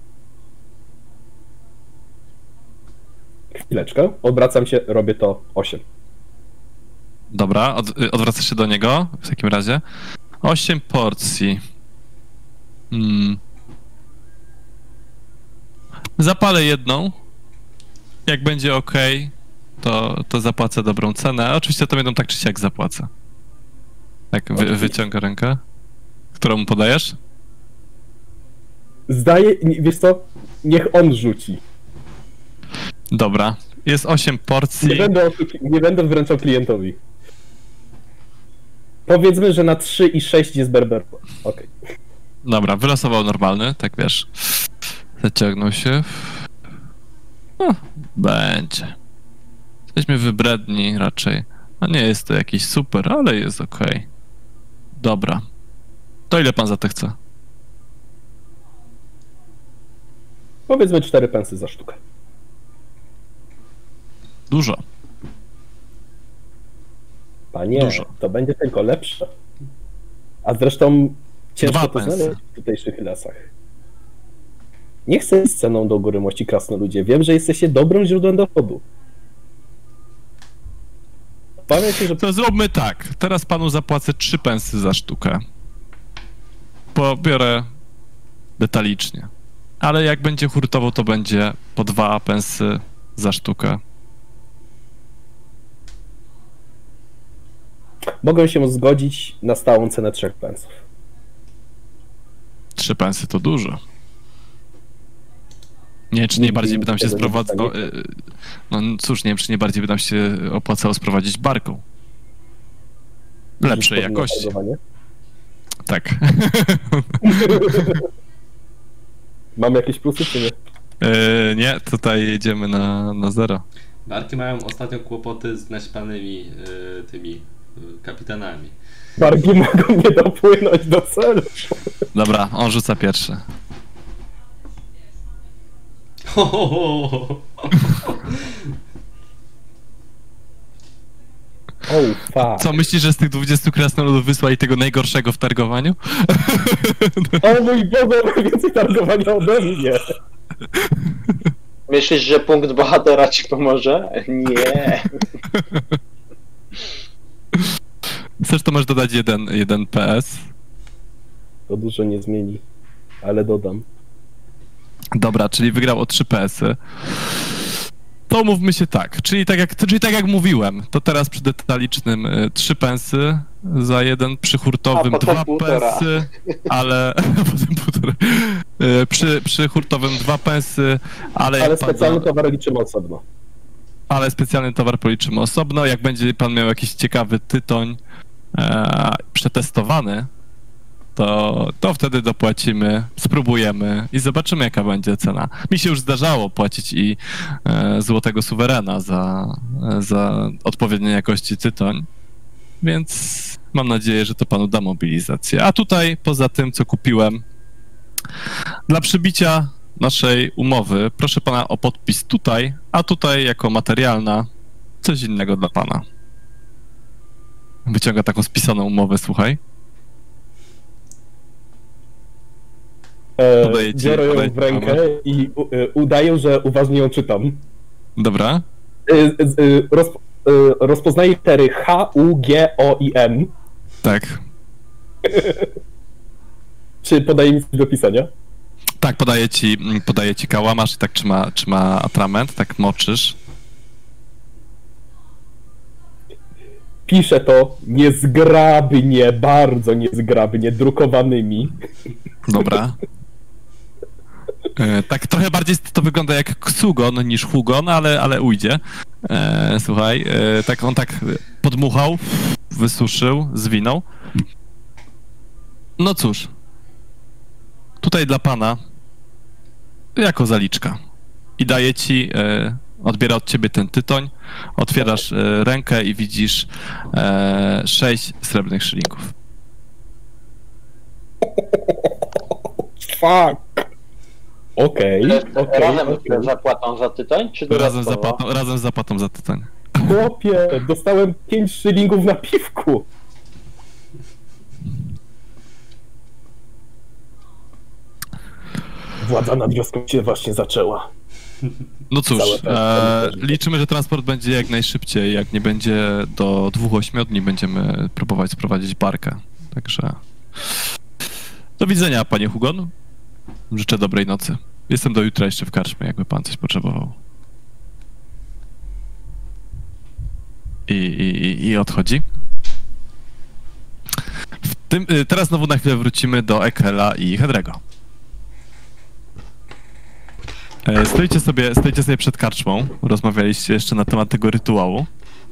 Chwileczkę, odwracam się, robię to osiem. Dobra, od, y, odwracasz się do niego w takim razie. Osiem porcji. Hmm. Zapalę jedną. Jak będzie ok, to, to zapłacę dobrą cenę. Oczywiście to będą tak czy siak zapłacę. Tak, wy, wyciąga rękę. Którą mu podajesz? Zdaje, nie- wiesz co? Niech on rzuci. Dobra. Jest osiem Nie porcji. będę, oszu- nie będę wręczał klientowi. Powiedzmy, że na trzy i sześć jest berber. Okej. Dobra, wylosował normalny, tak wiesz. Zaciągnął się. No, będzie. Jesteśmy wybredni raczej. No nie jest to jakiś super, ale jest okej. Dobra. To ile pan za to chce? Powiedzmy cztery pensy za sztukę. Dużo. Panie, Dużo. to będzie tylko lepsze. A zresztą ciężko Dwa to pensy. znaleźć w tutejszych lasach. Nie chcę z ceną do góry mości krasnoludzie. Wiem, że jesteście dobrym źródłem dochodu. Obawiam się, że To zróbmy tak. Teraz panu zapłacę trzy pensy za sztukę. Pobiorę detalicznie. Ale jak będzie hurtowo, to będzie po dwa pensy za sztukę. mogę się zgodzić na stałą cenę trzech pensów. Trzy pensy to dużo. Nie, czy nie Nigdy bardziej by nam się tego nie sprowadzał... dostanie. y, No cóż, nie wiem, czy nie bardziej by nam się opłacało sprowadzić barką. Lepszej Podwójne jakości. targowanie. Tak. Mam jakieś plusy, czy nie? Y, nie, tutaj jedziemy na, na zero. Barki mają ostatnio kłopoty z naśpanymi y, tymi y, kapitanami. Bargi mogą nie dopłynąć do celu. Dobra, on rzuca pierwszy. Ho, ho, ho. Oh, fuck. Co, myślisz, że z tych dwudziestu krasnoludów wysłali tego najgorszego w targowaniu? O mój Boże, ma więcej targowania ode mnie. Myślisz, że punkt bohatera ci pomoże? Nie. Chcesz, to możesz dodać jeden, jeden P S. To dużo nie zmieni, ale dodam. Dobra, czyli wygrał o trzy P S y. To mówmy się tak, czyli tak jak, czyli tak jak mówiłem, to teraz przy detalicznym y, trzy pensy, za jeden przy hurtowym A potem dwa półtora. pensy, ale potem półtora. Y, przy, przy hurtowym dwa pensy, ale, Ale jak pan specjalny za- towar liczymy osobno. ale specjalny towar policzymy osobno. Jak będzie pan miał jakiś ciekawy tytoń e, przetestowany, to, to wtedy dopłacimy, spróbujemy i zobaczymy, jaka będzie cena. Mi się już zdarzało płacić i e, złotego suwerena za, za odpowiedniej jakości tytoń, więc mam nadzieję, że to panu da mobilizację. A tutaj, poza tym, co kupiłem, dla przybicia naszej umowy, proszę pana o podpis tutaj, a tutaj jako materialna coś innego dla pana. Wyciąga taką spisaną umowę, słuchaj. E, Podaję ci- biorę ją podaję w ci rękę umowę. i u, e, udaję, że uważnie ją czytam. Dobra. E, e, roz, e, rozpoznaję litery H, U, G, O i M. Tak. Czy podaje mi coś do pisania? Tak, podaję ci, podaję ci kałamarz i tak trzyma, trzyma atrament, tak moczysz. Piszę to niezgrabnie, bardzo niezgrabnie, drukowanymi. Dobra. E, tak trochę bardziej to wygląda jak ksugon niż hugon, ale, ale ujdzie. E, słuchaj, e, tak on tak podmuchał, wysuszył, zwinął. No cóż, tutaj dla pana jako zaliczka. I daje ci, e, odbiera od ciebie ten tytoń, otwierasz e, rękę i widzisz e, sześć srebrnych szylingów. Fuck. Okej, okej, Razem okej. z zapłatą za tytoń, czy Razem z, dodatkowo? zapłatą, razem z zapłatą za tytoń. Chłopie, dostałem pięć szylingów na piwku. Władza nad wioską się właśnie zaczęła. No cóż, Całe te- e, liczymy, że transport będzie jak najszybciej. Jak nie będzie do dwóch ośmiodni, będziemy próbować sprowadzić barkę. Także do widzenia, panie Hugon. Życzę dobrej nocy. Jestem do jutra jeszcze w karczmie, jakby pan coś potrzebował. I, i, i odchodzi. W tym, y, teraz znowu na chwilę wrócimy do Ekela i Hedrego. E, Stoicie sobie, stoicie sobie przed karczmą, rozmawialiście jeszcze na temat tego rytuału.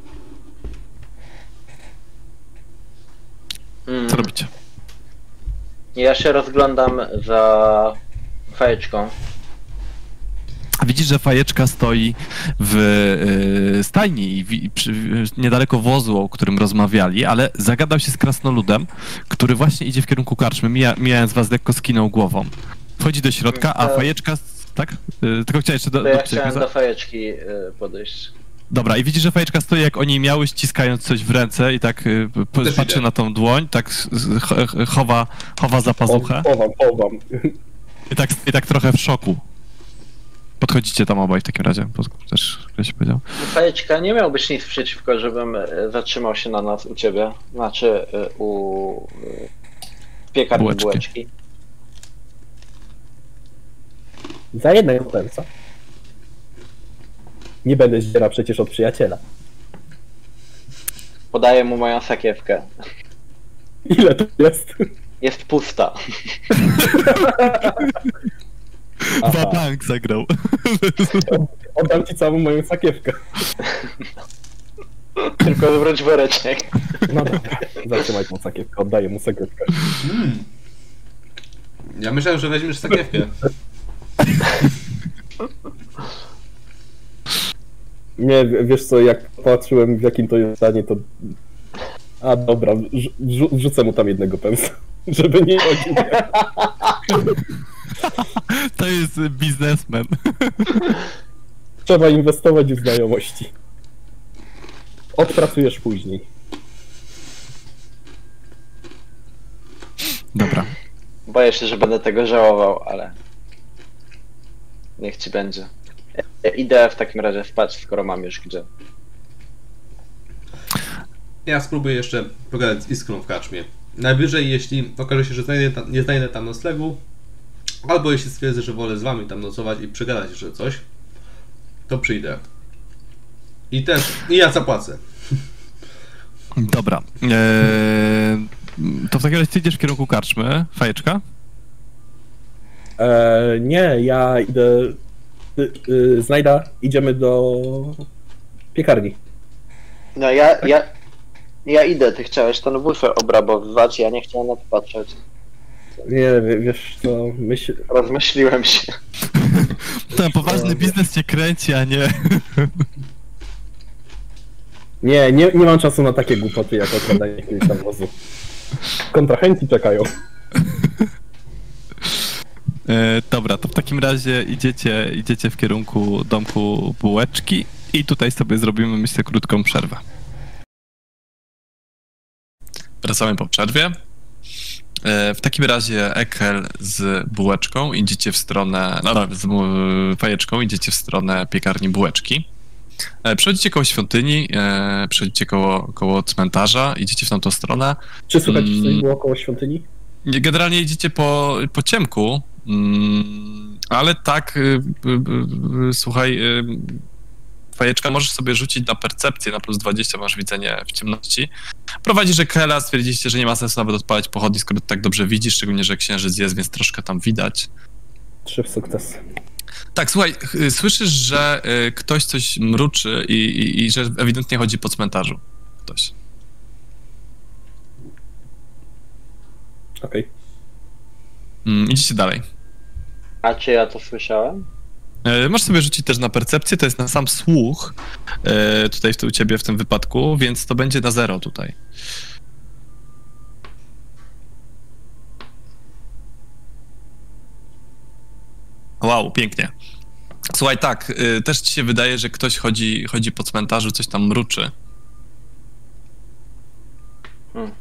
Mm. Co robicie? Ja się rozglądam za fajeczką. Widzisz, że fajeczka stoi w y, stajni, i wi- przy, niedaleko wozu, o którym rozmawiali, ale zagadał się z krasnoludem, który właśnie idzie w kierunku karczmy. Mija, mijając was, lekko skinął głową. Wchodzi do środka, a To- fajeczka... Tak? Y, tylko chciałem jeszcze do, To ja do, chciałem do, do fajeczki y, podejść. Dobra, i widzisz, że fajeczka stoi jak oni miały, ściskając coś w ręce i tak y, p- Też patrzy idę. na tą dłoń, tak s- s- ch- ch- chowa, chowa za pazuchę Chowam, chowam. i tak, i tak trochę w szoku. Podchodzicie tam obaj w takim razie, bo też ktoś powiedział. Fajeczka, nie miałbyś nic przeciwko, żebym y, zatrzymał się na nas u ciebie. Znaczy y, u y, piekarni Bułeczki. bułeczki. Za jednego pensa. Nie będę zdziera przecież od przyjaciela. Podaję mu moją sakiewkę. Ile to jest? Jest pusta. Aha. Wabank zagrał. Oddam ci całą moją sakiewkę. Tylko zwróć woreczek. No dobra, zatrzymaj tą sakiewkę, oddaję mu sakiewkę. Hmm. Ja myślałem, że weźmiesz sakiewkę. Nie, w- wiesz co, jak patrzyłem w jakim to jest stanie, to... A dobra, wrzu- wrzu- wrzucę mu tam jednego pensa, żeby nie chodził. To jest biznesmen. Trzeba inwestować w znajomości. Odpracujesz później. Dobra. Boję się, że będę tego żałował, ale niech ci będzie. Idę w takim razie spać, skoro mam już gdzie. Ja spróbuję jeszcze pogadać z Iskrą w karczmie. Najwyżej, jeśli okaże się, że znajdę tam, nie znajdę tam noclegu, albo jeśli stwierdzę, że wolę z wami tam nocować i przegadać jeszcze coś, to przyjdę. I też, i ja zapłacę. Dobra. Eee, to w takim razie ty idziesz w kierunku karczmy, Fajeczka? E, nie, ja idę. Y, y, znajda, idziemy do piekarni. No ja, ja, ja idę, ty chciałeś ten bufer obrabowywać, ja nie chciałem na to patrzeć. Nie, w- wiesz co, myśl... Rozmyśliłem się. Ten poważny biznes cię kręci, a nie... Nie, nie, nie mam czasu na takie głupoty jak okradanie jakiegoś tam wozu. Kontrahenci czekają. E, dobra, to w takim razie idziecie, idziecie w kierunku domku bułeczki i tutaj sobie zrobimy, myślę, krótką przerwę. Wracamy po przerwie. E, w takim razie Ekel z bułeczką idziecie w stronę, no z bu- Fajeczką idziecie w stronę piekarni bułeczki. E, Przechodzicie koło świątyni, e, przechodzicie koło, koło cmentarza, idziecie w tamtą stronę. Czy słychać Mm. coś było koło świątyni? Generalnie idziecie po, po ciemku, mm, ale tak, y, y, y, y, słuchaj, y, Fajeczka, możesz sobie rzucić na percepcję, na plus dwadzieścia masz widzenie w ciemności. Prowadzisz Ekela, stwierdziliście, że nie ma sensu nawet odpalać pochodni, skoro tak dobrze widzisz, szczególnie, że księżyc jest, więc troszkę tam widać. Trzy w sukces. Tak, słuchaj, y, słyszysz, że y, ktoś coś mruczy i, i, i że ewidentnie chodzi po cmentarzu. Ktoś. Okej. Mm, idziecie dalej. A czy ja to słyszałem? E, Możesz sobie rzucić też na percepcję, to jest na sam słuch, e, tutaj w- u ciebie w tym wypadku, więc to będzie na zero tutaj. Wow, pięknie. Słuchaj, tak, y, też ci się wydaje, że ktoś chodzi, chodzi po cmentarzu, coś tam mruczy. Hmm.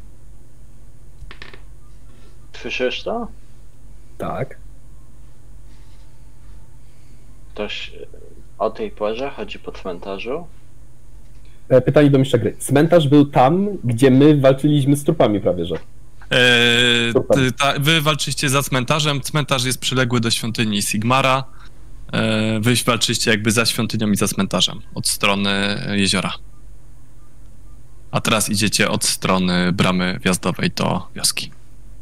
Słyszysz to? Tak. Ktoś y, o tej porze chodzi po cmentarzu? E, Pytanie do mistrza gry. Cmentarz był tam, gdzie my walczyliśmy z trupami prawie, że. E, Super. ty, ta, wy walczyliście za cmentarzem, cmentarz jest przyległy do świątyni Sigmara. E, wy walczyliście jakby za świątynią i za cmentarzem, od strony jeziora. A teraz idziecie od strony bramy wjazdowej do wioski.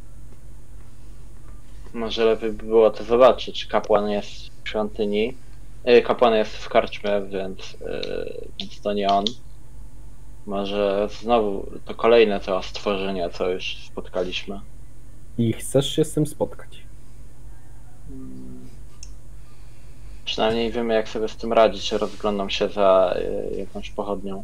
Może lepiej by było to zobaczyć. Kapłan jest w świątyni. Y, Kapłan jest w karczmie, więc, y, więc to nie on. Może znowu to kolejne to stworzenie, co już spotkaliśmy. I chcesz się z tym spotkać. Przynajmniej wiemy, jak sobie z tym radzić. Rozglądam się za y, jakąś pochodnią.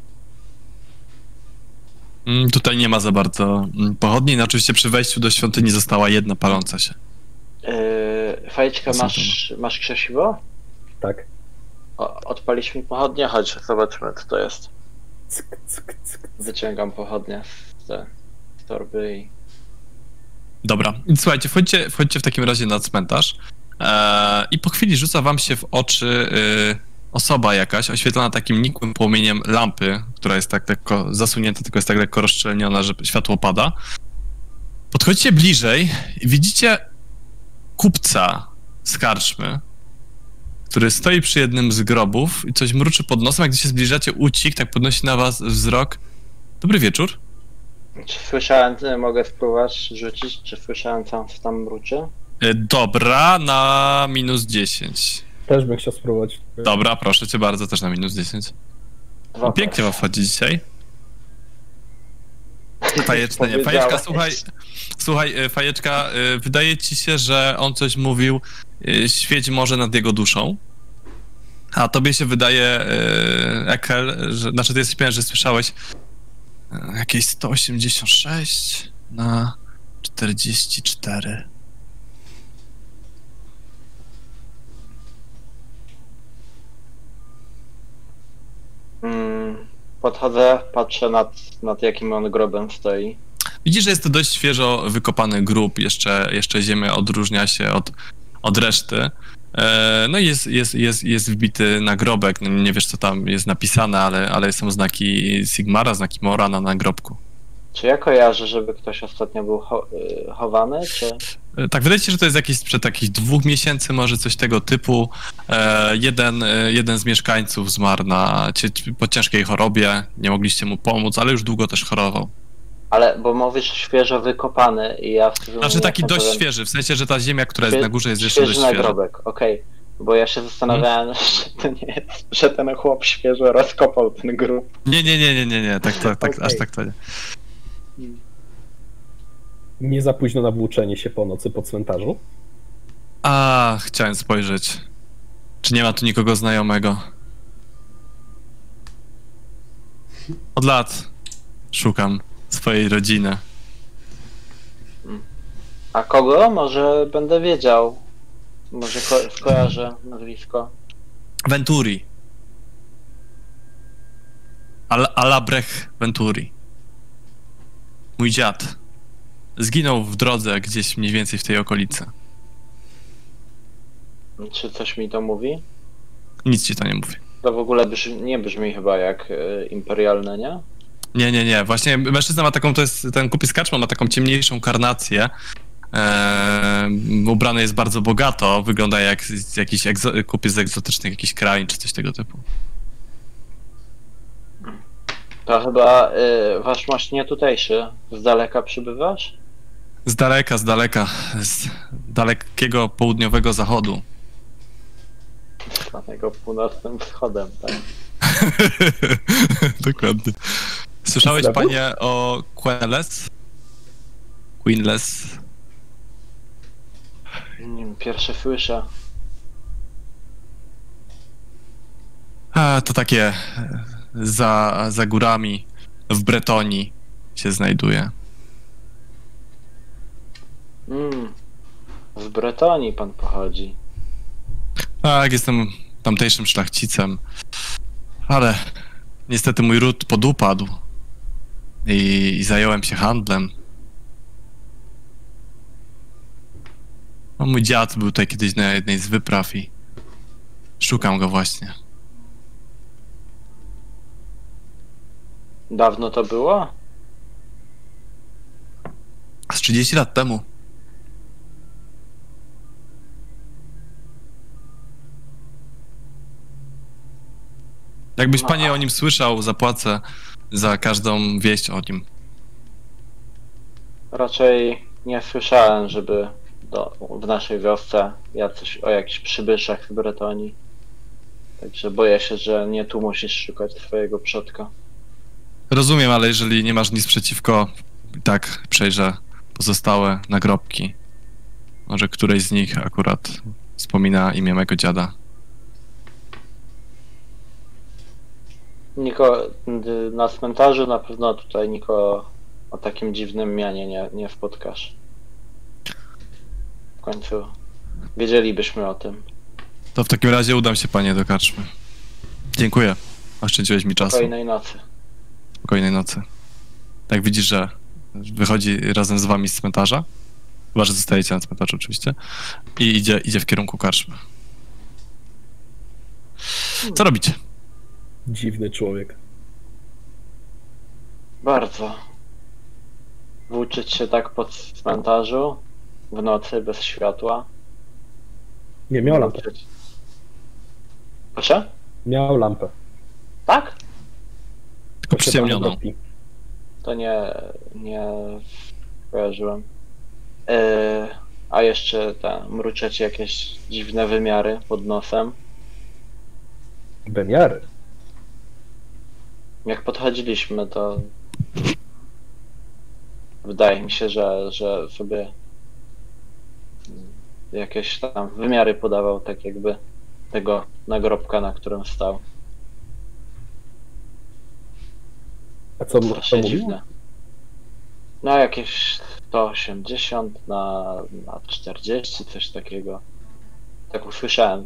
Mm, tutaj nie ma za bardzo mm, pochodni, no oczywiście przy wejściu do świątyni została jedna paląca się. Yy, Fajeczka, masz, masz krzesiwo? Tak. O, odpalisz mi pochodnię? Chodź, zobaczmy, co to jest. Cyk, cyk, cyk. Wyciągam pochodnię z, te, z torby i... Dobra, słuchajcie, wchodźcie, wchodźcie w takim razie na cmentarz e, i po chwili rzuca wam się w oczy e, osoba jakaś, oświetlona takim nikłym płomieniem lampy, która jest tak lekko zasunięta, tylko jest tak lekko rozszczelniona, że światło pada. Podchodzicie bliżej i widzicie kupca z karczmy, który stoi przy jednym z grobów i coś mruczy pod nosem, a gdy się zbliżacie, ucisk, tak podnosi na was wzrok. Dobry wieczór. Czy słyszałem, y, mogę spróbować rzucić, czy słyszałem, co co tam mruczy? E, Dobra, na minus dziesięć. Też bym chciał spróbować. Dobra, proszę cię bardzo, też na minus dziesięć. Dwa No, pięknie wam wchodzi dzisiaj. Fajeczka, nie. Fajeczka, Powiedziałeś. słuchaj, słuchaj, e, Fajeczka, e, wydaje ci się, że on coś mówił, e, świeć może nad jego duszą, a tobie się wydaje, e, Ekel, że, znaczy ty jesteś pewien, że słyszałeś e, jakieś sto osiemdziesiąt sześć na czterdzieści cztery. Mm, podchodzę, patrzę nad, nad jakim on grobem stoi. Widzisz, że jest to dość świeżo wykopany grób, jeszcze, jeszcze ziemia odróżnia się od, od reszty. E, no i jest, jest, jest, jest wbity nagrobek, no nie wiesz co tam jest napisane, ale, ale są znaki Sigmara, znaki Mora na nagrobku. Czy ja kojarzę, żeby ktoś ostatnio był cho y, chowany, czy... E, tak, wydaje się, że to jest jakieś sprzed takich dwóch miesięcy, może coś tego typu. E, jeden, e, jeden z mieszkańców zmarł na, cie- po ciężkiej chorobie, nie mogliście mu pomóc, ale już długo też chorował. Ale, bo mówisz świeżo wykopany i ja... Znaczy taki dość powiem... świeży, w sensie, że ta ziemia, która Świe... jest na górze jest jeszcze dość świeży świeża. nagrobek, okej. Okay. Bo ja się zastanawiałem, hmm? że to nie jest, że ten chłop świeżo rozkopał ten grób. Nie, nie, nie, nie, nie, nie, tak, tak, tak Okay. aż tak to nie. Nie za późno na włóczenie się po nocy po cmentarzu? A, chciałem spojrzeć. Czy nie ma tu nikogo znajomego? Od lat szukam swojej rodziny. A kogo? Może będę wiedział. Może ko skojarzę nazwisko. Venturi. Al Alabrech Venturi. Mój dziad. Zginął w drodze gdzieś mniej więcej w tej okolicy. Czy coś mi to mówi? Nic ci to nie mówi. To w ogóle brzmi, nie brzmi chyba jak y, imperialne, nie? Nie, nie, nie. Właśnie mężczyzna ma taką, to jest, ten kupiec karczma ma taką ciemniejszą karnację. Eee, ubrany jest bardzo bogato, wygląda jak jakiś egzo- kupiec z egzotycznych jakichś krain, czy coś tego typu. To chyba y, wasz mość nie tutejszy. Z daleka przybywasz? Z daleka, z daleka, z dalekiego południowego zachodu. Zwanego północnym wschodem, tak? Dokładnie. Słyszałeś, Znowu? panie, o Queenless? Queenless? Nie wiem, pierwsze słyszę. A, to takie e, za, za górami w Bretonii się znajduje. Mm. Z Bretonii pan pochodzi. Tak, jestem tamtejszym szlachcicem, ale niestety mój ród podupadł i, i zająłem się handlem. No, mój dziad był tutaj kiedyś na jednej z wypraw i szukam go właśnie. Dawno to było? Z trzydzieści lat temu. Jakbyś No. panie o nim słyszał, zapłacę za każdą wieść o nim. Raczej nie słyszałem, żeby do, w naszej wiosce jacyś o jakichś przybyszach z Bretonii. Także boję się, że nie tu musisz szukać swojego przodka. Rozumiem, ale jeżeli nie masz nic przeciwko, i tak przejrzę pozostałe nagrobki. Może któreś z nich akurat wspomina imię mego dziada. Niko, na cmentarzu na pewno tutaj nikogo o takim dziwnym mianie nie, nie spotkasz. W końcu wiedzielibyśmy o tym. To w takim razie udam się, panie, do karczmy. Dziękuję. Oszczędziłeś mi czasu. Spokojnej nocy. Spokojnej nocy. Tak widzisz, że wychodzi razem z wami z cmentarza. Chyba, że zostajecie na cmentarzu oczywiście. I idzie, idzie w kierunku karczmy. Co robicie? Dziwny człowiek. Bardzo. Włóczyć się tak po cmentarzu w nocy bez światła. Nie, miał lampę. Włóczyć- Proszę? Miał lampę. Tak? Tylko przyciemnioną. To nie, nie kojarzyłem. Yy, a jeszcze te mruczecie jakieś dziwne wymiary pod nosem. Wymiary. Jak podchodziliśmy, to wydaje mi się, że, że sobie jakieś tam wymiary podawał, tak jakby tego nagrobka, na którym stał. A co, co Strasznie mówił? dziwne. No jakieś sto osiemdziesiąt na, na czterdzieści, coś takiego. Tak usłyszałem.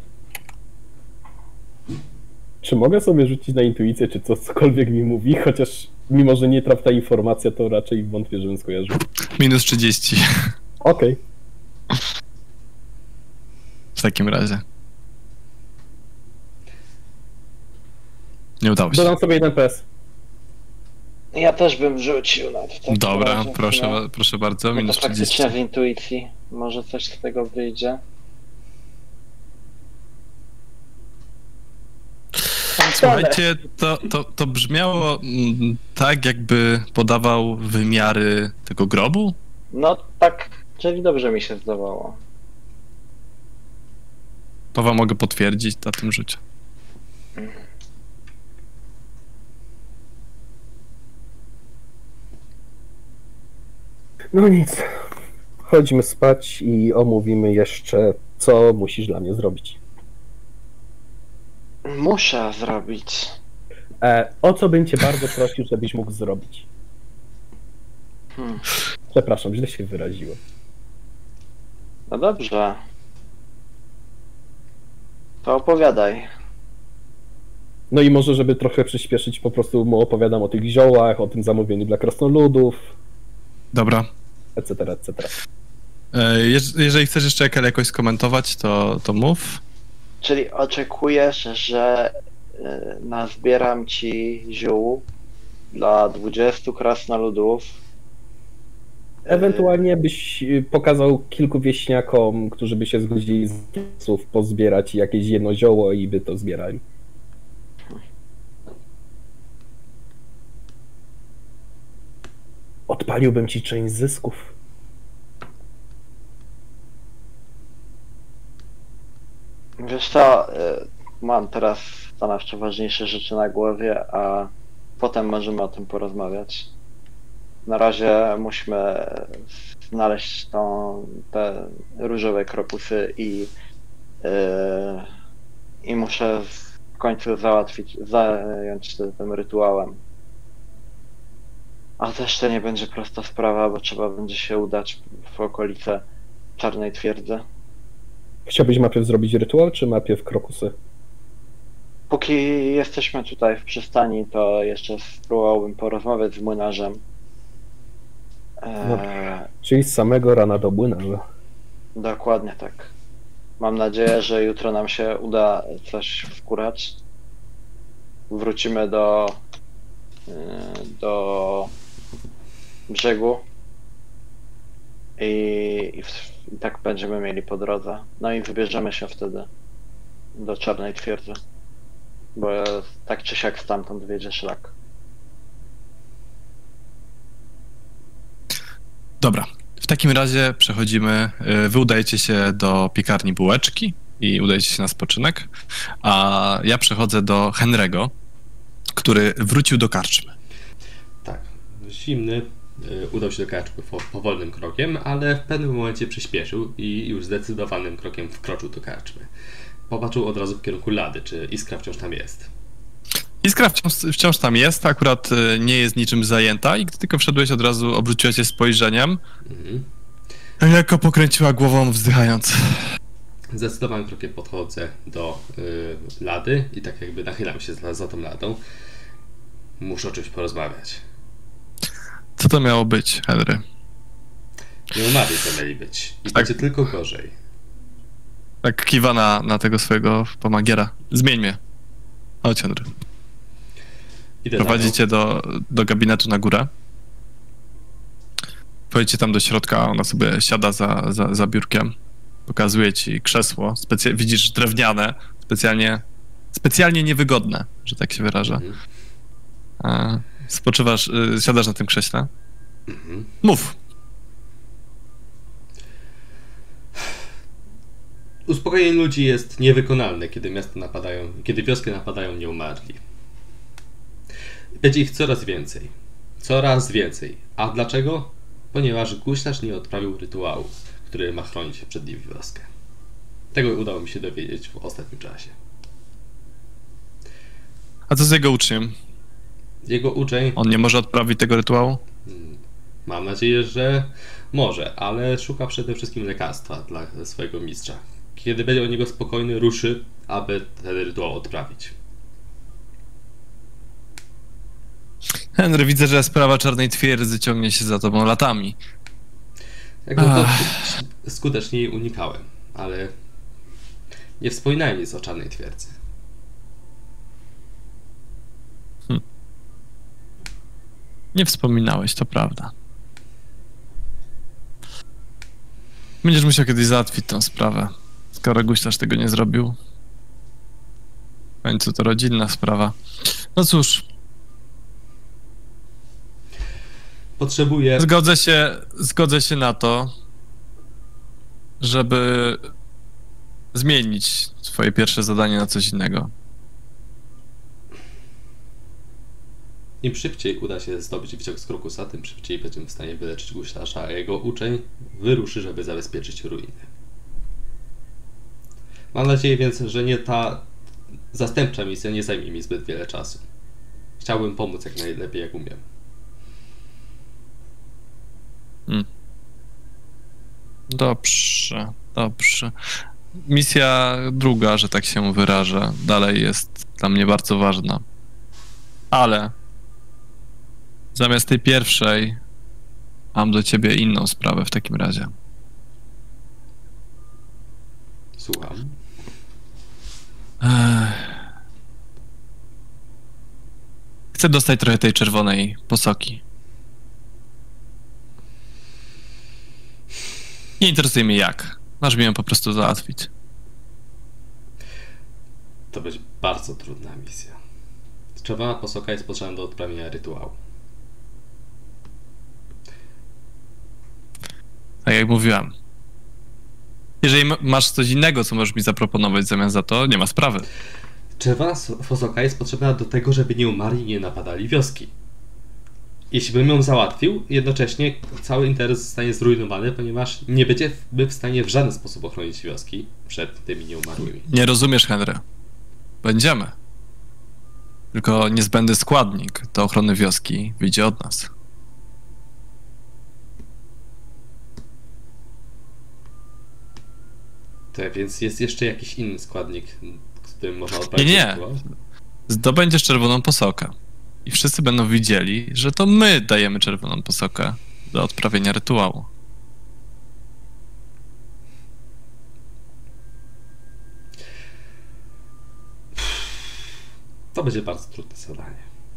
Czy mogę sobie rzucić na intuicję, czy to cokolwiek mi mówi? Chociaż mimo, że nie traf ta informacja, to raczej wątpię, żebym skojarzył. Minus trzydzieści. Okej. w takim razie. Nie udało się. Dodam sobie jeden P S. Ja też bym rzucił na to. Dobra, razie, proszę, no. proszę bardzo, Bo minus to faktycznie trzydzieści. z intuicji może coś z tego wyjdzie. Słuchajcie, to, to, to brzmiało mm, tak, jakby podawał wymiary tego grobu? No tak, czyli dobrze mi się zdawało. To wam mogę potwierdzić na tym rzucie. No nic. Chodźmy spać i omówimy jeszcze, co musisz dla mnie zrobić. Muszę zrobić. E, o co bym cię bardzo prosił, żebyś mógł zrobić? Hmm. Przepraszam, źle się wyraziłem. No dobrze. To opowiadaj. No i może, żeby trochę przyspieszyć, po prostu mu opowiadam o tych ziołach, o tym zamówieniu dla krasnoludów, Dobra. et cetera, et cetera. E, jeż- jeżeli chcesz jeszcze Ekel jakoś skomentować, to, to mów. Czyli oczekujesz, że y, nazbieram ci ziół dla dwudziestu krasnoludów. Y, Ewentualnie byś y, pokazał kilku wieśniakom, którzy by się zgodzili z słów pozbierać jakieś jedno zioło i by to zbierali. Odpaliłbym ci część zysków. Wiesz co, y, mam teraz stanowczo ważniejsze rzeczy na głowie, a potem możemy o tym porozmawiać. Na razie musimy znaleźć tą, te różowe kropusy i, yy, i muszę w końcu załatwić, zająć się tym rytuałem. A też to nie będzie prosta sprawa, bo trzeba będzie się udać w okolice Czarnej Twierdzy. Chciałbyś najpierw zrobić rytuał, czy najpierw krokusy? Póki jesteśmy tutaj w przystani, to jeszcze spróbowałbym porozmawiać z młynarzem. Eee, Czyli z samego rana do młynarza. dokładnie tak. Mam nadzieję, że jutro nam się uda coś wkurać. Wrócimy do, yy, do brzegu i, i, w, i tak będziemy mieli po drodze. No i wybierzemy się wtedy do Czarnej Twierdzy, bo tak czy siak stamtąd wiedzie szlak. Dobra, w takim razie przechodzimy, y, wy udajecie się do piekarni Bułeczki i udajecie się na spoczynek, a ja przechodzę do Henry'ego, który wrócił do karczmy. Tak, zimny y, udał się do karczmy po, powolnym krokiem, ale w pewnym momencie przyspieszył i już zdecydowanym krokiem wkroczył do karczmy. Popatrzył od razu w kierunku Lady, czy Iskra wciąż tam jest. Iskra wciąż, wciąż tam jest, akurat y, nie jest niczym zajęta i gdy tylko wszedłeś, od razu obróciła się spojrzeniem. Mhm. Lekko pokręciła głową, wzdychając. Zdecydowanym krokiem podchodzę do y, Lady i tak jakby nachylam się za, za tą Ladą. Muszę o czymś porozmawiać. Co to miało być, Henry? Nie umarli to mieli być. I Tak. będzie tylko gorzej. Tak kiwa na, na tego swojego pomagiera. Zmień mnie. Chodź, Henry. Idę za nią. Prowadzicie do, do gabinetu na górę. Wchodzicie tam do środka, ona sobie siada za, za, za biurkiem. Pokazuje ci krzesło. Specy- widzisz drewniane, specjalnie, specjalnie niewygodne, że tak się wyrażę. Mhm. A, spoczywasz, y, siadasz na tym krześle. Mhm. Mów. Uspokojenie ludzi jest niewykonalne, kiedy miasta napadają, kiedy wioski napadają nieumarli. Będzie ich coraz więcej. Coraz więcej. A dlaczego? Ponieważ guślarz nie odprawił rytuału, który ma chronić przed nim wioskę. Tego udało mi się dowiedzieć w ostatnim czasie. A co z jego uczniem? Jego uczeń, On nie może odprawić tego rytuału? mam nadzieję, że może, ale szuka przede wszystkim lekarstwa dla swojego mistrza. Kiedy będzie o niego spokojny, ruszy, aby ten rytuał odprawić. Henry, widzę, że sprawa Czarnej Twierdzy ciągnie się za tobą latami. Jakby to skutecznie jej unikałem, ale Nie wspominałem nic o Czarnej Twierdzy. Hm. Nie wspominałeś, to prawda. Będziesz musiał kiedyś załatwić tę sprawę, skoro Guślarz tego nie zrobił. W końcu to rodzinna sprawa. No cóż. Potrzebuję... Zgodzę się, zgodzę się na to, żeby zmienić swoje pierwsze zadanie na coś innego. Im szybciej uda się zdobyć wyciąg z Krokusa, tym szybciej będziemy w stanie wyleczyć Guślarza, a jego uczeń wyruszy, żeby zabezpieczyć ruiny. Mam nadzieję więc, że nie ta zastępcza misja nie zajmie mi zbyt wiele czasu. Chciałbym pomóc jak najlepiej, jak umiem. Hmm. Dobrze, dobrze. Misja druga, że tak się wyrażę, dalej jest dla mnie bardzo ważna. Ale zamiast tej pierwszej mam do ciebie inną sprawę w takim razie. Słucham. Ech. Chcę dostać trochę tej czerwonej posoki. Nie interesuje mnie jak. Masz mi ją po prostu załatwić. To będzie bardzo trudna misja. Czerwona posoka jest potrzebna do odprawienia rytuału. Tak jak mówiłem. Jeżeli masz coś innego, co możesz mi zaproponować w zamian za to, nie ma sprawy. Czerwona posoka jest potrzebna do tego, żeby nie umarli i nie napadali wioski. Jeśli bym ją załatwił, jednocześnie cały interes zostanie zrujnowany, ponieważ nie będziemy w stanie w żaden sposób ochronić wioski przed tymi nieumarłymi. Nie rozumiesz, Henry. Będziemy. Tylko niezbędny składnik do ochrony wioski wyjdzie od nas. Tak, więc jest jeszcze jakiś inny składnik, którym można odprawić Nie, nie. rytuał? Zdobędziesz czerwoną posokę. I wszyscy będą widzieli, że to my dajemy czerwoną posokę do odprawienia rytuału. To będzie bardzo trudne zadanie.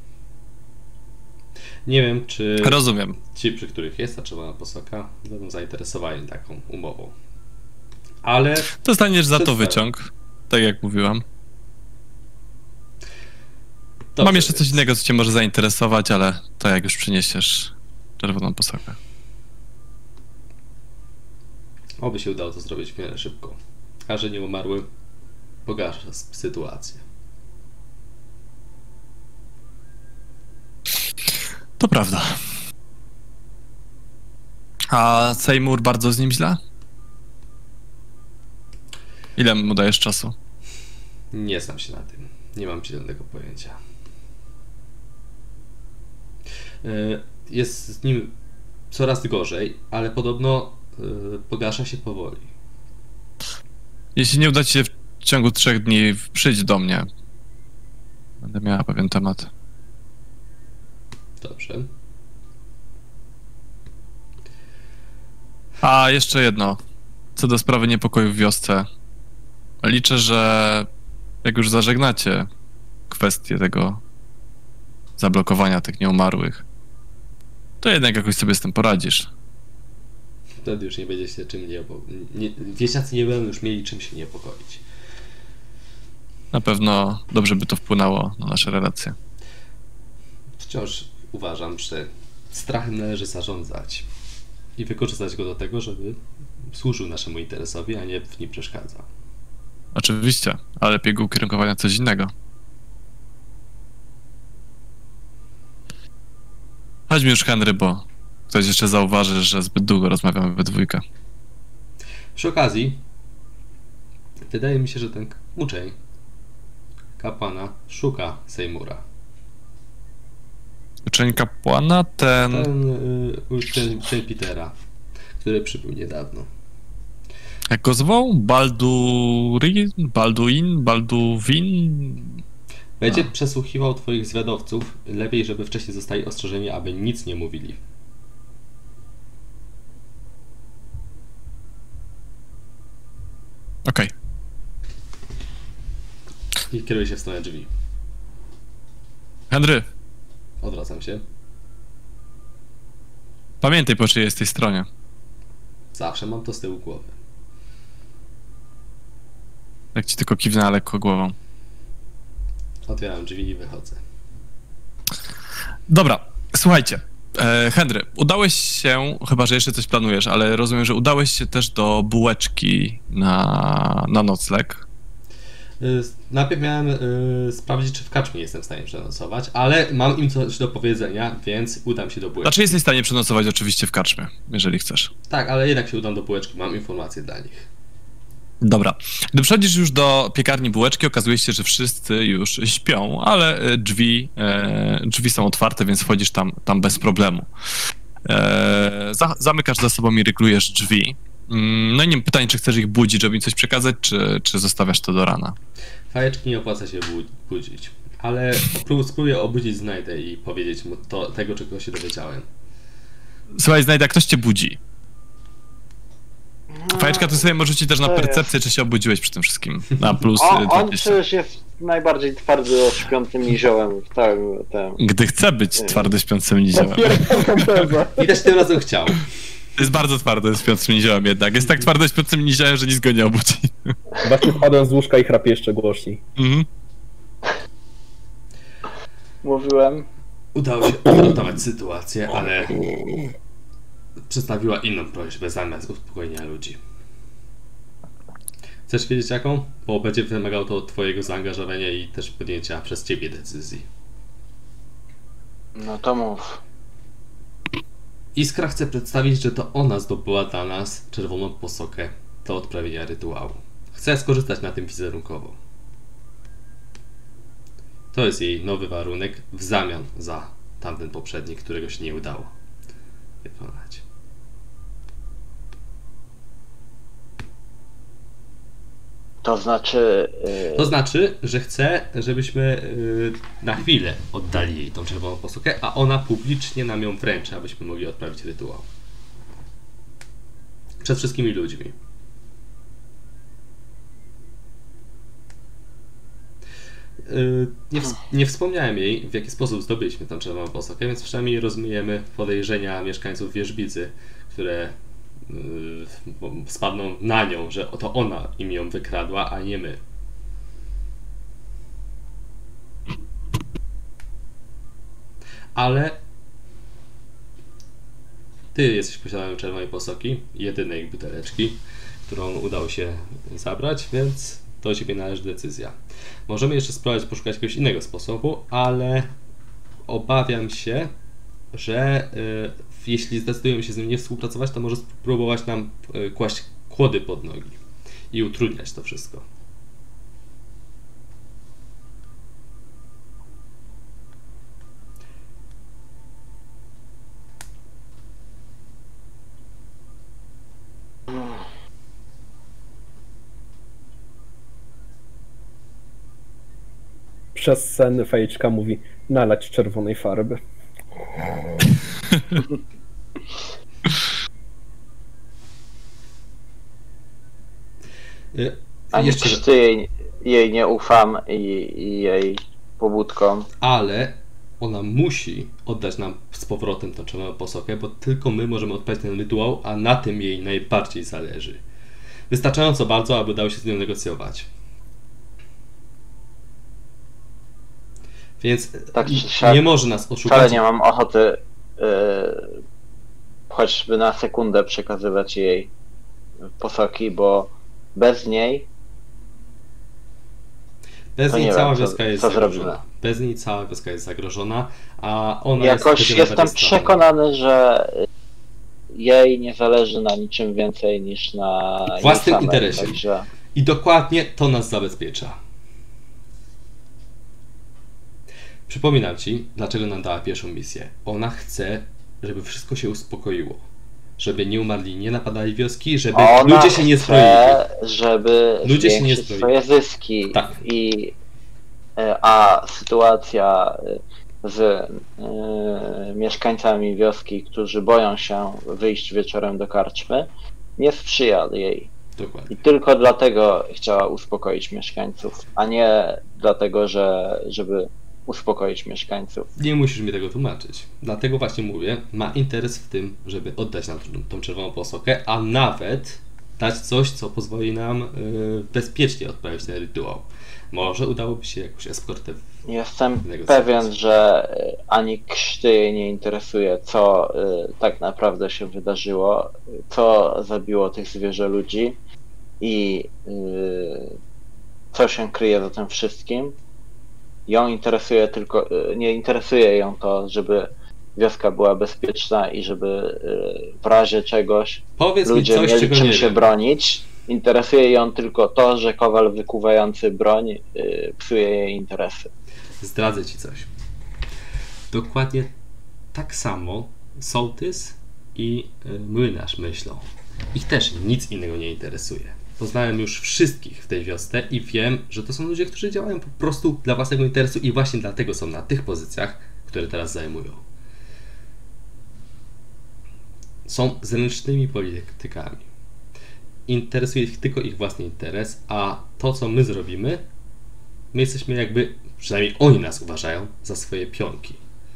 Nie wiem, czy Rozumiem. ci, przy których jest ta czerwona posoka, będą zainteresowani taką umową. Ale... Dostaniesz za to Przedstawię. wyciąg, tak jak mówiłam. Dobrze, Mam jeszcze coś więc innego, co cię może zainteresować, ale to jak już przyniesiesz czerwoną posokę. Oby się udało to zrobić w miarę szybko. A że nie umarły, pogarsza sytuację. To prawda. A Seymour bardzo z nim źle? Ile mu dajesz czasu? Nie znam się na tym. Nie mam zielonego pojęcia. Yy, Jest z nim coraz gorzej, ale podobno yy, pogarsza się powoli. Jeśli nie uda ci się w ciągu trzech dni, przyjdź do mnie. Będę miała pewien temat. Dobrze. A jeszcze jedno. Co do sprawy niepokoju w wiosce. Liczę, że jak już zażegnacie kwestię tego zablokowania tych nieumarłych, to jednak jakoś sobie z tym poradzisz. Wtedy już nie będzie się czym nie... nie wieśniacy nie będą już mieli czym się niepokoić. Na pewno dobrze by to wpłynęło na nasze relacje. Wciąż uważam, że strachem należy zarządzać i wykorzystać go do tego, żeby służył naszemu interesowi, a nie w nim przeszkadzał. Oczywiście, ale lepiej go ukierunkować na coś innego. Chodźmy już, Henry, bo ktoś jeszcze zauważy, że zbyt długo rozmawiamy we dwójkę. Przy okazji, wydaje mi się, że ten uczeń kapłana szuka Seymoura. Uczeń kapłana, ten... Ten y, uczeń, uczeń Petera, który przybył niedawno. Jak go zwoł? Baldurin? Balduin? Balduwin? Będzie A. przesłuchiwał twoich zwiadowców. Lepiej, żeby wcześniej zostali ostrzeżeni, aby nic nie mówili. Okej. i kieruję się w stronę drzwi. Henry, Odwracam się. pamiętaj, po czyjej jesteś stronie. Zawsze mam to z tyłu głowy. Jak ci tylko kiwnę lekko głową. Otwieram drzwi i wychodzę. Dobra, słuchajcie. E, Henry, udałeś się, chyba że jeszcze coś planujesz, ale rozumiem, że udałeś się też do bułeczki na, na nocleg. Y, Najpierw miałem y, sprawdzić, czy w karczmie jestem w stanie przenocować, ale mam im coś do powiedzenia, więc udam się do bułeczki. Znaczy jesteś w stanie przenocować oczywiście w karczmie, jeżeli chcesz. Tak, ale jednak się udam do bułeczki, mam informacje dla nich. Dobra. Gdy przychodzisz już do piekarni bułeczki, okazuje się, że wszyscy już śpią, ale e, drzwi, e, drzwi są otwarte, więc wchodzisz tam, tam bez problemu. E, za, zamykasz za sobą i ryglujesz drzwi. Mm, No i nie wiem, pytanie, czy chcesz ich budzić, żeby im coś przekazać, czy, czy zostawiasz to do rana? Fajeczki nie opłaca się bu budzić, ale prób spróbuję obudzić Znajdę i powiedzieć mu to, tego, czego się dowiedziałem. Słuchaj, Znajda, ktoś cię budzi. Fajeczka, ty sobie możesz rzucić też na to jest. percepcję, czy się obudziłeś przy tym wszystkim. Na plus On, on dwadzieścia. przecież jest najbardziej twardy śpiącym niziołem w całym tym. Gdy chce być twardy śpiącym niziołem. I też tym razem chciał. To jest bardzo twardy śpiącym niziołem jednak. Jest tak twardy śpiącym niziołem, że nic go nie obudzi. Właśnie wpadłem z łóżka i chrapię jeszcze głośniej. Mhm. Mówiłem. Udało się uratować sytuację, ale przedstawiła inną prośbę zamiast uspokojenia ludzi. Chcesz wiedzieć jaką? Bo będzie wymagało to twojego zaangażowania i też podjęcia przez ciebie decyzji. No to mów. Iskra chce przedstawić, że to ona zdobyła dla nas czerwoną posokę do odprawienia rytuału. Chce skorzystać na tym wizerunkowo. To jest jej nowy warunek w zamian za tamten poprzedni, którego się nie udało wykonać. To znaczy... Yy, To znaczy, że chce, żebyśmy yy, na chwilę oddali jej tą czerwoną posokę, a ona publicznie nam ją wręczy, abyśmy mogli odprawić rytuał. Przed wszystkimi ludźmi. Yy, nie, ws nie wspomniałem jej, w jaki sposób zdobyliśmy tę czerwoną posokę, więc przynajmniej rozmyjemy podejrzenia mieszkańców Wierzbicy, które yy, spadną na nią, że to ona im ją wykradła, a nie my. Ale ty jesteś posiadaczem czerwonej posoki, jedynej buteleczki, którą udało się zabrać, więc do ciebie należy decyzja. Możemy jeszcze spróbować poszukać jakiegoś innego sposobu, ale obawiam się, że y, jeśli zdecydujemy się z nim nie współpracować, to może spróbować nam y, kłaść kłody pod nogi i utrudniać to wszystko. Przez sen Fejczka mówi: nalać czerwonej farby. Y, ani jeszcze, krzty jej, jej nie ufam i, i jej pobudkom. ale ona musi oddać nam z powrotem tę czerwoną posokę, bo tylko my możemy odprawić ten rytuał, a na tym jej najbardziej zależy. Wystarczająco bardzo, aby udało się z nią negocjować. Więc Tak czy siak, nie może nas oszukać. Wcale nie mam ochoty yy, choćby na sekundę przekazywać jej posoki, bo bez niej Bez to niej nie cała wiem, co- wioska jest co zagrożona. zrobimy. Bez niej cała wioska jest zagrożona, a ona jakoś jest jestem przekonany, że jej nie zależy na niczym więcej niż na jej własnym samej, interesie. Także I dokładnie to nas zabezpiecza. Przypominam ci, dlaczego nam dała pierwszą misję. Ona chce, żeby wszystko się uspokoiło. Żeby nie umarli, nie napadali wioski, żeby ona ludzie się nie zbroili. chce, żeby Ludzie się nie zwiększyć zbroili. swoje zyski. Tak. I, e, a sytuacja z e, mieszkańcami wioski, którzy boją się wyjść wieczorem do karczmy, nie sprzyja jej. Dokładnie. I tylko dlatego chciała uspokoić mieszkańców, a nie dlatego, że żeby uspokoić mieszkańców. Nie musisz mi tego tłumaczyć. Dlatego właśnie mówię, ma interes w tym, żeby oddać nam tą czerwoną posokę, a nawet dać coś, co pozwoli nam yy, bezpiecznie odprawić ten rytuał. Może udałoby się jakąś eskortę. Jestem pewien, że ani krzty jej nie interesuje, co y, tak naprawdę się wydarzyło, co zabiło tych zwierzę ludzi i y, co się kryje za tym wszystkim. Ją interesuje tylko, y, nie interesuje ją to, żeby wioska była bezpieczna i żeby y, w razie czegoś Powiedz ludzie mi coś, mieli czego czym nie się wiem. bronić. Interesuje ją tylko to, że kowal wykuwający broń y, psuje jej interesy. Zdradzę ci coś. Dokładnie tak samo sołtys i y, młynarz myślą. Ich też nic innego nie interesuje. Poznałem już wszystkich w tej wiosce i wiem, że to są ludzie, którzy działają po prostu dla własnego interesu i właśnie dlatego są na tych pozycjach, które teraz zajmują. Są zręcznymi politykami. Interesuje ich tylko ich własny interes, a to, co my zrobimy, my jesteśmy jakby, przynajmniej oni nas uważają, za swoje pionki.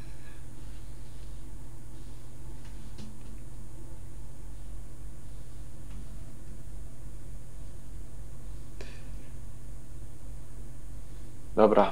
Dobra.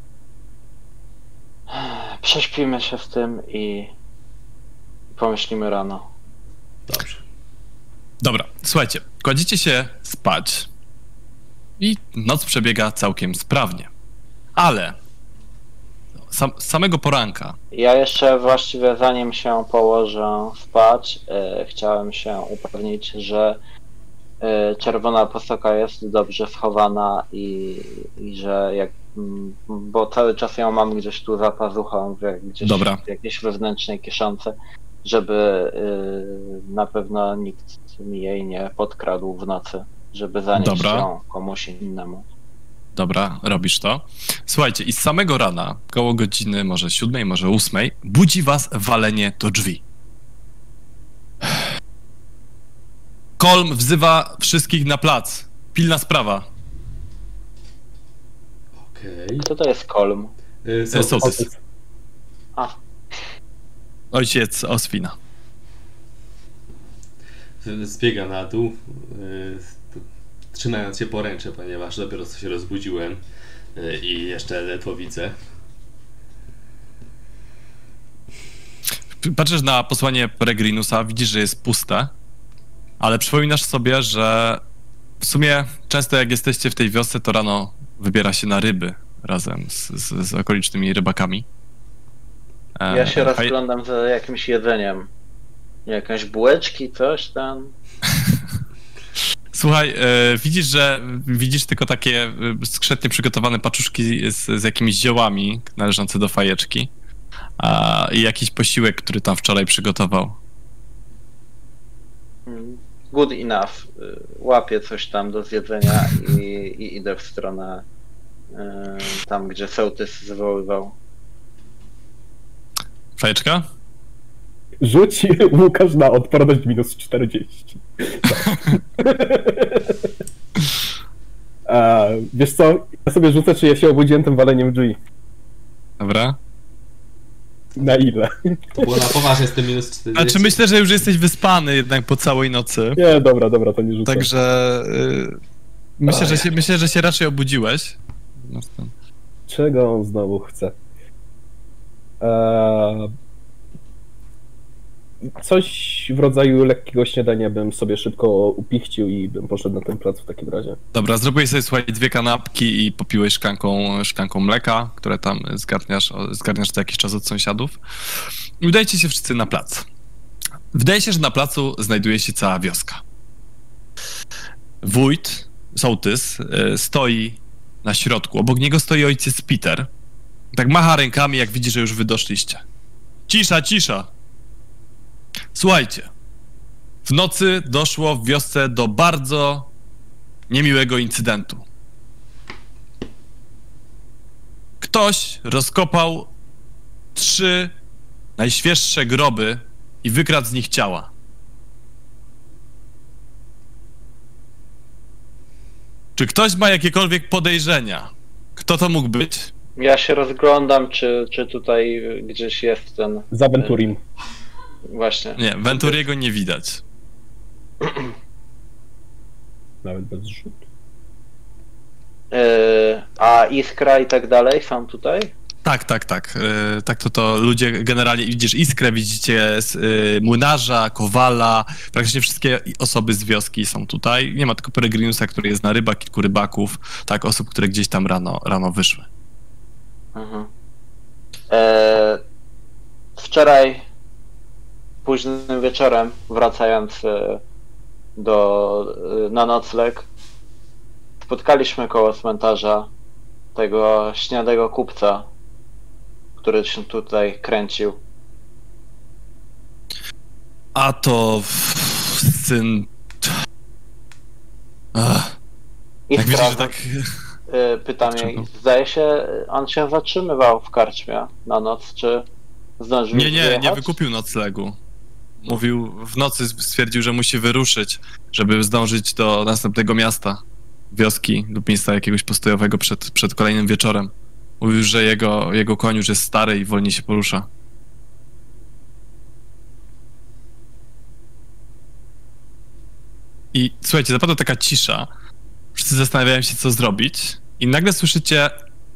Prześpimy się z tym i pomyślimy rano. Dobrze. Dobra, słuchajcie, kładziecie się spać i noc przebiega całkiem sprawnie. Ale sam, z samego poranka. Ja jeszcze właściwie zanim się położę spać, e, chciałem się upewnić, że e, czerwona posoka jest dobrze schowana i, i że jak, m, bo cały czas ją mam gdzieś tu za pazuchą, w- gdzieś Dobra. w jakiejś wewnętrznej kieszonce, żeby e, na pewno nikt mi jej nie podkradł w nocy, żeby zanieść Dobra. ją komuś innemu. Dobra, robisz to. Słuchajcie, i z samego rana, koło godziny może siódmej, może ósmej, budzi was walenie do drzwi. Kolm wzywa wszystkich na plac. Pilna sprawa. Okej. Kto to jest Kolm? Okay. E, sołtys. A, Ojciec Oswina. Zbiega na dół, yy, trzymając się poręcze, ponieważ dopiero co się rozbudziłem yy, i jeszcze ledwo widzę. Patrzysz na posłanie Peregrinusa, widzisz, że jest puste, ale przypominasz sobie, że w sumie często jak jesteście w tej wiosce, to rano wybiera się na ryby razem z, z, z okolicznymi rybakami. E, ja się faj- rozglądam za jakimś jedzeniem. Jakieś bułeczki, coś tam. Słuchaj, e, widzisz, że widzisz tylko takie e, skrzętnie przygotowane paczuszki z, z jakimiś ziołami należące do fajeczki a, i jakiś posiłek, który tam wczoraj przygotował. Mm, Good enough. Y, Łapię coś tam do zjedzenia i, i idę w stronę y, tam, gdzie sołtys zwoływał. Fajeczka? Rzuć Łukasz na odporność minus czterdzieści. A, wiesz co, ja sobie rzucę, czy ja się obudziłem tym waleniem drzwi. Dobra. Na ile? To było na poważnie z tym minus czterdzieści. Znaczy myślę, że już jesteś wyspany jednak po całej nocy. Nie, dobra, dobra, to nie rzucę. Także y, myślę, że się, myślę, że się raczej obudziłeś. Czego on znowu chce? Eee, coś w rodzaju lekkiego śniadania bym sobie szybko upichcił i bym poszedł na ten plac w takim razie. Dobra, zrobiłeś sobie, słuchaj, dwie kanapki i popiłeś szklanką, szklanką mleka, które tam zgarniasz, zgarniasz co jakiś czas od sąsiadów. I udajecie się wszyscy na plac. Wydaje się, że na placu znajduje się cała wioska. Wójt, sołtys, y, stoi na środku. Obok niego stoi ojciec Peter. Tak macha rękami, jak widzi, że już wy doszliście. Cisza, cisza! Słuchajcie, w nocy doszło w wiosce do bardzo niemiłego incydentu. Ktoś rozkopał trzy najświeższe groby i wykradł z nich ciała. Czy ktoś ma jakiekolwiek podejrzenia? Kto to mógł być? Ja się rozglądam, czy, czy tutaj gdzieś jest ten... Za Venturim. Właśnie. Nie, Venturiego nie widać. Nawet bez rzutu. Yy, a Iskra i tak dalej są tutaj? Tak, tak, tak. Yy, tak to to ludzie generalnie, widzisz Iskrę, widzicie yy, młynarza, kowala, praktycznie wszystkie osoby z wioski są tutaj. Nie ma tylko Peregrinusa, który jest na rybach, kilku rybaków, tak, osób, które gdzieś tam rano, rano wyszły. Mhm. Yy, wczoraj późnym wieczorem, wracając yy, do, yy, na nocleg, spotkaliśmy koło cmentarza tego śniadego kupca, który się tutaj kręcił. A to syn... Ach, I jak widzisz, że sprawdzam, tak... y, pytam jej, zdaje się, on się zatrzymywał w karczmie na noc, czy zdążył Nie, nie, nie wyjechać? wykupił noclegu. Mówił, w nocy stwierdził, że musi wyruszyć, żeby zdążyć do następnego miasta, wioski lub miejsca jakiegoś postojowego przed, przed kolejnym wieczorem. Mówił, że jego, jego koń już jest stary i wolniej się porusza. I słuchajcie, zapadła taka cisza. Wszyscy zastanawiają się, co zrobić. I nagle słyszycie...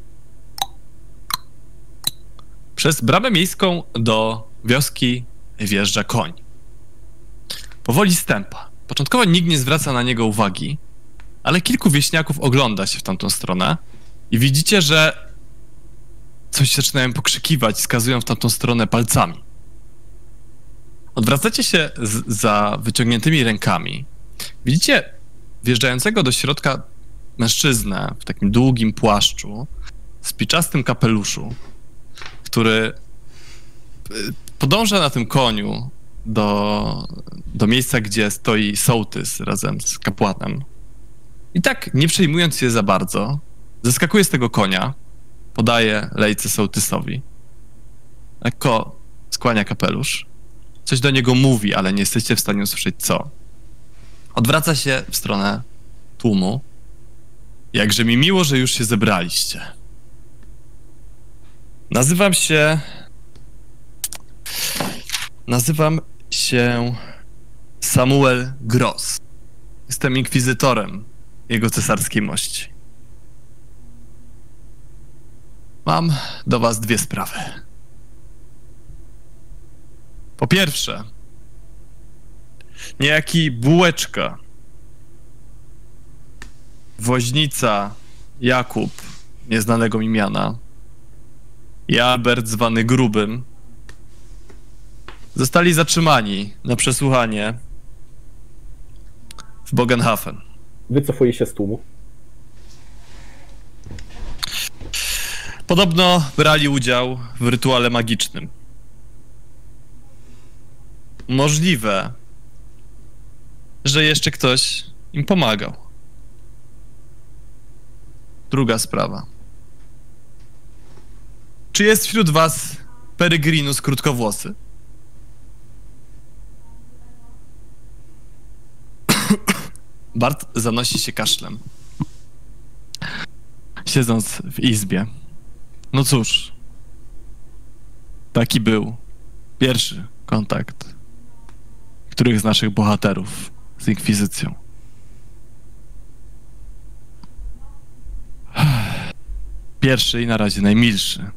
Przez bramę miejską do wioski wjeżdża koń. Powoli stępa. Początkowo nikt nie zwraca na niego uwagi, ale kilku wieśniaków ogląda się w tamtą stronę i widzicie, że coś zaczynają pokrzykiwać, wskazują w tamtą stronę palcami. Odwracacie się z, za wyciągniętymi rękami. Widzicie wjeżdżającego do środka mężczyznę w takim długim płaszczu, spiczastym kapeluszu, który podąża na tym koniu do, do miejsca, gdzie stoi sołtys razem z kapłanem. I tak, nie przejmując się za bardzo, zeskakuje z tego konia, podaje lejce sołtysowi. Lekko skłania kapelusz. Coś do niego mówi, ale nie jesteście w stanie usłyszeć co. Odwraca się w stronę tłumu. Jakże mi miło, że już się zebraliście. Nazywam się... Nazywam się Samuel Gross. Jestem inkwizytorem jego cesarskiej mości. Mam do was dwie sprawy. Po pierwsze, niejaki Bułeczka, woźnica Jakub, nieznanego mi miana, i Albert zwany Grubym, zostali zatrzymani na przesłuchanie w Bogenhafen. Wycofuje się z tłumu. Podobno brali udział w rytuale magicznym. Możliwe, że jeszcze ktoś im pomagał. Druga sprawa. Czy jest wśród was Peregrinus krótkowłosy? Bart zanosi się kaszlem, siedząc w izbie. No cóż, taki był pierwszy kontakt których z naszych bohaterów z Inkwizycją. Pierwszy i na razie najmilszy.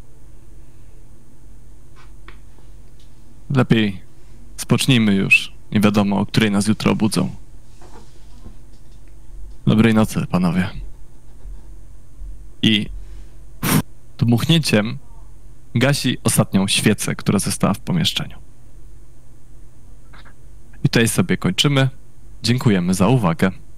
Lepiej spocznijmy już. Nie wiadomo, o której nas jutro obudzą. Dobrej nocy, panowie. I dmuchnięciem gasi ostatnią świecę, która została w pomieszczeniu. I tutaj sobie kończymy. Dziękujemy za uwagę.